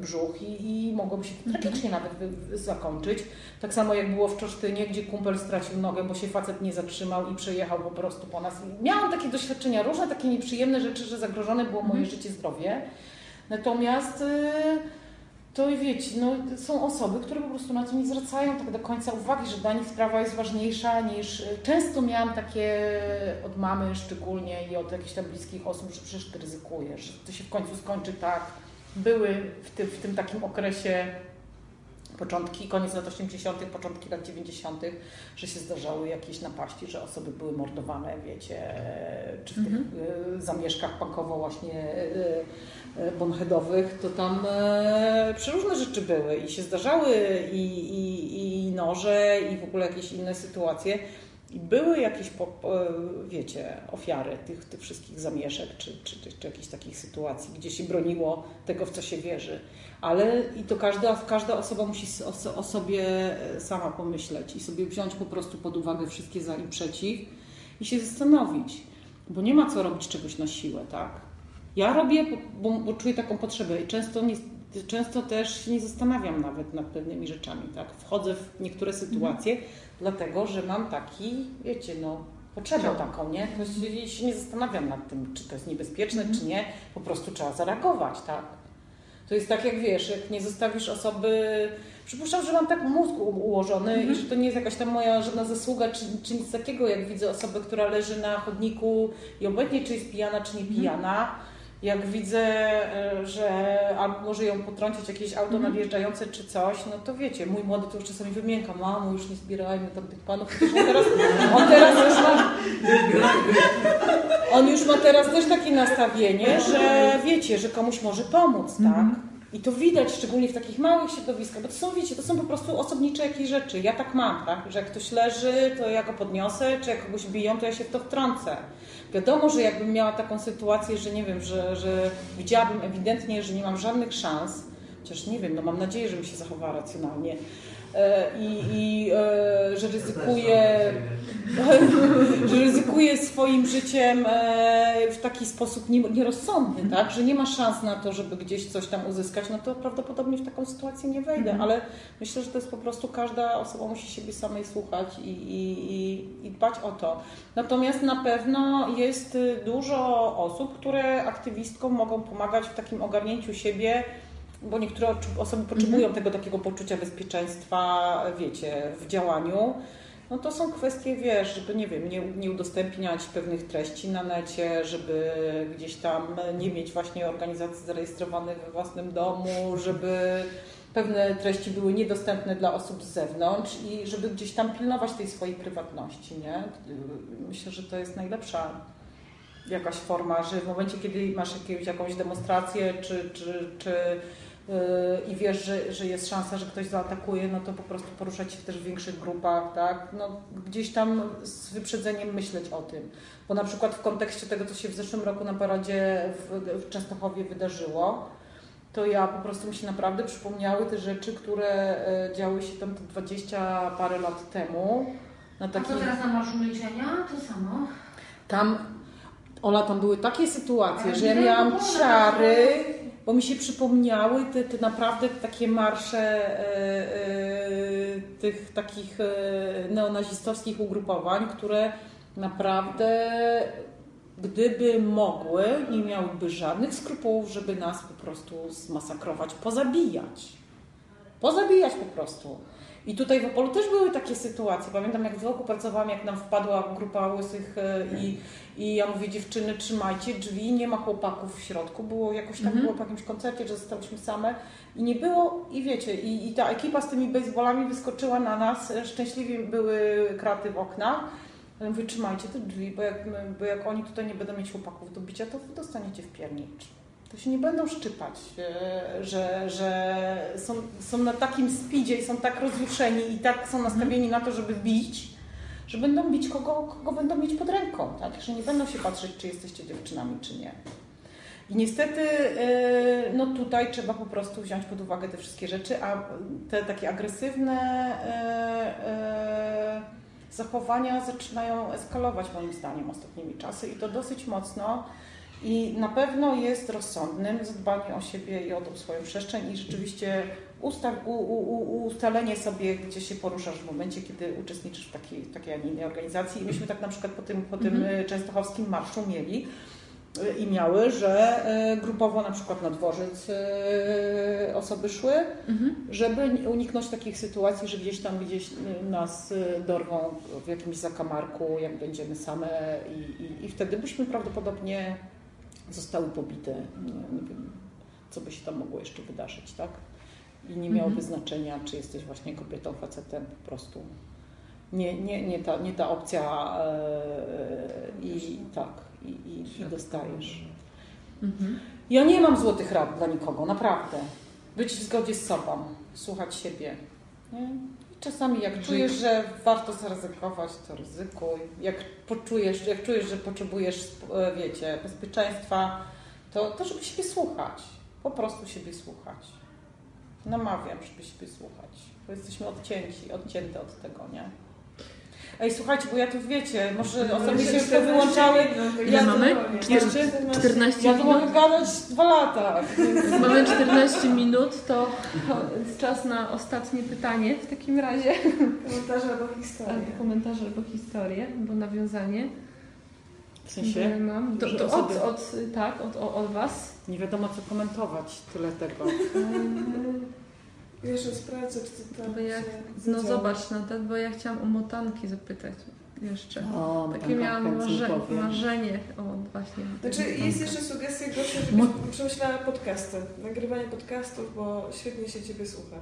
brzuch i mogłoby się tragicznie nawet zakończyć. Tak samo jak było w Czorsztynie, gdzie kumpel stracił nogę, bo się facet nie zatrzymał i przejechał po prostu po nas. Miałam takie doświadczenia, różne takie nieprzyjemne rzeczy, że zagrożone było moje życie, zdrowie. Natomiast to wiecie, no, są osoby, które po prostu na to nie zwracają tak do końca uwagi, że dla nich sprawa jest ważniejsza niż... Często miałam takie od mamy szczególnie i od jakichś tam bliskich osób, że przecież ty ryzykujesz, że to się w końcu skończy tak. Były w tym takim okresie koniec lat 80., początki lat 90., że się zdarzały jakieś napaści, że osoby były mordowane, wiecie, czy w tych zamieszkach punkowo właśnie bonheadowych, to tam przeróżne rzeczy były i się zdarzały i noże i w ogóle jakieś inne sytuacje. I były jakieś, wiecie, ofiary tych wszystkich zamieszek czy jakichś takich sytuacji, gdzie się broniło tego, w co się wierzy. Ale i to każda osoba musi o sobie sama pomyśleć i sobie wziąć po prostu pod uwagę wszystkie za i przeciw i się zastanowić, bo nie ma co robić czegoś na siłę, tak? Ja robię, bo czuję taką potrzebę i często też się nie zastanawiam nawet nad pewnymi rzeczami, tak? Wchodzę w niektóre sytuacje, dlatego, że mam taki, wiecie, potrzebę taką, nie? To się nie zastanawiam nad tym, czy to jest niebezpieczne, czy nie. Po prostu trzeba zareagować, tak? To jest tak, jak wiesz, jak nie zostawisz osoby... Przypuszczam, że mam tak mózg ułożony i że to nie jest jakaś tam moja żadna zasługa, czy nic takiego, jak widzę osobę, która leży na chodniku i obojętnie, czy jest pijana, czy nie pijana. Jak widzę, że albo może ją potrącić jakieś auto nadjeżdżające czy coś, no to wiecie, mój młody to już czasami wymięka, mamo, już nie zbierajmy tam tych panów, on już ma teraz też takie nastawienie, że wiecie, że komuś może pomóc, tak? I to widać szczególnie w takich małych środowiskach, bo to są, wiecie, to są po prostu osobnicze jakieś rzeczy. Ja tak mam, tak? Że jak ktoś leży, to ja go podniosę, czy jak kogoś biją, to ja się w to wtrącę. Wiadomo, że jakbym miała taką sytuację, że nie wiem, że widziałabym ewidentnie, że nie mam żadnych szans, chociaż nie wiem, mam nadzieję, że mi się zachowała racjonalnie że ryzykuję swoim życiem w taki sposób nierozsądny, tak? Że nie ma szans na to, żeby gdzieś coś tam uzyskać, no to prawdopodobnie w taką sytuację nie wejdę, ale myślę, że to jest po prostu każda osoba musi siebie samej słuchać i dbać o to. Natomiast na pewno jest dużo osób, które aktywistkom mogą pomagać w takim ogarnięciu siebie, bo niektóre osoby potrzebują tego takiego poczucia bezpieczeństwa, wiecie, w działaniu. No to są kwestie, wiesz, żeby, nie wiem, nie udostępniać pewnych treści na necie, żeby gdzieś tam nie mieć właśnie organizacji zarejestrowanych we własnym domu, żeby pewne treści były niedostępne dla osób z zewnątrz i żeby gdzieś tam pilnować tej swojej prywatności, nie? Myślę, że to jest najlepsza jakaś forma, że w momencie, kiedy masz jakąś demonstrację i wiesz, że jest szansa, że ktoś zaatakuje, no to po prostu poruszać się też w większych grupach, tak? No, gdzieś tam z wyprzedzeniem myśleć o tym. Bo na przykład w kontekście tego, co się w zeszłym roku na paradzie w Częstochowie wydarzyło, to ja po prostu mi się naprawdę przypomniały te rzeczy, które działy się tam 20 parę lat temu. A co teraz na Marszu Milczenia? To samo? Tam były takie sytuacje, że ja miałam ciary, bo mi się przypomniały te naprawdę takie marsze tych takich neonazistowskich ugrupowań, które naprawdę, gdyby mogły, nie miałyby żadnych skrupułów, żeby nas po prostu zmasakrować, pozabijać. Pozabijać po prostu. I tutaj w Opolu też były takie sytuacje. Pamiętam, jak w roku pracowałam, jak nam wpadła grupa łysych i ja mówię, dziewczyny, trzymajcie drzwi, nie ma chłopaków w środku. Było jakoś tam było po jakimś koncercie, że zostałyśmy same i nie było, i wiecie, i ta ekipa z tymi baseballami wyskoczyła na nas, szczęśliwie były kraty w oknach. Ale mówię, trzymajcie te drzwi, bo jak oni tutaj nie będą mieć chłopaków do bicia, to wy dostaniecie w piernicz. To się nie będą szczypać, że są na takim speedzie i są tak rozjuszeni i tak są nastawieni na to, żeby bić, że będą bić kogo będą mieć pod ręką, tak? Że nie będą się patrzeć, czy jesteście dziewczynami, czy nie. I niestety no tutaj trzeba po prostu wziąć pod uwagę te wszystkie rzeczy, a te takie agresywne zachowania zaczynają eskalować moim zdaniem ostatnimi czasy i to dosyć mocno. I na pewno jest rozsądnym zadbanie o siebie i o tą swoją przestrzeń i rzeczywiście ustalenie sobie, gdzie się poruszasz w momencie, kiedy uczestniczysz w takiej, a nie innej organizacji. I myśmy tak na przykład po tym częstochowskim marszu mieli i miały, że grupowo na przykład na dworzec osoby szły, żeby uniknąć takich sytuacji, że gdzieś nas dorwą w jakimś zakamarku, jak będziemy same i wtedy byśmy prawdopodobnie zostały pobite. Nie wiem, co by się tam mogło jeszcze wydarzyć, tak? I nie miałoby znaczenia, czy jesteś właśnie kobietą, facetem, po prostu nie ta opcja i dostajesz. Ja nie mam złotych rad dla nikogo, naprawdę. Być w zgodzie z sobą, słuchać siebie. Nie? I czasami jak czujesz, że warto zaryzykować, to ryzykuj. Jak czujesz, że potrzebujesz, wiecie, bezpieczeństwa, to żeby siebie słuchać. Po prostu siebie słuchać. Namawiam, żeby siebie słuchać, bo jesteśmy odcięte od tego, nie? Ej, słuchajcie, bo ja tu wiecie, może osoby się już wyłączały. Ile mamy? 14 ja tu mogę gadać 2 lata. Mamy 14 minut, to jest czas na ostatnie pytanie w takim razie. Komentarze albo historie. Komentarze albo historie, bo nawiązanie. W sensie? Mam. Od Was. Nie wiadomo, co komentować, tyle tego. Wiesz, sprawdzę, czy to tam zobacz, bo ja chciałam o motanki zapytać jeszcze. Takie miałam marzenie. Właśnie. Znaczy jest jeszcze sugestia, Gosia, żebyś przemyślała podcasty. Nagrywanie podcastów, bo świetnie się Ciebie słucha.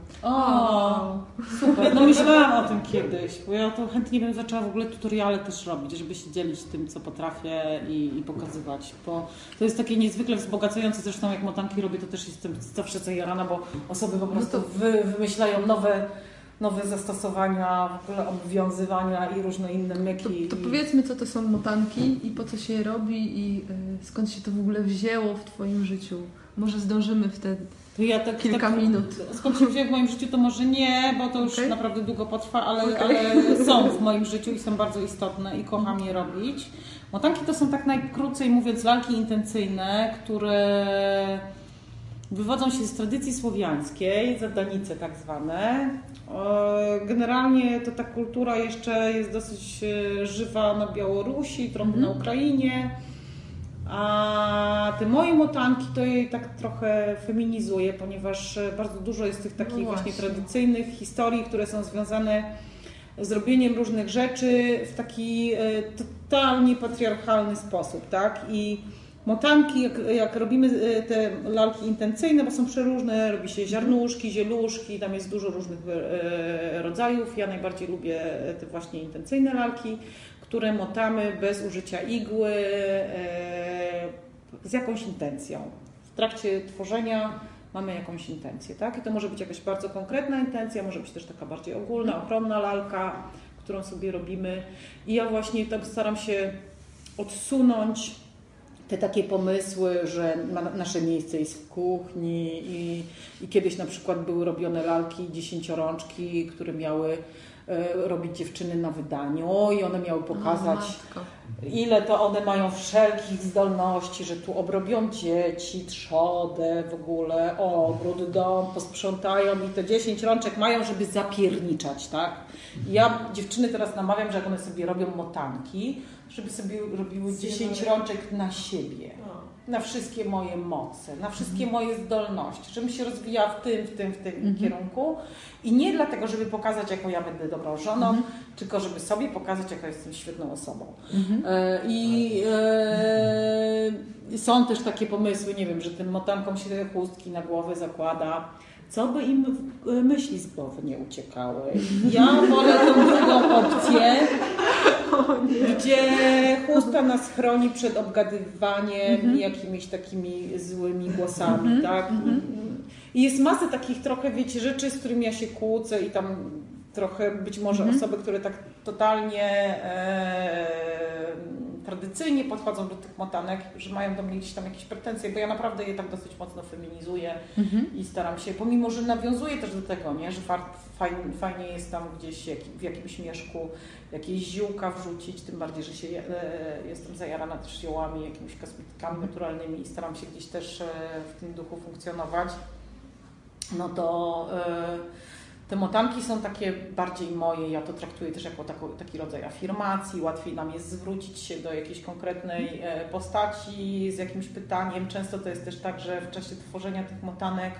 Super. No myślałam o tym kiedyś, bo ja to chętnie bym zaczęła w ogóle tutoriale też robić, żeby się dzielić tym, co potrafię i pokazywać, bo to jest takie niezwykle wzbogacające, zresztą jak motanki robię, to też jestem zawsze zajarana, bo osoby po prostu wymyślają nowe zastosowania, w ogóle obwiązywania i różne inne myki. To powiedzmy, co to są motanki i po co się je robi i skąd się to w ogóle wzięło w Twoim życiu. Może zdążymy w te kilka minut. Skąd się wzięło w moim życiu, to może nie, bo to już naprawdę długo potrwa, ale są w moim życiu i są bardzo istotne i kocham je robić. Motanki to są tak najkrócej mówiąc lalki intencyjne, które wywodzą się z tradycji słowiańskiej, zadanice tak zwane. Generalnie to ta kultura jeszcze jest dosyć żywa na Białorusi, trochę na Ukrainie, a te moje motanki to jej tak trochę feminizuje, ponieważ bardzo dużo jest tych takich właśnie tradycyjnych historii, które są związane z robieniem różnych rzeczy w taki totalnie patriarchalny sposób, tak? I motanki, jak robimy te lalki intencyjne, bo są przeróżne, robi się ziarnuszki, zieluszki, tam jest dużo różnych rodzajów. Ja najbardziej lubię te właśnie intencyjne lalki, które motamy bez użycia igły, z jakąś intencją. W trakcie tworzenia mamy jakąś intencję, tak? I to może być jakaś bardzo konkretna intencja, może być też taka bardziej ogólna, ogromna lalka, którą sobie robimy. I ja właśnie tak staram się odsunąć te takie pomysły, że nasze miejsce jest w kuchni i kiedyś na przykład były robione lalki 10-rączki, które miały robić dziewczyny na wydaniu i one miały pokazać, ile to one mają wszelkich zdolności, że tu obrobią dzieci, trzodę w ogóle, ogród, dom, posprzątają i te 10 rączek mają, żeby zapierniczać, tak? I ja dziewczyny teraz namawiam, że jak one sobie robią motanki, żeby sobie robiły 10 rączek na siebie, na wszystkie moje moce, na wszystkie moje zdolności, żebym się rozwijała w tym kierunku i nie dlatego, żeby pokazać, jaką ja będę dobrą żoną, tylko żeby sobie pokazać, jaka jestem świetną osobą. Są też takie pomysły, nie wiem, że tym motankom się te chustki na głowę zakłada, co by im myśli z głowy nie uciekały. Ja wolę tą drugą opcję, gdzie chustka nas chroni przed obgadywaniem i jakimiś takimi złymi głosami, tak? I jest masa takich trochę, wiecie, rzeczy, z którymi ja się kłócę i tam trochę być może osoby, które tak totalnie tradycyjnie podchodzą do tych motanek, że mają do mnie gdzieś tam jakieś pretensje, bo ja naprawdę je tak dosyć mocno feminizuję i staram się, pomimo że nawiązuję też do tego, nie, że fajnie jest tam gdzieś w jakimś mieszku jakieś ziółka wrzucić, tym bardziej, że jestem zajarana też ziołami, jakimiś kosmetykami naturalnymi i staram się gdzieś też w tym duchu funkcjonować. No to te motanki są takie bardziej moje, ja to traktuję też jako taki rodzaj afirmacji, łatwiej nam jest zwrócić się do jakiejś konkretnej postaci z jakimś pytaniem. Często to jest też tak, że w czasie tworzenia tych motanek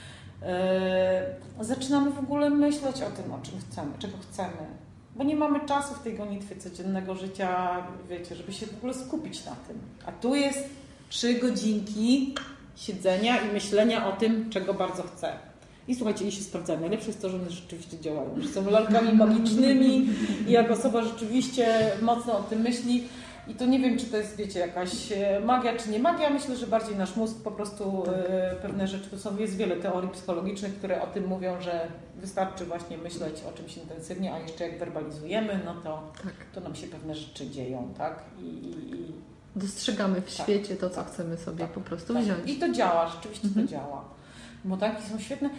zaczynamy w ogóle myśleć o tym, o czym chcemy, czego chcemy. Bo nie mamy czasu w tej gonitwie codziennego życia, wiecie, żeby się w ogóle skupić na tym. A tu jest 3 godzinki siedzenia i myślenia o tym, czego bardzo chcę. I słuchajcie, i się sprawdzają. Najlepsze jest to, że one rzeczywiście działają, że są lalkami magicznymi i jak osoba rzeczywiście mocno o tym myśli. I to nie wiem, czy to jest, wiecie, jakaś magia, czy nie magia. Myślę, że bardziej nasz mózg po prostu pewne rzeczy, jest wiele teorii psychologicznych, które o tym mówią, że wystarczy właśnie myśleć o czymś intensywnie, a jeszcze jak werbalizujemy, no to nam się pewne rzeczy dzieją, tak? I dostrzegamy w świecie to, co chcemy sobie po prostu wziąć. I to działa, rzeczywiście to działa. Motanki są świetne.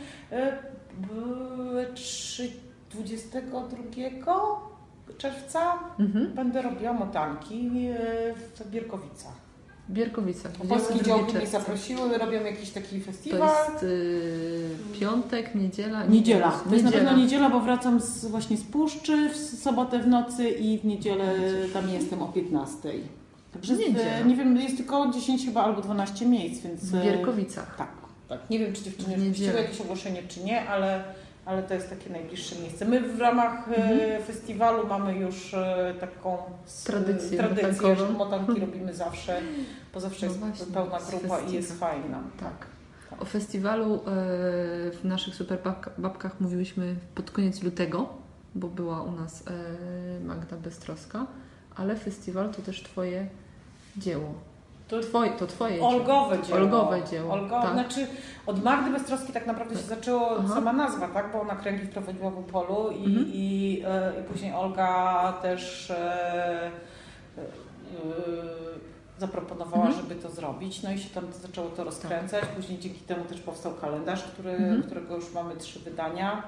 22 czerwca będę robiła motanki w Bierkowicach. Polskie działki mnie zaprosiły, robią jakiś taki festiwal. To jest piątek, niedziela? Niedziela. To jest na pewno niedziela, bo wracam właśnie z Puszczy w sobotę w nocy i w niedzielę tam jestem o 15. Także nie wiem, jest tylko 10 chyba albo 12 miejsc, więc... W Bierkowicach. Tak. Nie wiem, czy dziewczyny wpuściły jakieś ogłoszenie, czy nie, ale to jest takie najbliższe miejsce. My w ramach festiwalu mamy już taką tradycję, że motanki robimy zawsze, bo zawsze jest pełna grupa i jest fajna. Tak. O festiwalu w naszych Super Babkach mówiłyśmy pod koniec lutego, bo była u nas Magda Beztroska, ale festiwal to też Twoje dzieło. To Twoje Olgowe dzieło. Tak. Znaczy od Magdy Beztroski tak naprawdę się zaczęło sama nazwa, tak? Bo ona kręgi wprowadziła w Opolu i później Olga też zaproponowała, żeby to zrobić. No i się tam zaczęło to rozkręcać. Później dzięki temu też powstał kalendarz, którego już mamy 3 wydania.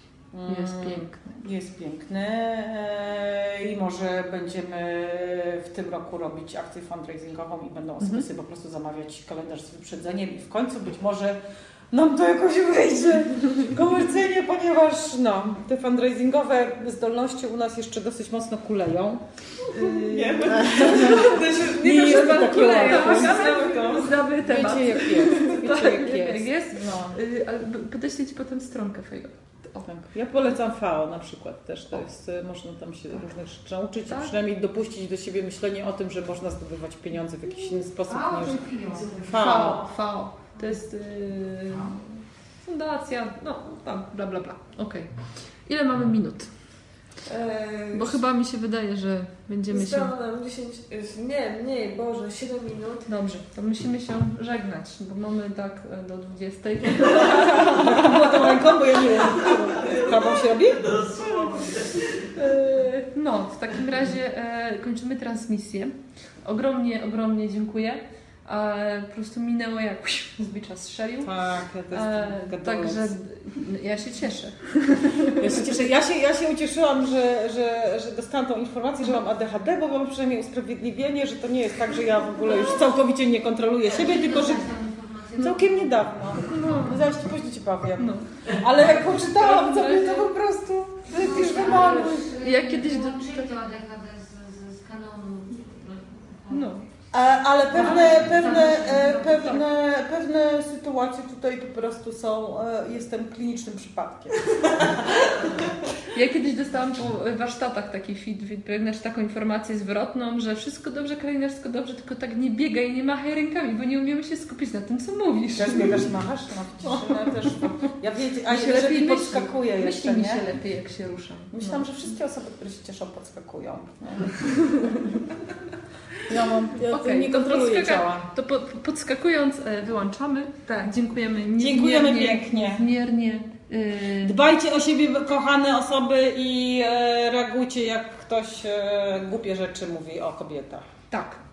Jest piękny i może będziemy w tym roku robić akcję fundraisingową i będą osoby sobie po prostu zamawiać kalendarz z wyprzedzeniem i w końcu być może nam to jakoś wyjdzie komercyjnie, ponieważ te fundraisingowe zdolności u nas jeszcze dosyć mocno kuleją. Nie to, że pan kuleją, znamy temat. Wiecie jak jest. Ale podeślę Ci potem stronkę Fejgo. Tak. Ja polecam FAO na przykład też, to jest, można tam się różnych rzeczy nauczyć i przynajmniej dopuścić do siebie myślenie o tym, że można zdobywać pieniądze w jakiś inny sposób niż FAO. To jest fundacja, tam bla bla bla. Okej. Ile mamy minut? Bo chyba mi się wydaje, że będziemy się... nam 10... Nie, Boże, 7 minut. Dobrze, to musimy się żegnać, bo mamy tak do 20. Było tą ręką, bo ja nie wiem. Prawą się robi? W takim razie kończymy transmisję. Ogromnie dziękuję. Po prostu minęło jak zbicza strzelił. Tak, ja to jest także ja się cieszę. Ja się ucieszyłam, że dostałam tą informację, że mam ADHD, bo mam przynajmniej usprawiedliwienie, że to nie jest tak, że ja w ogóle już całkowicie nie kontroluję siebie, tylko że całkiem niedawno. Zaraz Ci później powiem. Ale jak poczytałam sobie, to po prostu już wymaluj. Ja kiedyś z kanonu. Ale pewne sytuacje tutaj po prostu są, jestem klinicznym przypadkiem. Ja kiedyś dostałam po warsztatach taki feedback, taką informację zwrotną, że wszystko dobrze, Karolina, wszystko dobrze, tylko tak nie biegaj i nie machaj rękami, bo nie umiemy się skupić na tym, co mówisz. Też biegasz, machasz? Też. Ja wiecie, a się lepiej podskakuję jeszcze, myśli mi się lepiej, jak się ruszam. Myślałam, że wszystkie osoby, które się cieszą, podskakują. Nie kontroluję ciała. To podskakując wyłączamy. Tak. Dziękujemy pięknie. Niezmiernie. Dbajcie o siebie, kochane osoby i reagujcie, jak ktoś głupie rzeczy mówi o kobietach. Tak.